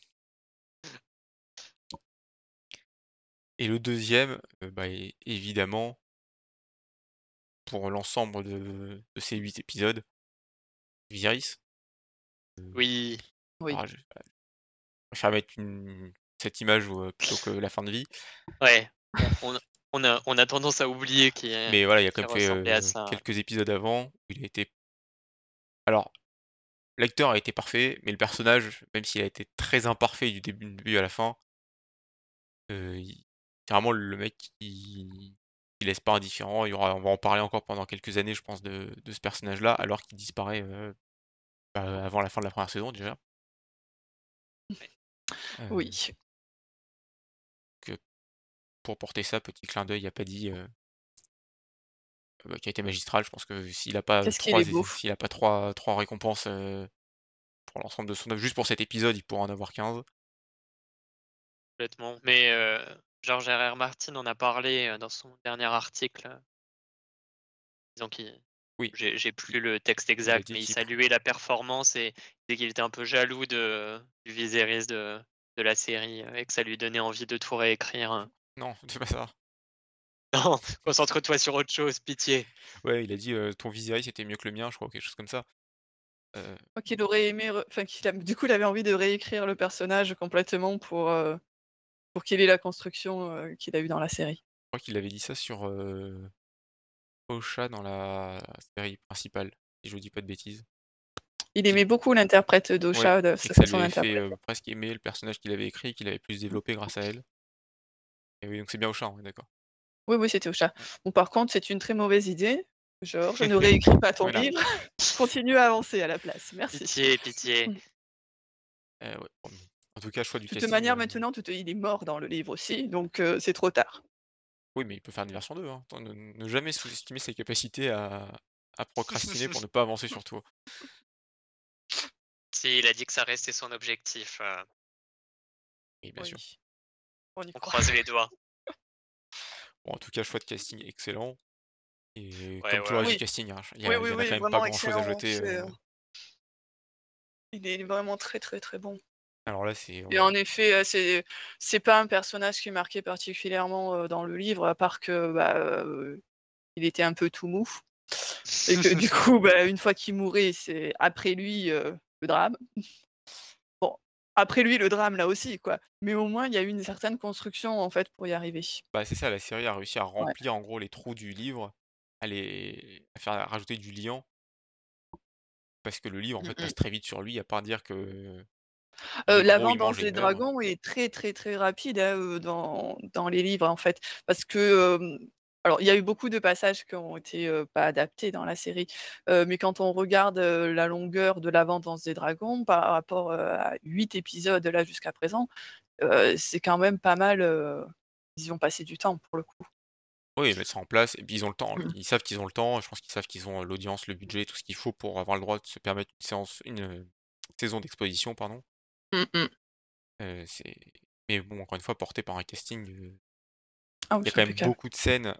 S1: et le deuxième, bah, évidemment, pour l'ensemble de ces 8 épisodes, Viserys.
S2: Oui,
S3: Oui.
S1: Je préfère mettre cette image plutôt que la fin de vie.
S2: ouais, on a tendance à oublier
S1: Mais voilà, il a quand
S2: qu'il
S1: même fait,
S2: ressemblait à ça.
S1: quelques épisodes avant où il a été alors l'acteur a été parfait, mais le personnage, même s'il a été très imparfait du début à la fin, il c'est vraiment le mec qui laisse pas indifférent. On va en parler encore pendant quelques années, je pense, de ce personnage-là, alors qu'il disparaît, bah, avant la fin de la première saison déjà. Heu,
S3: Oui.
S1: que pour porter ça, petit clin d'œil à Paddy, qui a été magistral. Je pense que
S3: Qu'est-ce qu'il est beau.
S1: s'il a pas trois récompenses, pour l'ensemble de son œuvre, juste pour cet épisode, il pourrait en avoir 15.
S2: Complètement. Mais George R.R. Martin en a parlé, dans son dernier article, disons qu'il
S1: Oui,
S2: j'ai
S1: il
S2: plus le texte
S1: il a
S2: exact,
S1: dit le
S2: mais il
S1: titre.
S2: saluait la performance et il disait qu'il était un peu jaloux du Viserys de la série, et que ça lui donnait envie de tout réécrire, hein.
S1: Non, c'est pas ça.
S2: Non, concentre-toi sur autre chose, pitié.
S1: Ouais, il a dit, «Ton Viserys était mieux que le mien», je crois, ou quelque chose comme ça. Heu,
S3: Je crois qu'il aurait aimé enfin qu'il a du coup, il avait envie de réécrire le personnage complètement pour qu'il ait la construction, qu'il a eue dans la série.
S1: je crois qu'il avait dit ça sur, Osha dans la série principale, si je dis pas de bêtises.
S3: Il
S1: Qu'il
S3: aimait beaucoup l'interprète
S1: Ouais,
S3: d'Osha, de
S1: et
S3: sa
S1: que ça lui
S3: façon
S1: avait fait,
S3: d'interpréter.
S1: presque aimer le personnage qu'il avait écrit et qu'il avait plus développé grâce à elle. Et oui, donc c'est bien Osha, on est d'accord.
S3: Oui, oui, c'était Osha.
S1: Ouais.
S3: Bon, par contre, c'est une très mauvaise idée. Georges, ne réécris pas ton
S1: Voilà,
S3: livre. Continue à avancer à la place. Merci.
S2: Pitié, pitié.
S3: Mmh.
S1: ouais, en tout cas, choix du
S3: De toute
S1: casting,
S3: manière, maintenant, il est mort dans le livre aussi, donc c'est trop tard.
S1: oui, mais il peut faire une version 2, hein. Attends, ne jamais sous-estimer ses capacités à procrastiner pour ne pas avancer sur tout.
S2: Si, il a dit que ça restait son objectif,
S1: Oui, bien sûr.
S3: Oui, on y
S2: on
S3: croit.
S2: croise les doigts.
S1: Bon, en tout cas, choix de casting excellent et
S2: Ouais,
S1: comme tout
S2: ouais,
S1: le
S2: ouais.
S1: reste du
S3: Oui,
S1: casting, hein,
S3: oui,
S1: il
S3: oui,
S1: y en a
S3: oui,
S1: quand même pas
S3: vraiment
S1: grand-chose à
S3: excellent.
S1: jeter,
S3: Il est vraiment très, très, très bon.
S1: alors là, c'est
S3: Et en effet, c'est pas un personnage qui est marqué particulièrement, dans le livre, à part que, bah, il était un peu tout mou et que du coup, bah, une fois qu'il mourait, c'est après lui, le drame. Bon, après lui, le drame là aussi, quoi. Mais au moins, il y a eu une certaine construction, en fait, pour y arriver.
S1: bah, c'est ça, la série a réussi à
S3: Ouais.
S1: remplir, en gros, les trous du livre, à faire rajouter du liant, parce que le livre, en
S3: Mmh
S1: fait, passe
S3: mh.
S1: très vite sur lui, à part dire que il est
S3: La
S1: gros, il
S3: vengeance
S1: mange et il
S3: des
S1: meurt.
S3: dragons est très, très, très rapide, hein, dans les livres, en fait. Parce que, Alors, il y a eu beaucoup de passages qui ont été, pas adaptés dans la série, mais quand on regarde, la longueur de La Vengeance des Dragons par rapport, à 8 épisodes là jusqu'à présent, c'est quand même pas mal, ils y ont passé du temps pour le coup.
S1: Oui, mettre ça en place et puis ils ont le temps,
S3: Mmh.
S1: ils savent qu'ils ont le temps, je pense qu'ils savent qu'ils ont, l'audience, le budget, tout ce qu'il faut pour avoir le droit de se permettre une saison d'exposition, pardon.
S3: Mmh mh.
S1: C'est mais bon, encore une fois, porté par un casting,
S3: Ah oui,
S1: il y a
S3: c'est
S1: quand même
S3: impeccable.
S1: beaucoup de scènes,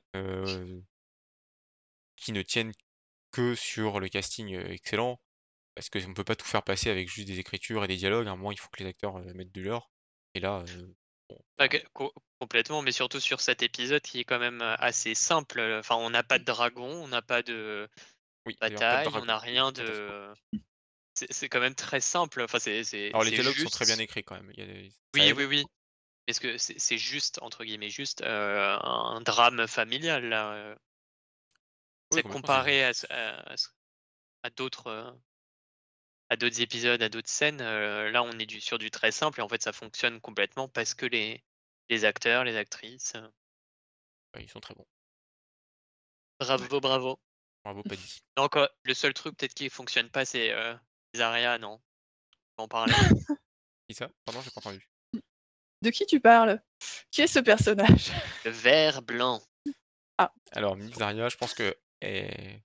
S1: qui ne tiennent que sur le casting, excellent, parce qu'on ne peut pas tout faire passer avec juste des écritures et des dialogues. À un moment, il faut que les acteurs, mettent de leur et là, bon,
S2: Bah,
S1: enfin,
S2: complètement, mais surtout sur cet épisode qui est quand même, assez simple, enfin on n'a pas de dragon, on n'a pas de
S1: oui, d'ailleurs pas de
S2: bataille, on
S1: dragon,
S2: n'a rien
S1: catastrophe.
S2: de c'est quand même très simple, enfin
S1: Alors les
S2: c'est
S1: dialogues sont très bien
S2: juste.
S1: écrits quand même, il y a des ça
S2: Oui, oui,
S1: aide.
S2: oui, parce que c'est «juste» entre guillemets, juste, un drame familial là,
S1: Oui,
S2: c'est
S1: complètement, c'est
S2: comparé à d'autres, à d'autres épisodes, à d'autres scènes, là on est sur du très simple et en fait ça fonctionne complètement parce que les acteurs, les actrices,
S1: ouais, ils sont très bons.
S3: Ouais.
S2: bravo, bravo.
S1: Bravo Paddy.
S2: Donc le seul truc peut-être qui fonctionne pas c'est, Zarya, non? Faut en parler?
S1: Qui ça? Pardon, j'ai pas entendu.
S3: De qui tu parles? Qui est ce personnage?
S2: Le ver blanc.
S3: Ah,
S1: Alors Mysaria, je pense qu'elle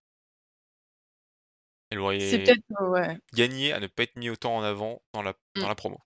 S3: c'est
S1: aurait
S3: peut-être ouais.
S1: gagné à ne pas être mis autant en avant dans
S3: Mmh.
S1: la promo.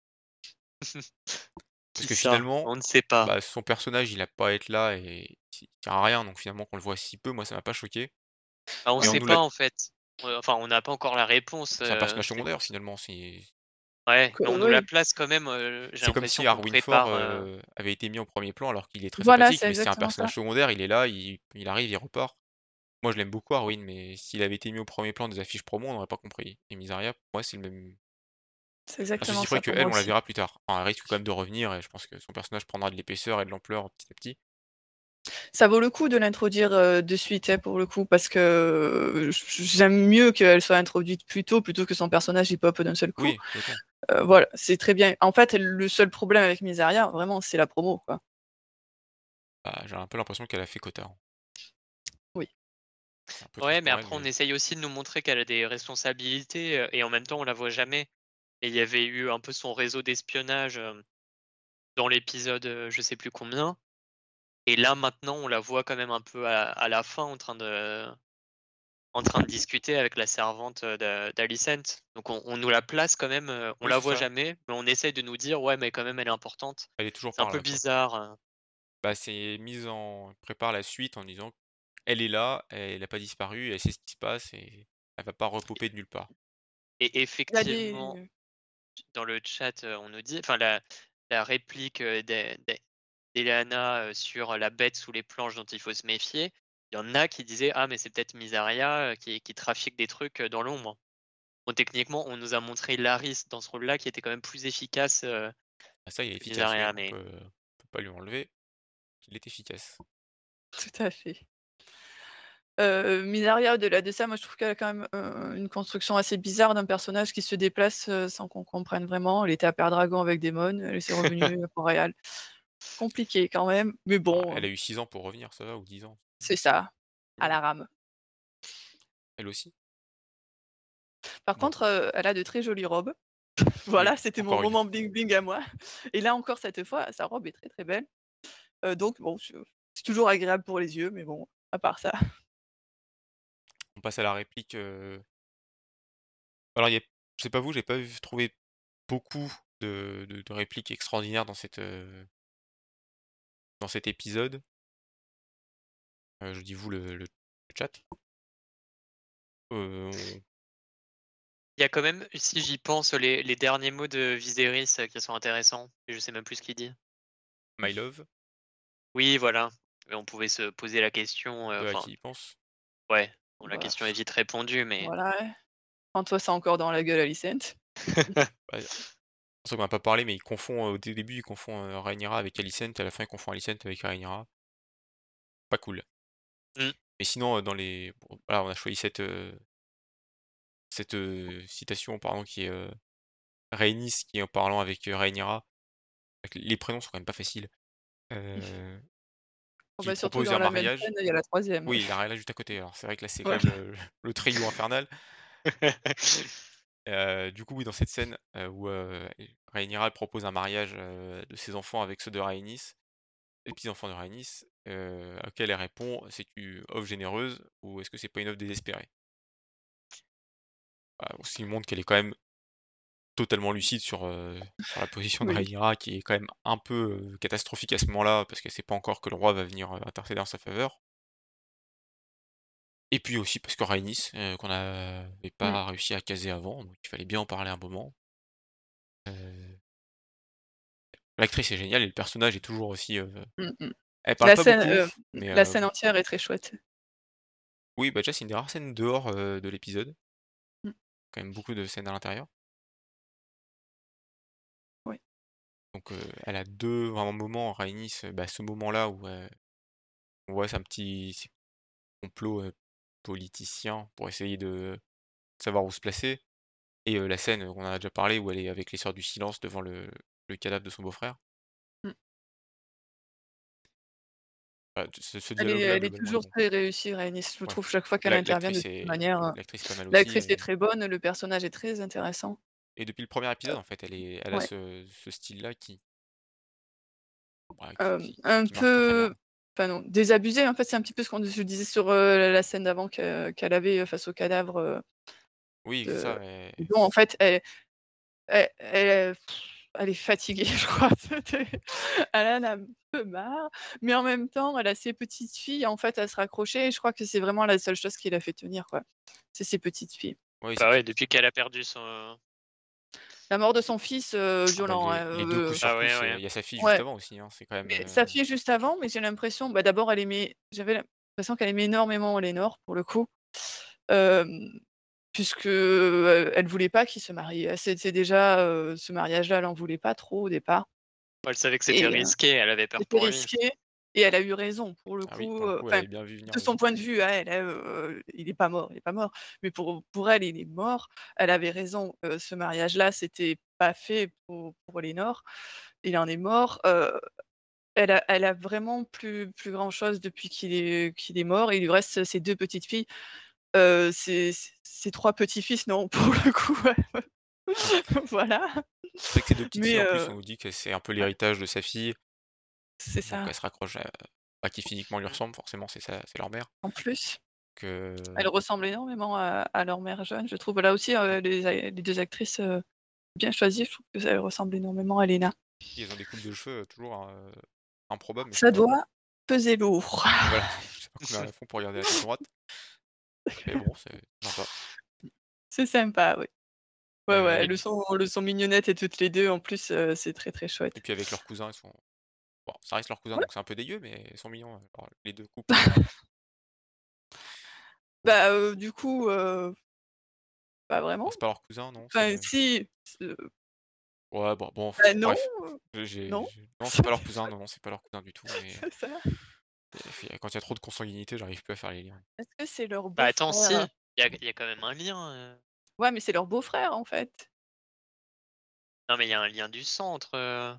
S1: Parce
S2: Qui
S1: que
S2: ça?
S1: finalement,
S2: On ne sait pas.
S1: bah, son personnage, il a pas à être là et il sert à rien, donc finalement qu'on le voit si peu, moi ça m'a pas choqué.
S2: Bah, on
S1: Mais on
S2: sait
S1: nous l'a
S2: pas en fait. Enfin on n'a pas encore la réponse,
S1: c'est un personnage secondaire finalement,
S2: ouais,
S3: Que
S2: mais on nous la
S3: oui.
S2: place quand même, j'ai
S1: c'est comme
S2: l'impression
S1: si
S2: qu'on
S1: Harwin Ford,
S2: prépare,
S1: avait été mis en premier plan alors qu'il est très
S3: Voilà,
S1: sympathique,
S3: c'est
S1: mais c'est un
S3: exactement ça.
S1: personnage secondaire, il est là, il arrive, il repart. Moi je l'aime beaucoup Harwin, mais s'il avait été mis au premier plan des affiches promo, on n'aurait pas compris. Et Mysaria, pour moi c'est le même.
S3: C'est
S1: À ceci
S3: exactement
S1: près
S3: ça pour moi
S1: qu'elle, on la
S3: aussi.
S1: verra plus tard. Enfin, elle risque quand même de revenir et je pense que son personnage prendra de l'épaisseur et de l'ampleur petit à petit.
S3: Ça vaut le coup de l'introduire, de suite, hein, pour le coup, parce que, j'aime mieux qu'elle soit introduite plus tôt, plutôt que son personnage il pop d'un seul coup.
S1: Oui, complètement.
S3: Voilà, c'est très bien. En fait, le seul problème avec Mysaria, vraiment, c'est la promo, quoi.
S1: Bah, j'ai un peu l'impression qu'elle a fait quota, hein.
S3: Oui.
S1: C'est un peu
S2: Ouais,
S1: triste
S2: mais
S1: pour elle,
S2: après on
S1: mais
S2: essaye aussi de nous montrer qu'elle a des responsabilités, et en même temps on la voit jamais. Et il y avait eu un peu son réseau d'espionnage, dans l'épisode, je sais plus combien. Et là maintenant on la voit quand même un peu à la fin en train de discuter avec la servante, d'Alicent. Donc on nous la place quand même, on
S1: oui,
S2: la
S1: c'est
S2: voit
S1: ça.
S2: jamais, mais on essaye de nous dire: «Ouais, mais quand même elle est importante».
S1: Elle est toujours
S2: C'est un
S1: par
S2: peu
S1: là, quoi.
S2: bizarre,
S1: Bah, c'est mise en prépare la suite en disant: «Elle est là, elle a pas disparu, elle sait ce qui se passe et elle va pas repoper de nulle part».
S2: et
S3: Il y a
S2: effectivement,
S3: des
S2: dans le chat, on nous dit enfin la réplique, d'Eleana, sur la bête sous les planches dont il faut se méfier, il y en a qui disaient: «Ah mais c'est peut-être Mysaria, qui trafique des trucs, dans l'ombre». Bon techniquement, on nous a montré Laris dans ce rôle-là qui était quand même plus efficace,
S1: Ah ça, il est
S2: que
S1: efficace, oui,
S2: Mysaria, mais
S1: on peut pas lui enlever qu'il est efficace.
S3: tout à fait. Mysaria, au-delà de ça, moi, je trouve qu'elle a quand même, une construction assez bizarre d'un personnage qui se déplace, sans qu'on comprenne vraiment. Elle était à Pendragon avec Daemon, elle s'est revenue à Port-Réal. Compliqué quand même, mais
S1: Bah,
S3: bon,
S1: elle a eu 6 ans pour revenir, ça va, ou 10 ans.
S3: c'est ça,
S1: C'est
S3: à
S1: bien.
S3: la rame.
S1: Elle aussi?
S3: Par
S1: Bon,
S3: contre, elle a de très jolies robes.
S1: oui,
S3: Voilà, c'était mon
S1: encore une.
S3: moment bling bling à moi et là encore cette fois, sa robe est très, très belle. Donc bon, c'est toujours agréable pour les yeux, mais bon, à part ça.
S1: On passe à la réplique, alors il y a je sais pas vous, j'ai pas trouvé beaucoup de répliques extraordinaires dans cet épisode. Je dis vous le chat. On
S2: il y a quand même, si j'y pense, les derniers mots de Viserys, qui sont intéressants. Je sais même plus ce qu'il dit.
S1: My love,
S2: Oui, voilà, et on pouvait se poser la question,
S1: peu à
S2: enfin,
S1: qui il pense.
S2: ouais, bon la
S3: Bah,
S2: question est vite répondue, mais
S3: voilà, ouais. Prends-toi ça encore dans la gueule, Alicent.
S1: Bah, c'est vrai qu'on a pas parlé, mais il confond, au début, il confond, Rhaenyra avec Alicent, à la fin, il confond Alicent avec Rhaenyra. Pas cool.
S2: Mmh.
S1: Mais sinon, dans les bon, voilà, on a choisi cette, citation, pardon, qui est, Rhaenys qui est en parlant avec, Rhaenyra. Les prénoms sont quand même pas faciles. Heu,
S3: Oh,
S1: qui
S3: bah, surtout
S1: propose
S3: dans
S1: un
S3: la même
S1: mariage.
S3: scène, il y a la troisième.
S1: Oui, il a là juste à côté. Alors c'est vrai que là, c'est quand
S3: Ouais.
S1: même le trio infernal. Du coup, oui, dans cette scène, où, Rhaenyra elle propose un mariage, de ses enfants avec ceux de Rhaenys, les petits-enfants de Rhaenys, auquel elle répond: «C'est une offre généreuse ou est-ce que c'est pas une offre désespérée?» Voilà, donc ce qui montre qu'elle est quand même totalement lucide sur la position de
S3: Oui.
S1: Rhaenyra qui est quand même un peu, catastrophique à ce moment-là, parce qu'elle sait pas encore que le roi va venir, intercéder en sa faveur. Et puis aussi parce que Rhaenys, qu'on n'avait
S3: Mmh.
S1: pas réussi à caser avant, donc il fallait bien en parler un moment. Heu, L'actrice est géniale et le personnage est toujours aussi,
S3: Mmh mh.
S1: elle parle
S3: La
S1: pas
S3: scène,
S1: beaucoup, mais
S3: la scène entière est très chouette.
S1: oui, bah, déjà c'est une des rares scènes dehors, de l'épisode.
S3: Mmh.
S1: Quand même beaucoup de scènes à l'intérieur.
S3: Oui.
S1: Donc, elle a 2 vraiment moments, Rhaenys, bah, ce moment-là où, on voit c'est un petit complot, politicien pour essayer de savoir où se placer et la scène, on en a déjà parlé où elle est avec les Sœurs du Silence devant le cadavre de son beau-frère.
S3: Mmh.
S1: Voilà, ce
S3: Elle est
S1: dialogue-là
S3: elle est
S1: globalement est
S3: toujours
S1: bon.
S3: très réussie, Rhaenys, je
S1: Ouais.
S3: trouve chaque fois qu'elle
S1: La
S3: intervient de toute manière,
S1: l'actrice est pas mal aussi
S3: l'actrice est très bonne, le personnage est très intéressant.
S1: et depuis le premier épisode en fait, elle a
S3: Ouais,
S1: ce style-là qui, bah,
S3: un
S1: qui marche très, très bien.
S3: peu enfin non, désabusé, en fait, c'est un petit peu ce qu'on je disais sur, la scène d'avant qu'elle avait, face au cadavre,
S1: Oui, c'est
S3: de
S1: ça, mais
S3: dont en fait elle elle est fatiguée, je crois. Elle en a un peu marre, mais en même temps, elle a ses petites filles, en fait, à se raccrocher et je crois que c'est vraiment la seule chose qui l'a fait tenir, quoi. C'est ses petites filles.
S1: oui, c'est
S2: Bah ouais,
S1: puis
S2: depuis qu'elle a perdu son
S3: La mort de son fils,
S1: ah bah,
S3: violent, hein,
S1: les 2 coups sur
S2: ah ouais,
S1: tous,
S2: ouais.
S1: il y a sa fille juste
S3: ouais,
S1: avant aussi, hein, c'est quand même,
S3: mais sa fille juste avant, mais j'ai l'impression, bah, d'abord j'avais l'impression qu'elle aimait énormément Lénore, pour le coup, hem, puisque, elle voulait pas qu'il se marie. C'était déjà, ce mariage-là, elle en voulait pas trop au départ
S2: Elle savait que c'était
S3: et
S2: risqué, elle avait peur
S3: c'était
S2: pour lui.
S3: risqué et elle a eu raison pour le
S1: ah oui,
S3: coup,
S1: pour le coup, elle
S3: enfin,
S1: avait bien vu venir
S3: de
S1: le
S3: son point de vue à elle, hein, il est pas mort, il est pas mort, mais pour elle, il est mort. Elle avait raison, ce mariage-là, c'était pas fait pour Lénore. Il en est mort, elle a vraiment plus grand chose depuis qu'il est mort. Il lui reste ses 2 petites filles, ses 3 petits-fils, non, pour le coup, ouais,
S1: ouais.
S3: voilà,
S1: C'est vrai que ces 2 petites
S3: mais
S1: filles en plus, on nous dit que c'est un peu
S3: ouais,
S1: l'héritage de sa fille,
S3: c'est
S1: donc
S3: ça.
S1: elle se raccroche à qui physiquement lui
S2: Mmh.
S1: ressemble, forcément c'est leur mère,
S3: En plus,
S1: que
S3: elles ressemblent énormément à leur mère jeune, je trouve. Là aussi,
S1: ouais,
S3: les 2 actrices, bien choisies, je trouve qu'elles ressemblent énormément à Léna.
S1: ils ont des coupes de cheveux, toujours, improbables mais
S3: Ça
S1: sympas.
S3: doit peser lourd.
S1: Voilà, je sais pas combien elles font pour garder la tête droite, mais bon, c'est sympa.
S3: C'est sympa, oui. Ouais, ouais,
S1: Et
S3: elles sont mignonnettes et toutes les 2 en plus, c'est très, très
S1: et
S3: chouette.
S1: puis avec leurs cousins, ils sont bon, ça reste leurs cousins,
S3: Ouais,
S1: donc c'est un peu dégueu, mais ils sont mignons, alors les 2 couples,
S3: bah, du coup, pas
S1: oh,
S3: vraiment.
S1: c'est pas leurs cousins, non?
S3: Enfin si,
S1: Ouais, bon,
S3: bah, non,
S1: bref,
S3: non,
S1: non, c'est pas leurs cousins, non, non, c'est pas leurs cousins du tout, mais
S3: c'est ça.
S1: quand il y a trop de consanguinité, j'arrive plus à faire les liens.
S3: Est-ce que c'est leur
S2: Bah attends, si,
S3: beau-frère?
S2: il y a quand même un lien,
S3: Ouais, mais c'est leur beau-frère, en fait.
S2: non mais il y a un lien du sang entre,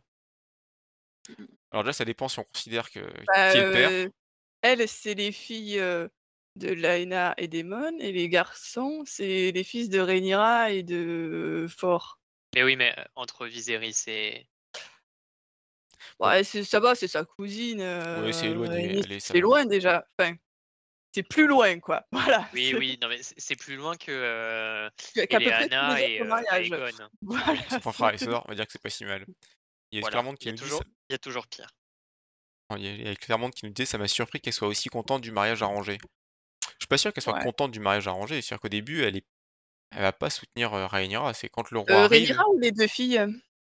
S1: Alors déjà, ça dépend si on considère que
S3: Bah,
S1: qui est le père.
S3: elles, c'est les filles, de Laena et d'Aemon et les garçons, c'est les fils de Rhaenyra et deFor.
S2: mais oui, mais, entre Viserys et
S1: Bon,
S3: Ouais, ça va, c'est sa cousine,
S1: ouais, c'est éloigné,
S3: Rhaenys,
S1: allez, ça
S3: c'est
S1: va.
S3: loin déjà, enfin, c'est plus loin, quoi. Voilà,
S2: oui, oui, non mais c'est plus loin que,
S3: qu'à peu près tous les
S2: Eleanor
S3: autres
S2: et
S3: mariages.
S2: Aegon.
S1: Oui,
S3: Voilà,
S1: ils sont pas frères et sœurs, on va dire que c'est pas si mal. Il y a
S2: Voilà,
S1: Clermont qui nous dit ça
S2: il y a toujours pire.
S1: il y a Clermont qui nous dit: «Ça m'a surpris qu'elle soit aussi contente du mariage arrangé». Je suis pas sûr qu'elle soit
S3: ouais.
S1: contente du mariage arrangé, c'est-à-dire qu'au début, elle va pas soutenir, Rhaenyra, c'est quand le roi arrive
S3: Rhaenyra ou les 2 filles?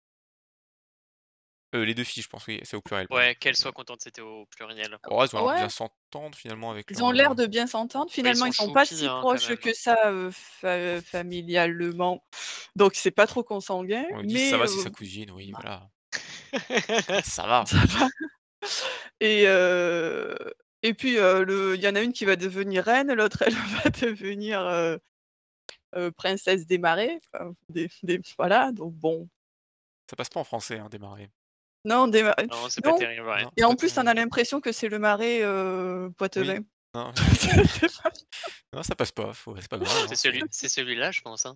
S1: les 2 filles, je pense, oui, c'est au pluriel, pardon.
S2: Ouais, qu'elle soit contente, c'était au pluriel.
S1: Oh, elles ont l'air de
S3: Ouais,
S1: bien s'entendre finalement avec
S3: ils
S1: leur,
S3: ont l'air de bien s'entendre.
S2: Bah, ils
S3: Finalement,
S2: sont
S3: ils sont pas
S2: choupies,
S3: si
S2: hein, quand
S3: proches
S2: même.
S3: que ça, familialement, donc c'est pas trop consanguin,
S1: on lui dit: «Ça
S3: mais
S1: va, c'est sa cousine», oui,
S3: bah,
S1: voilà. Ça va.
S3: ça va et et puis, il y en a une qui va devenir reine, l'autre elle va devenir, princesse des marais, enfin des voilà, donc bon.
S1: Ça passe pas en français, hein, démarrer.
S3: Non,
S2: Non, c'est pas
S3: non.
S2: terrible, ouais.
S1: Non,
S3: Et
S1: c'est
S3: en
S1: pas
S3: plus,
S1: ton
S3: on a l'impression que c'est le marais
S1: oui,
S3: Poitevin.
S1: non,
S3: C'est pas-
S1: non, ça passe pas, c'est pas grave,
S2: C'est
S1: hein, c'est
S2: c'est celui-là, je pense, hein.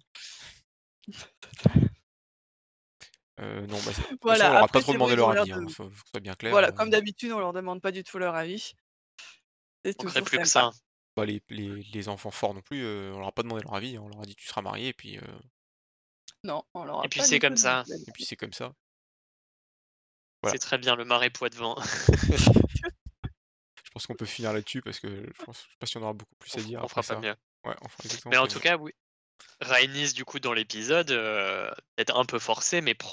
S1: non, bah, c'est de toute façon,
S3: Voilà,
S1: on leur a pas
S3: après
S1: trop
S3: c'est vrai,
S1: demandé
S3: ils ont
S1: leur
S3: l'air
S1: avis,
S3: de
S1: hein, faut que ce soit bien clair,
S3: voilà, comme d'habitude, on leur demande pas du tout leur avis. C'est
S2: Manquerait
S3: toujours
S2: plus que
S3: sympa.
S2: ça.
S1: bah, les enfants forts non plus, on leur a pas demandé leur avis, hein, on leur a dit: «Tu seras marié»
S3: Non, on leur
S2: Et
S3: a
S2: puis
S3: pas
S2: c'est
S3: du tout
S2: comme
S3: demandé
S2: ça,
S3: l'avis.
S1: et puis c'est comme ça. Voilà.
S2: c'est très bien le marais Poitevin.
S1: Je pense qu'on peut finir là-dessus parce que je sais pas si on aura beaucoup plus à dire
S2: On
S1: après
S2: fera pas
S1: ça.
S2: mieux.
S1: Ouais, on fera exactement
S2: Mais en
S1: pas
S2: tout
S1: mieux.
S2: cas, oui, Rhaenys, du coup, dans l'épisode, peut-être un peu forcé, mais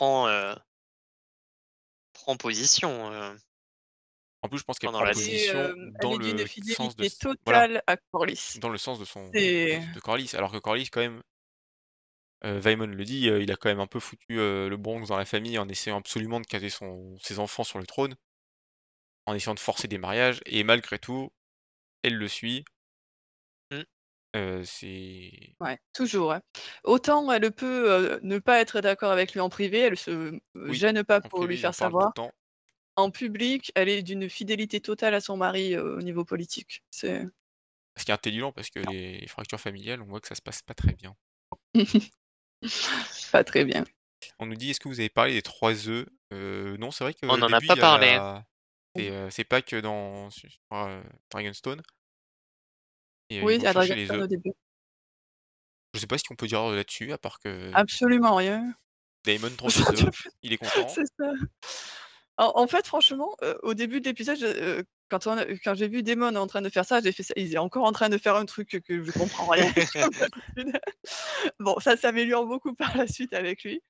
S2: prend position,
S1: En plus, je pense qu'elle
S2: pendant
S1: prend
S2: la
S1: position
S3: Elle
S1: dans
S3: est d'une
S1: le sens de
S3: fidélité
S1: s voilà,
S3: totale à Corlys.
S1: dans le sens de son
S3: C'est
S1: de Corlys. Alors que Corlys quand même, Vaemond le dit, il a quand même un peu foutu, le Bronx dans la famille en essayant absolument de caser ses enfants sur le trône, en essayant de forcer des mariages et malgré tout, elle le suit.
S2: mmh,
S1: C'est
S3: ouais, toujours, ouais. Autant elle peut, ne pas être d'accord avec lui en privé, elle se,
S1: oui,
S3: gêne pas
S1: en
S3: pour lui
S1: privé, il en
S3: faire
S1: parle tout le
S3: savoir.
S1: temps.
S3: En public, elle est d'une fidélité totale à son mari, au niveau politique. C'est
S1: Ce qui est intelligent parce que les fractures familiales, on voit que ça se passe pas très bien.
S3: pas très bien.
S1: On nous dit: «Est-ce que vous avez parlé des 3 œufs?» Non, c'est vrai
S2: on
S1: qu'au
S2: n'en a
S1: début, il
S2: pas
S1: y a
S2: parlé.
S1: c'est pas que dans Dragonstone et ils
S3: Oui,
S1: vont
S3: à
S1: chercher les
S3: Dragonstone
S1: œufs.
S3: au début.
S1: Je sais pas ce qu'on peut dire, là-dessus, à part que
S3: Absolument rien.
S1: Daemon trouve des œufs, il est content.
S3: C'est ça. En fait, franchement, au début de l'épisode, quand j'ai vu Daemon en train de faire ça, j'ai fait ça il est encore en train de faire un truc que je comprends rien comme d'habitude. Bon, ça s'améliore beaucoup par la suite avec lui.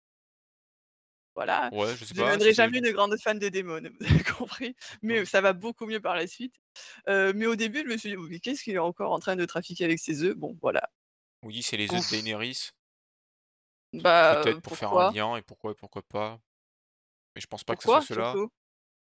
S3: Voilà,
S1: Ouais, je sais
S3: je
S1: pas si
S3: deviendrai
S1: c'est
S3: jamais une grande fan de Daemon, vous avez compris, mais
S1: non,
S3: ça va beaucoup mieux par la suite. Mais au début, je me suis dit: «Mais qu'est-ce qu'il est encore en train de trafiquer avec ses œufs?» Bon, voilà.
S1: on dit: «C'est les œufs de
S3: Ouf,
S1: Daenerys»,
S3: bah,
S1: peut-être pour faire un
S3: pourquoi?
S1: lien et pourquoi pas, mais je pense pas que ce soit
S3: Pourquoi
S1: ceux-là.
S3: surtout?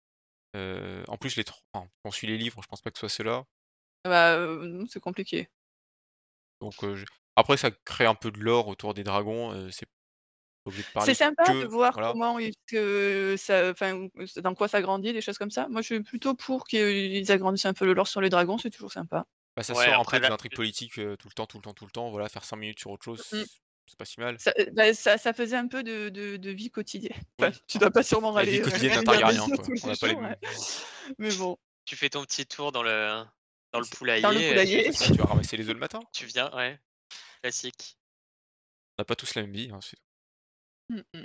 S1: En plus les tro enfin, quand on suit les livres, je pense pas que ce soit ceux-là,
S3: Bah, non, c'est compliqué.
S1: donc je après ça crée un peu de lore autour des dragons, c'est pas obligé de
S3: C'est
S1: parler
S3: sympa de
S1: que
S3: voir
S1: voilà.
S3: comment ils que ça enfin, dans quoi ça grandit, des choses comme ça. Moi, je suis plutôt pour qu'ils agrandissent un peu le lore sur les dragons, c'est toujours sympa.
S1: Bah, ça
S2: Ouais,
S1: sort un
S2: après
S1: peu des
S2: là,
S1: intrigues politiques, tout le temps, tout le temps, tout le temps, voilà, faire 5 minutes sur autre chose,
S3: Mmh.
S1: c'est pas si mal.
S3: Ça faisait un peu de vie quotidienne. Enfin,
S1: Oui,
S3: tu dois pas sûrement
S1: la vie
S3: aller,
S1: quotidienne d'un
S3: regarder
S1: Targaryen,
S3: ça
S1: quoi.
S3: tous
S1: On
S3: les
S1: n'a pas les
S3: jours,
S1: mêmes
S3: ouais. Mais bon,
S2: tu fais ton petit tour dans le
S3: dans le
S2: poulailler,
S3: poulailler.
S1: c'est ça, tu vas ramasser les œufs le matin.
S2: tu viens, ouais, classique.
S1: On n'a pas tous la même vie, hein, c'est
S3: Mmh mh.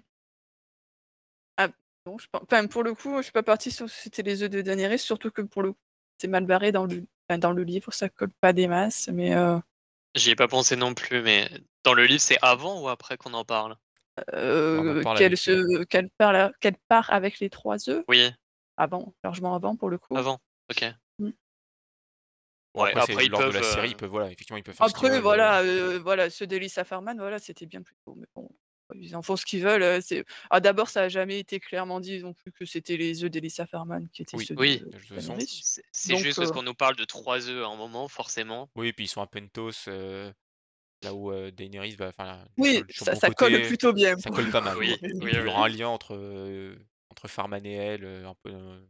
S3: Ah non, enfin, pour le coup, je suis pas partie sur c'était les œufs de Daenerys, surtout que pour le coup, c'est mal barré dans le livre, ça colle pas des masses, mais
S2: J'y ai pas pensé non plus, mais dans le livre, c'est avant ou après qu'on en parle?
S1: on en parle avec,
S3: qu'elle part avec les 3 œufs.
S2: Oui,
S3: Avant, largement avant pour le coup.
S2: avant, OK.
S3: Mmh.
S1: bon
S2: Ouais,
S1: après c'est
S2: après ils
S1: lors de
S2: peuvent,
S1: la série, ils peuvent voilà, effectivement, ils peuvent faire ce qu'ils
S3: Après
S1: veulent,
S3: voilà, voilà, ceux d'Elissa Farman, voilà, c'était bien plus tôt, mais bon, ils en font ce qu'ils veulent, d'abord ça a jamais été clairement dit non plus que c'était les œufs d'Elissa Farman qui étaient
S1: oui,
S3: ceux
S2: oui,
S3: de
S1: de toute façon.
S3: Daenerys.
S2: c'est
S3: Donc
S2: juste parce qu'on nous parle de 3 œufs à un moment, forcément.
S1: Oui, puis ils sont à Pentos, là où, Daenerys va enfin,
S3: oui,
S1: du
S3: ça
S1: bon
S3: ça colle
S1: côté,
S3: plutôt bien
S1: ça
S3: pour
S1: colle
S3: le
S1: pas mal,
S3: coup,
S1: quoi.
S2: Oui,
S1: Et
S2: oui,
S1: puis il y
S2: oui.
S1: aura un lien entre Farman et elle, un peu,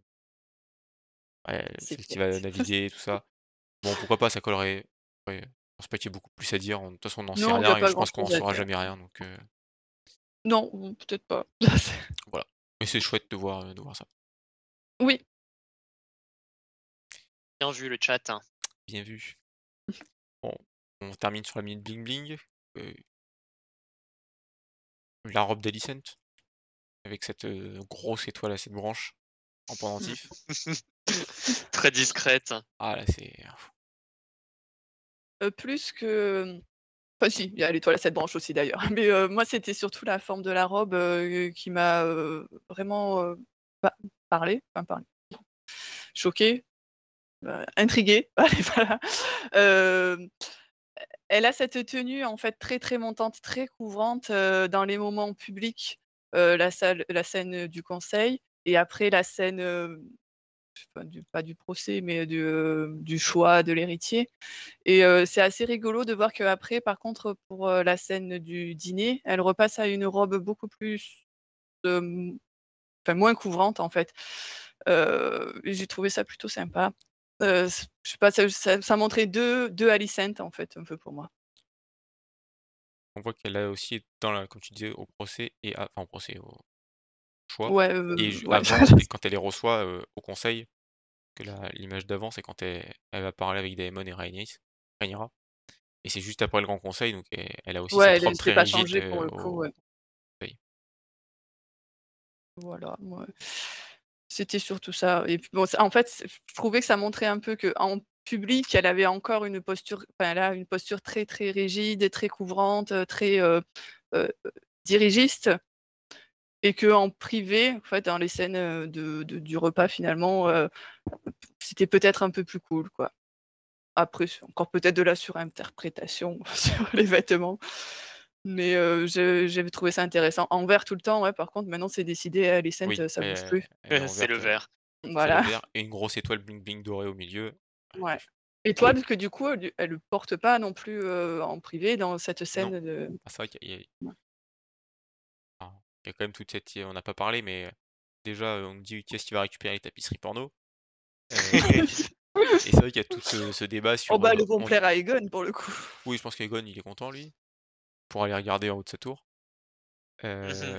S1: ouais,
S3: c'est
S1: celle qui va
S3: fait.
S1: naviguer, tout ça. Bon, pourquoi pas, ça collerait. Ouais, je pense pas qu'il y ait beaucoup plus à dire. De toute façon, on n'en sait
S3: Non, il y a
S1: rien et
S3: pas
S1: je
S3: grand
S1: pense qu'on en
S3: chose à
S1: saura
S3: dire.
S1: jamais rien, donc
S3: Non, peut-être pas.
S1: voilà. Mais c'est chouette de voir ça.
S3: Oui,
S2: Bien vu le chat, hein.
S1: Bien vu. Bon, on termine sur la minute bling bling. Heu, la robe d'Alicent avec cette, grosse étoile à 7 branches en pendentif.
S2: Très discrète.
S1: Ah là, c'est
S3: plus que enfin si, il y a l'étoile à 7 branches aussi d'ailleurs, mais moi c'était surtout la forme de la robe, qui m'a, vraiment, pa parlé, enfin parlé, choquée, intriguée, allez voilà. Hem, Elle a cette tenue en fait très, très montante, très couvrante, dans les moments publics, la scène, du conseil et après la scène, enfin pas du procès, mais du choix de l'héritier et c'est assez rigolo de voir qu'après par contre pour, la scène du dîner, elle repasse à une robe beaucoup plus, hem, moins couvrante en fait. Et j'ai trouvé ça plutôt sympa. Je sais pas, ça montrait deux Alicent en fait, un peu pour moi.
S1: On voit qu'elle a aussi dans la comme tu disais au procès enfin au procès, au choix
S3: Ouais,
S1: et
S3: ouais.
S1: avant et quand elle les reçoit, au conseil, que l'image d'avant, c'est quand elle va parler avec Daemon et Rhaenyra et c'est juste après le grand conseil, donc elle a aussi
S3: Ouais,
S1: cette
S3: elle
S1: robe
S3: s'est
S1: très
S3: pas
S1: rigide,
S3: changée pour le coup,
S1: au
S3: ouais.
S1: conseil.
S3: Voilà, ouais. C'était surtout ça et puis bon, ça en fait, je trouvais que ça montrait un peu qu'en public, elle avait encore une posture enfin, elle a une posture très, très rigide et très couvrante, très, heu, dirigiste et qu'en privé, en fait, dans les scènes, du repas finalement, c'était peut-être un peu plus cool, quoi. Après, c'est encore peut-être de la surinterprétation sur les vêtements, mais j'avais trouvé ça intéressant. En vert tout le temps, ouais, par contre, maintenant c'est décidé, Alicent,
S1: Oui,
S3: ça bouge plus.
S1: elle est en
S2: C'est le
S1: verte,
S2: vert.
S1: c'est le
S3: Voilà.
S1: vert et une grosse étoile bling bling dorée au milieu.
S3: Ouais. Et toi, parce que du coup, elle le porte pas non plus, en privé dans cette
S1: Non,
S3: scène de
S1: c'est vrai qu'il y a
S3: ouais.
S1: enfin, il y a quand même toute cette on n'a pas parlé, mais déjà, on me dit: «Qui est-ce qui va récupérer les tapisseries porno?» Et c'est vrai qu'il y a tout ce débat
S3: Oh
S1: sur,
S3: bah, elles vont plaire à Egon pour le coup.
S1: oui, je pense qu'Egon, il est content lui, pour aller regarder en haut de sa tour.
S2: Mmh.
S1: Heu,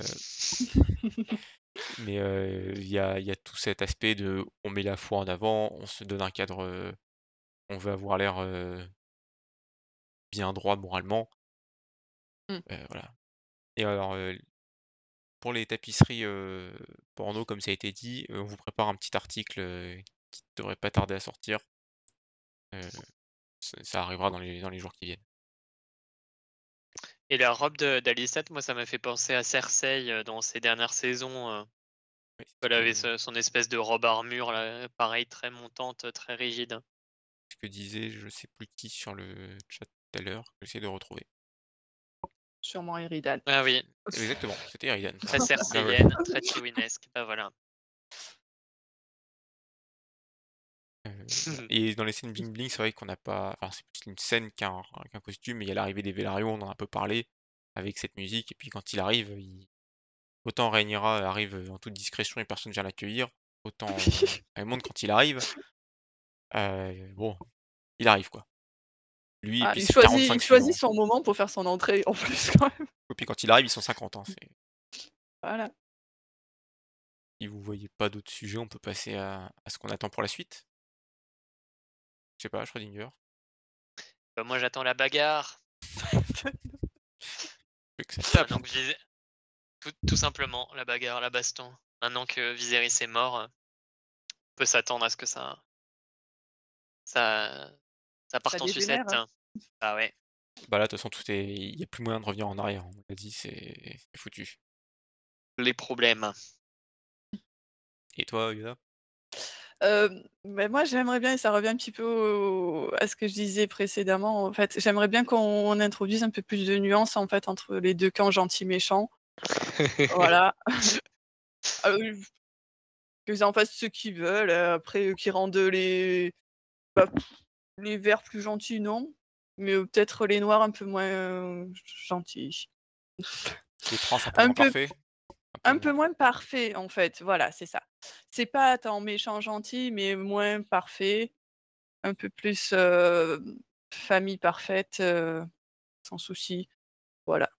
S1: mais il y a tout cet aspect de on met la foi en avant, on se donne un cadre, on veut avoir l'air, bien droit moralement,
S3: Mmh.
S1: voilà. Et alors, pour les tapisseries, porno comme ça a été dit, on vous prépare un petit article, qui devrait pas tarder à sortir. Heu, ça arrivera dans les jours qui viennent.
S2: Et la robe de d'Alicette, moi, ça m'a fait penser à Cersei, dans ses dernières saisons,
S1: Oui,
S2: elle avait son espèce de robe armure là, pareil très montante, très rigide.
S1: ce que disait je sais plus qui sur le chat tout à l'heure, j'essaie de retrouver.
S3: Sûrement Eridan.
S2: Ah oui,
S1: Exactement, c'était Eridan.
S2: très
S1: Bien joué.
S2: cerseienne, très Tywin-esque, bah, voilà.
S1: Et dans les scènes bling bling, c'est vrai qu'on n'a pas enfin, c'est plus une scène qu'un costume, mais il y a l'arrivée des Velaryon, on en a un peu parlé, avec cette musique et puis quand il arrive, autant Rhaenyra arrive, en toute discrétion et personne vient l'accueillir, autant Aemond quand il arrive, bon, il arrive quoi. Lui et
S3: Ah,
S1: puis ses 45
S3: il choisit
S1: suivants.
S3: son moment pour faire son entrée en plus quand même.
S1: Et puis quand il arrive, ils sont 50, hein,
S3: Voilà.
S1: si vous voyez pas d'autres sujets, on peut passer à ce qu'on attend pour la suite. Je sais pas, Schrödinger?
S2: Bah, moi, j'attends la bagarre.
S1: Veux que ça tape.
S2: Maintenant que tout simplement, la bagarre, la baston. Maintenant que Viserys est mort, on peut s'attendre à ce que ça ça
S3: Ça
S2: parte en
S3: dégénère,
S2: sucette.
S3: hein.
S2: Ah ouais,
S1: Bah là, de toute façon, il y a plus moyen de revenir en arrière, on l'a dit, c'est foutu.
S2: les problèmes.
S1: Et toi, Yoda?
S3: Bah, moi j'aimerais bien et ça revient un petit peu à ce que je disais précédemment, en fait, j'aimerais bien qu'on introduise un peu plus de nuances, en fait, entre les 2 camps gentils méchants. Voilà. Heu, qu'ils en fassent ce qu'ils veulent, après, qu'ils rendent bah, les verts plus gentils, non, mais peut-être les noirs un peu moins, gentils.
S1: Les princes un peu
S3: Un
S1: moins
S3: peu
S1: parfaits? Un peu
S3: un peu
S1: moins
S3: moins parfaits, en fait, voilà, c'est ça. C'est pas tant méchant, gentil, mais moins parfait, un peu plus, famille parfaite, sans souci, voilà.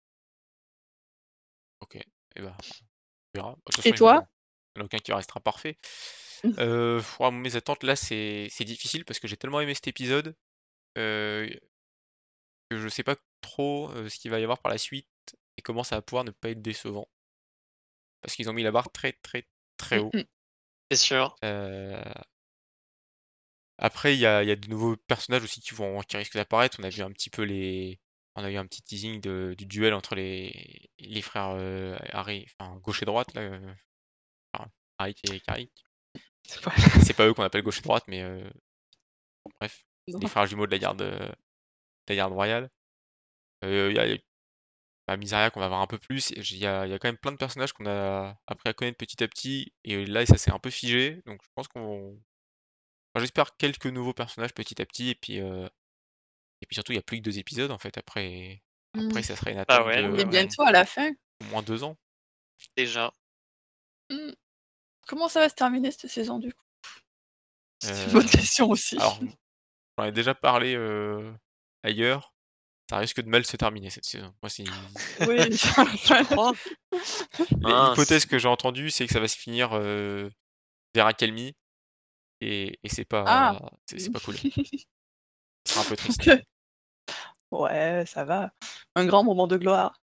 S1: OK et bah, on verra. De toute
S3: Et
S1: façon,
S3: toi?
S1: il y en a aucun qui restera parfait. Mes attentes là, c'est difficile parce que j'ai tellement aimé cet épisode, heu, que je sais pas trop, ce qu'il va y avoir par la suite et comment ça va pouvoir ne pas être décevant. Parce qu'ils ont mis la barre très, très, très
S3: Mmh
S1: haut.
S3: mh.
S2: C'est sûr.
S1: Heu, après il y a de nouveaux personnages aussi qui risquent d'apparaître. On a eu un petit teasing du duel entre les frères, Harry, enfin gauche et droite là, enfin Arik et Carrick. C'est pas eux qu'on appelle gauche et droite, mais bref, c'est les
S3: Non.
S1: frères jumeaux de la garde royale. Il y a Mysaria qu'on va voir un peu plus, et il y a quand même plein de personnages qu'on a appris à connaître petit à petit et là ça s'est un peu figé, donc je pense enfin, j'espère quelques nouveaux personnages petit à petit et puis surtout il y a plus que 2 épisodes en fait après
S3: Mmh.
S1: ça serait une
S2: Ah
S1: attente
S2: ouais,
S3: On est
S2: ouais, ouais,
S1: de
S3: bientôt à la fin.
S1: au moins 2 ans.
S2: déjà.
S3: Mmh. Comment ça va se terminer cette saison du coup? C'est une bonne
S1: Euh,
S3: question aussi.
S1: alors, j'en ai déjà parlé ailleurs. Ça risque de mal se terminer cette saison. Moi, c'est
S3: Oui.
S2: Tu crois?
S1: l'hypothèse
S2: Mince.
S1: que j'ai entendue, c'est que ça va se finir vers accalmie et c'est
S3: Ah!
S1: pas c'est pas cool. Ce sera un peu triste.
S3: OK. Ouais, ça va. Un grand moment de gloire.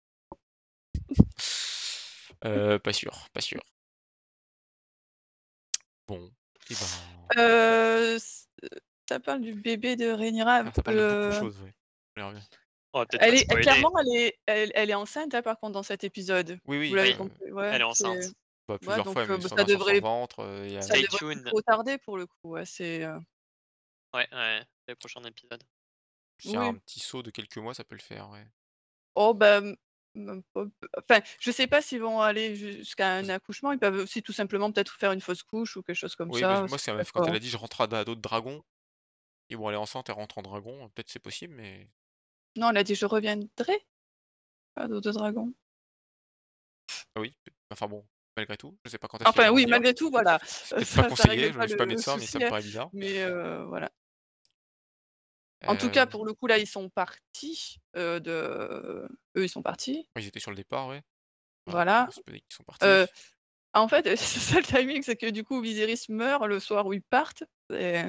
S1: Pas sûr, pas sûr. Bon, et ben,
S3: S Ça parle du bébé de Rhaenyra,
S1: ça parle de beaucoup de choses, ouais. On verra bien.
S2: On va peut-être pas spoiler.
S3: clairement elle est enceinte, hein, par contre dans cet épisode.
S1: Oui,
S3: Vous
S1: oui,
S3: l'avez
S2: Oui,
S3: compris? Ouais,
S2: elle est
S3: c'est
S2: enceinte.
S1: bah,
S3: ouais
S1: plusieurs fois, elle
S3: donc
S1: met
S3: bah,
S1: son main sur son ventre, il y a
S3: ça
S2: Stay
S3: devrait pas
S2: tuned.
S3: trop tarder pour le coup, ouais,
S2: Ouais, ouais, les prochains épisodes.
S1: c'est un
S3: oui.
S1: petit saut de quelques mois, ça peut le faire, ouais.
S3: Oh bah, même pas enfin, je sais pas s'ils vont aller jusqu'à un accouchement, ils peuvent aussi tout simplement peut-être faire une fausse couche ou quelque chose comme
S1: Oui, bah,
S3: ça,
S1: moi,
S3: c'est
S1: c'est
S3: peut-être,
S1: quand elle a dit: «Je rentre à dos de dragon», et bon, elle est enceinte, elle rentre en dragon, peut-être c'est possible, mais
S3: non, elle a dit: «Je reviendrai à dos de dragon».
S1: ah oui, enfin bon, malgré tout, je sais pas quand est-ce qu'elle
S3: Enfin
S1: va
S3: oui,
S1: revenir.
S3: malgré tout, voilà,
S1: C'est peut-être pas
S3: ça règle
S1: conseillé, je
S3: pas
S1: suis pas
S3: le
S1: médecin, mais ça
S3: souci,
S1: me
S3: hein,
S1: paraît bizarre.
S3: mais voilà. En tout cas,
S1: Hem,
S3: pour le coup, là, ils sont partis, eux, ils sont partis,
S1: ils étaient sur le départ, ouais. Voilà,
S3: voilà.
S1: on se peut dire qu'ils sont
S3: Heu,
S1: partis.
S3: En fait, c'est ça le timing, c'est que du coup, Viserys meurt le soir où ils partent et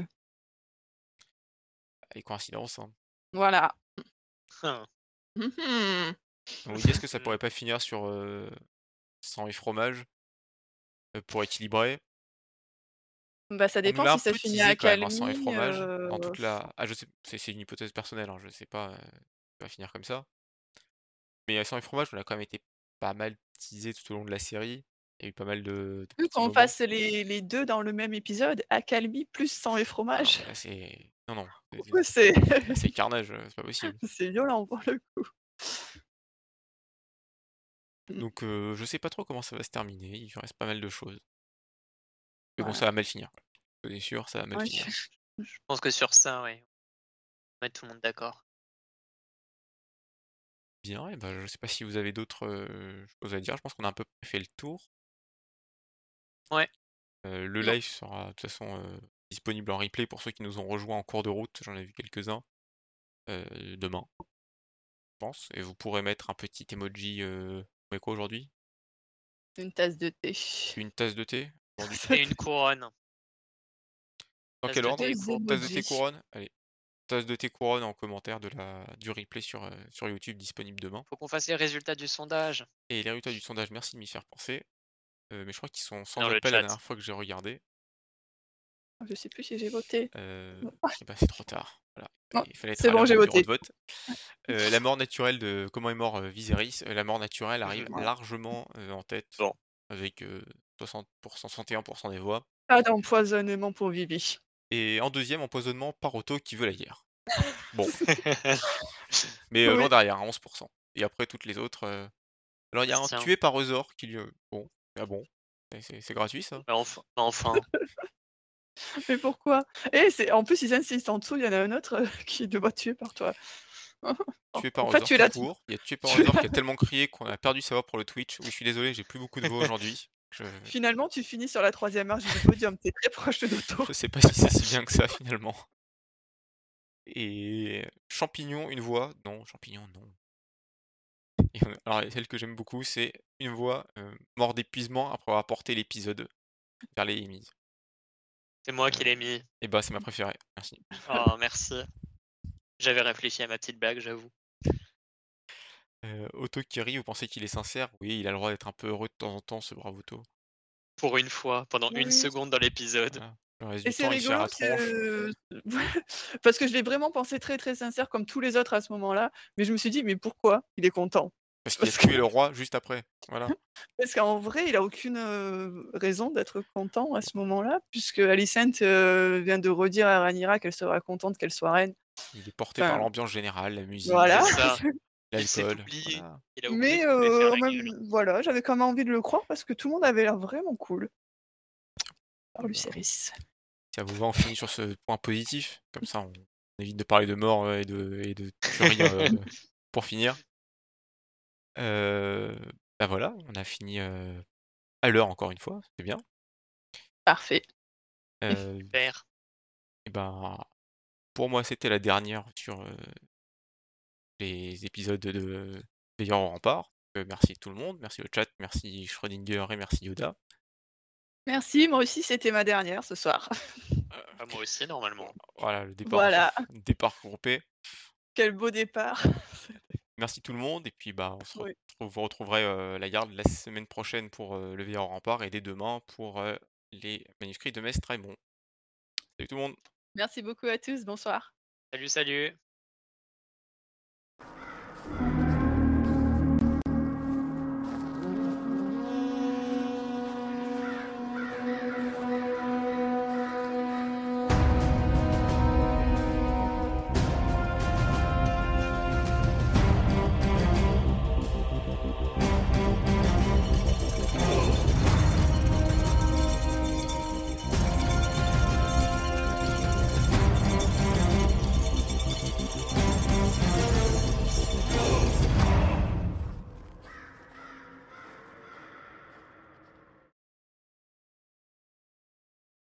S1: Les coïncidences, hein.
S3: voilà.
S2: Hein.
S3: Mmh mh.
S1: Oui, est-ce que ça
S2: Mmh.
S1: pourrait pas finir sur, sang et fromage, pour équilibrer?
S3: Bah, ça
S1: On nous
S3: dépend
S1: l'a un
S3: si ça
S1: peu
S3: finit à
S1: teasé quand même, hein, sang et
S3: accalmie,
S1: fromage, dans toute la je sais c'est une hypothèse personnelle, hein, je sais pas, ça va finir comme ça. Mais, sang et fromage, on a quand même été pas mal teasé tout au long de la série. Il y a eu pas mal de
S3: vu
S1: petits
S3: qu'on
S1: moments.
S3: fasse les 2 dans le même épisode, accalmie plus sang et
S1: Ah non,
S3: fromage.
S1: mais là c'est non, non,
S3: Ouais, c'est
S1: là c'est carnage, c'est pas possible.
S3: c'est violent pour le coup. Mmh,
S1: Donc, je sais pas trop comment ça va se terminer, il reste pas mal de choses. Mais bon,
S3: voilà.
S1: ça va mal finir. Soyez sûr, ça va mal
S3: Oui.
S1: finir.
S2: Je pense que sur ça, ouais, on va mettre tout le monde d'accord.
S1: Bien, et bah, je sais pas si vous avez d'autres, choses à dire. Je pense qu'on a un peu fait le tour.
S2: Ouais,
S1: Le
S3: Non,
S1: live sera de toute façon, disponible en replay pour ceux qui nous ont rejoints en cours de route, j'en ai vu quelques-uns, demain, je pense, et vous pourrez mettre un petit emoji, on met quoi aujourd'hui?
S3: une tasse de thé.
S1: Une tasse de thé aujourd'hui?
S2: et une couronne.
S1: Dans
S2: Tasse
S1: quel
S2: de
S1: ordre?
S2: thé et
S3: Des
S2: couronne.
S1: Tasse de thé
S3: emojis.
S1: couronne? Allez, tasse de thé couronne en commentaire du replay sur YouTube disponible demain,
S2: Faut qu'on fasse les résultats du sondage
S1: et les résultats du sondage, merci de m'y faire penser, mais je crois qu'ils sont sans
S2: dans le
S1: appel la
S2: chat.
S1: dernière fois que j'ai regardé.
S3: Je sais plus si j'ai voté.
S1: Heu
S3: Non.
S1: et bah, c'est trop tard. Voilà,
S3: Non,
S1: il fallait être
S3: c'est
S1: à
S3: bon,
S1: l'heure
S3: j'ai
S1: au bureau de
S3: voté.
S1: vote. La mort naturelle de comment est mort, Viserys, la mort naturelle arrive
S2: Mhm.
S3: Voilà.
S1: largement, en tête
S2: Bon,
S1: avec, 60 61 des voix,
S3: Pas d'empoisonnement pour Vivi.
S1: et en deuxième empoisonnement par Otto qui veut la guerre. Bon, mais,
S3: Oui,
S1: loin derrière, à 11, et après toutes les autres, alors il y a un
S2: Bastien.
S1: tué par Azor qui lui, bon, ah bon? C'est gratuit ça?
S2: Bah, enfin.
S3: mais pourquoi? Et c'est en plus, ils insistent en dessous, il y en a un autre, qui doit tuer par toi.
S1: Tué
S3: En
S1: par
S3: fait,
S1: Azor
S3: tu es
S1: tout
S3: là
S1: court. Il y a tué par
S3: tu es
S1: Azor
S3: là
S1: qui a tellement crié qu'on a perdu sa voix pour le Twitch. Oui, je suis désolé, j'ai plus beaucoup de voix aujourd'hui.
S3: finalement, tu finis sur la 3e marche du podium, tu es très proche d'Otto.
S1: Je sais pas si c'est si bien que ça finalement. Et champignon, une voix, non, champignon, non. Et alors celle que j'aime beaucoup, c'est une voix, mort d'épuisement après avoir porté l'épisode vers les Emmys.
S2: C'est moi qui
S1: Heu
S2: l'ai mis.
S1: et bah, c'est ma préférée, merci.
S2: Oh, merci. J'avais réfléchi à ma petite blague, j'avoue.
S1: Otto qui rit, vous pensez qu'il est sincère? Oui, il a le droit d'être un peu heureux de temps en temps, ce brave Otto.
S2: Pour une fois, pendant une
S3: Oui.
S2: seconde dans l'épisode.
S1: Voilà. Le reste
S3: Et
S1: du
S3: c'est
S1: temps, il se serre
S3: rigolo
S1: la tronche.
S3: parce que je l'ai vraiment pensé très, très sincère comme tous les autres à ce moment-là, mais je me suis dit: «Mais pourquoi il est content?»
S1: Parce qu'il a
S3: parce que
S1: tué le roi juste après, voilà.
S3: parce qu'en vrai, il a aucune, raison d'être content à ce moment-là, puisque Alicent, vient de redire à Rhaenyra qu'elle sera contente qu'elle soit reine.
S1: Il est porté par
S3: Enfin,
S1: l'ambiance générale, la
S3: voilà.
S2: C'est
S1: musique,
S2: ça. Il s'est
S1: l'alcool,
S2: oublié.
S1: voilà.
S2: Il a oublié
S3: Mais
S2: qu'on pouvait faire
S3: en
S2: la
S3: même
S2: gueule.
S3: voilà, j'avais quand même envie de le croire parce que tout le monde avait l'air vraiment cool.
S1: Et
S3: Par
S1: bah,
S3: Lucerys.
S1: si ça vous va, on finit sur ce point positif, comme ça on évite de parler de mort, et de tuerie, pour finir. Bah, voilà, on a fini, à l'heure encore une fois, c'est bien.
S3: Parfait.
S1: Heu
S2: Super.
S1: et ben, pour moi, c'était la dernière sur, les épisodes de Veillant au rempart. Merci tout le monde, merci le chat, merci Schrödinger et merci Yoda.
S3: Merci, moi aussi, c'était ma dernière ce soir.
S2: Bah, moi aussi normalement.
S1: Voilà,
S3: Voilà,
S1: le départ groupé.
S3: quel beau départ.
S1: Merci tout le monde et puis, bah, on se
S3: Oui.
S1: retrouve vous retrouverez, la garde la semaine prochaine pour, le Veillant au rempart et dès demain pour, les manuscrits de Mestre Aymon. Salut tout le monde!
S3: Merci beaucoup à tous, bonsoir.
S2: Salut, salut.